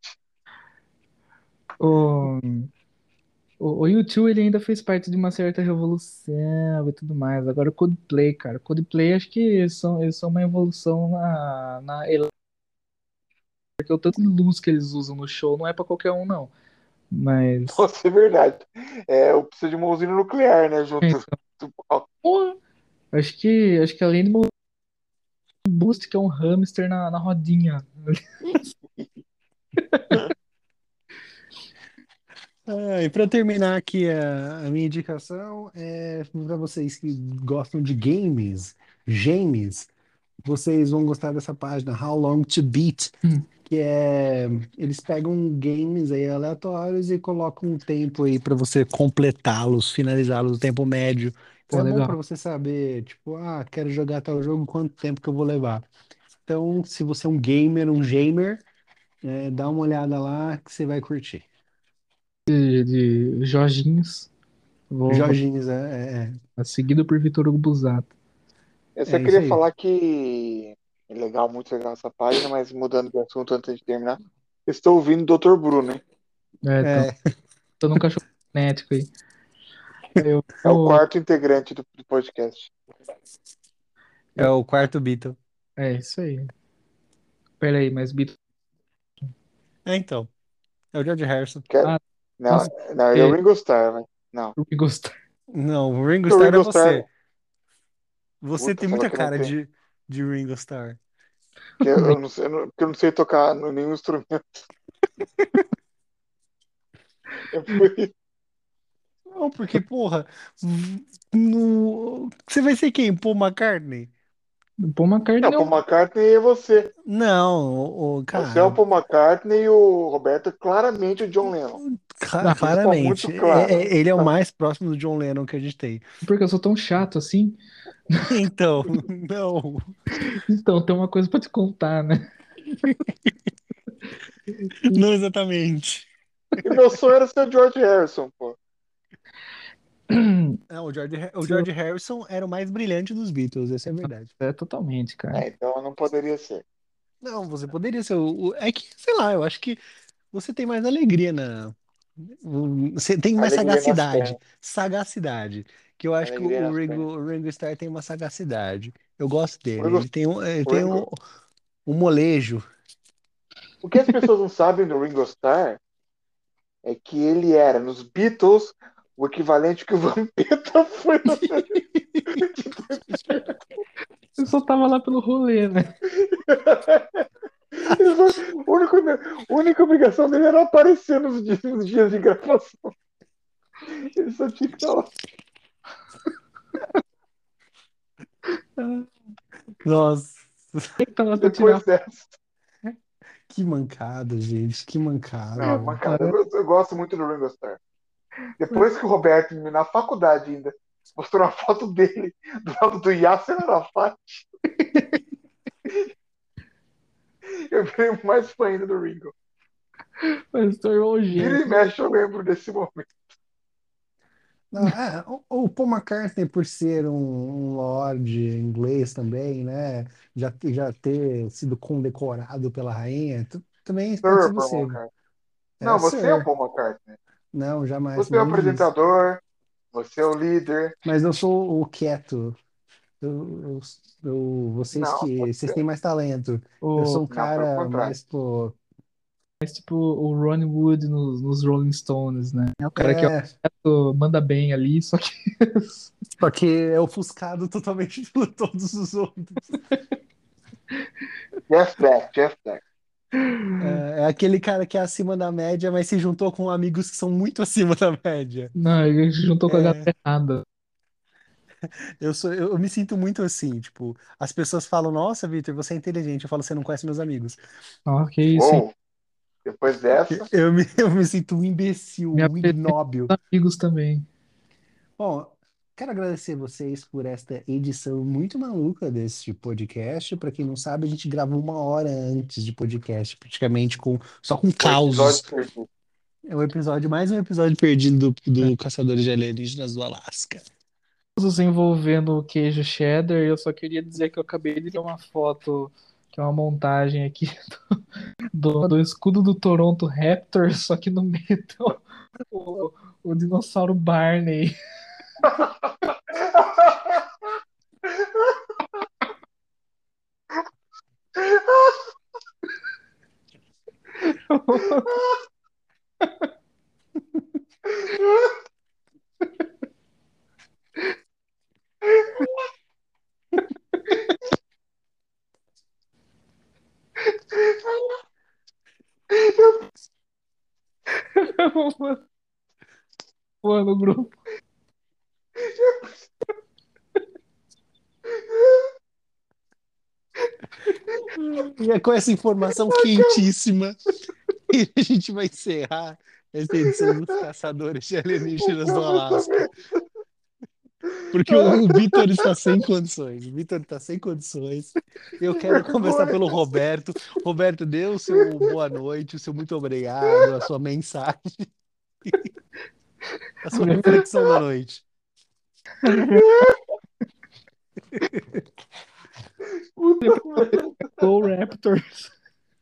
O, o, o U dois ele ainda fez parte de uma certa revolução e tudo mais. Agora o Coldplay, cara. O Coldplay acho que eles são, eles são uma evolução na, na ele- porque o tanto de luz que eles usam no show não é pra qualquer um, não. Mas. Nossa, é verdade. É, eu preciso de uma usina nuclear, né, junto do palco. Pô, acho que, acho que além de um boost, que é um hamster na, na rodinha. Ah, e para terminar aqui a, a minha indicação é para vocês que gostam de games, games, vocês vão gostar dessa página How Long to Beat, Hum, que é eles pegam games aí aleatórios e colocam um tempo aí para você completá-los, finalizá-los no tempo médio. Então pô, é bom para legal. você saber, tipo, ah, quero jogar tal jogo, quanto tempo que eu vou levar. Então, se você é um gamer, um gamer, é, dá uma olhada lá que você vai curtir. De, de Jorginhos. Vou, vou- Jorginhos, é, seguido por Vitor Hugo Busato. Eu é, só é isso queria aí. falar que é legal, muito legal essa página, mas mudando de assunto antes de terminar, estou ouvindo o doutor Bruno, hein? É, então, É, tô num cachorro genético aí. Eu É o vou. quarto integrante do, do podcast. é Eu, o quarto Beatle. é isso aí. Pera aí, mas Beatles. É, então, é o George Harrison. Quer... Ah, Não, nossa, não, ele é o é, Ringo Starr, mas não. eu me gostar. Não, o Ringo Porque o Starr é Ringo Starr, você. Você puta, tem só muita que eu não cara tenho, de, de Ringo Starr. que eu não sei, eu não, porque eu não sei tocar no- nenhum instrumento. É por isso. Não, porque, porra, v- no... você vai ser quem? Paul McCartney? Paul Não, McCartney é Paul um. McCartney é você. Não, o, o- Você é o cara, Paul McCartney e o Roberto é claramente o John Lennon. cla- Ah, Isso está muito claramente, é- claro. é- ele é o mais próximo do John Lennon que a gente tem. porque eu sou tão chato assim. Então, não, Então, tem uma coisa pra te contar, né? não exatamente. E meu sonho era ser o George Harrison, pô. Não, o George, Har- o Se eu- George Harrison era o mais brilhante dos Beatles, essa é a verdade. É totalmente, cara. É, então eu não poderia ser. Não, você poderia ser o, o- é que, sei lá, eu acho que você tem mais alegria na. Você tem mais Alegria nas sagacidade. pernas. Sagacidade. Que eu acho que Alegria o nas Ringo, pernas. o Ringo Starr tem uma sagacidade. Eu gosto O dele. Ringo, Ele tem um, ele o tem Ringo, um, um molejo. o que as pessoas não sabem do Ringo Starr é que ele era, nos Beatles, o equivalente que o Vampeta foi no Eu só tava lá pelo rolê, né? Ele foi- a única, a única obrigação dele era aparecer nos dias, nos dias de gravação. Ele só tinha que estar lá. Nossa, Quem que tá lá pra tirar Depois dessa. que mancada, gente. Que Não, mancada. mas cara, eu, eu gosto muito do Ringo Starr. Depois que o Roberto, na faculdade ainda, mostrou uma foto dele do lado do Yasser Arafat, eu virei mais fã ainda do Ringo. Mas tô irmão Vira gêmeo. e mexe, eu lembro desse momento. Não, é, o, o Paul McCartney, por ser um, um lord inglês também, né? Já, já ter sido condecorado pela rainha, tu- também pode ser Sir Paul você. McCartney. É, Não, você é o Sir. Paul McCartney. Não, jamais, Você é o longe disso. apresentador, você é o líder. Mas eu sou o quieto. Eu, eu, eu- vocês Não, que vocês têm mais talento. Eu O, sou um não, pelo cara contrário. mais, pô. mas tipo o Ronnie Wood nos, nos Rolling Stones, né? É o cara que É, ó, manda bem ali, só que só que é ofuscado totalmente por todos os outros. Jeff Beck, Jeff Beck. É, é aquele cara que é acima da média, mas se juntou com amigos que são muito acima da média. não, ele se juntou com a galera É, errada. eu sou, eu, eu me sinto muito assim, tipo, as pessoas falam, nossa, Vitor, você é inteligente. Eu falo, você não conhece meus amigos. Ó, que isso, hein? Uou, depois dessa, Eu me, eu me sinto um imbecil, Me um apresenta ignóbil. os amigos também. Bom, quero agradecer vocês por esta edição muito maluca desse podcast. Para quem não sabe, a gente gravou uma hora antes de podcast, praticamente com só com o episódio causos. perdido. É um episódio, mais um episódio perdido do, do Caçadores de Alienígenas do Alasca. Todos envolvendo o queijo cheddar, eu só queria dizer que eu acabei de ver uma foto, que é uma montagem aqui do, do escudo do Toronto Raptors, só que no meio tem o, o, o dinossauro Barney. Pô, no grupo. E é com essa informação quentíssima que a gente vai encerrar essa edição dos Caçadores de Alienígenas do Acaba essa Alasca. merda. Porque o Vitor está sem condições. O Vitor está sem condições. Eu Que quero começar vergonha. pelo Roberto. Roberto, dê o seu boa noite, o seu muito obrigado, a sua mensagem, a A sua minha, reflexão da noite. a minha Puta merda. Go Raptors.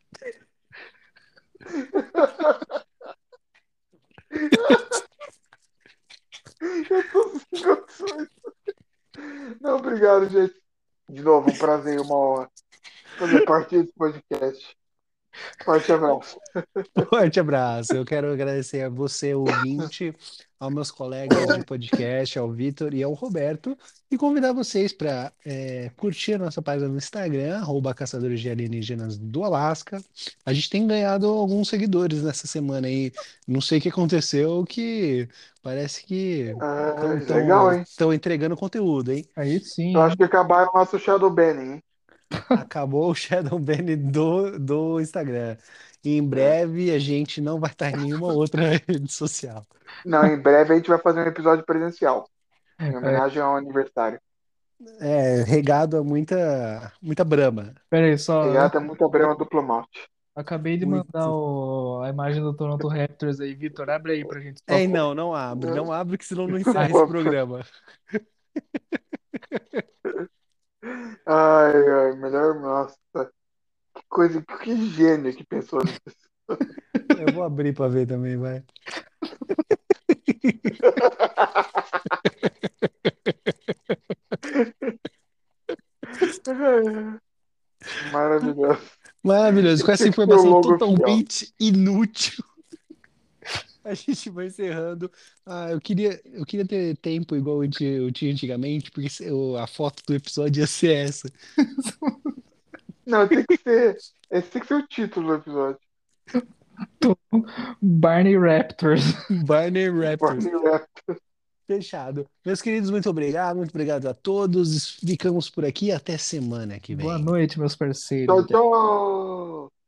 Eu tô sem condições. Não, obrigado, gente. De novo, um prazer e uma honra fazer parte desse podcast. Forte abraço. Forte abraço. Eu quero agradecer a você, ouvinte, aos meus colegas de podcast, ao Vitor e ao Roberto, e convidar vocês para curtir a nossa página no Instagram, arroba Caçadores de Alienígenas do Alasca. A gente tem ganhado alguns seguidores nessa semana aí. Não sei o que aconteceu, que parece que Ah, estão legal, tão, hein? tão entregando conteúdo, hein? Aí sim, Eu acho hein? que acabaram o nosso Shadow Banning, hein? Acabou o Shadow Ban do, do Instagram. E em É. breve a gente não vai estar em nenhuma outra rede social. Não, em breve a gente vai fazer um episódio presencial, em É, homenagem ao aniversário. É, regado a muita, muita brama. pera aí, só. Regata muita brama duplo malte. Acabei de mandar Muito. o, a imagem do Toronto Raptors aí, Vitor. Abre aí pra gente só. É, não, não abre, não abre, que senão não Ai, encerra esse programa. Ai, ai, melhor, nossa, que coisa, que gênio que pensou nisso. Eu vou abrir para ver também, vai. Maravilhoso. Maravilhoso. Com essa Esse aqui é o informação logo oficial. totalmente inútil, a gente vai encerrando. Ah, eu queria, eu queria ter tempo igual eu tinha, eu tinha antigamente, porque se- eu- a foto do episódio ia ser essa. Não, tem que ser. Esse tem que ser o título do episódio. Barney Raptors. Barney Raptors. Barney Rap. Fechado. Meus queridos, muito obrigado, muito obrigado a todos. Ficamos por aqui até semana que Boa vem. noite, meus parceiros. Tchau, Até tchau.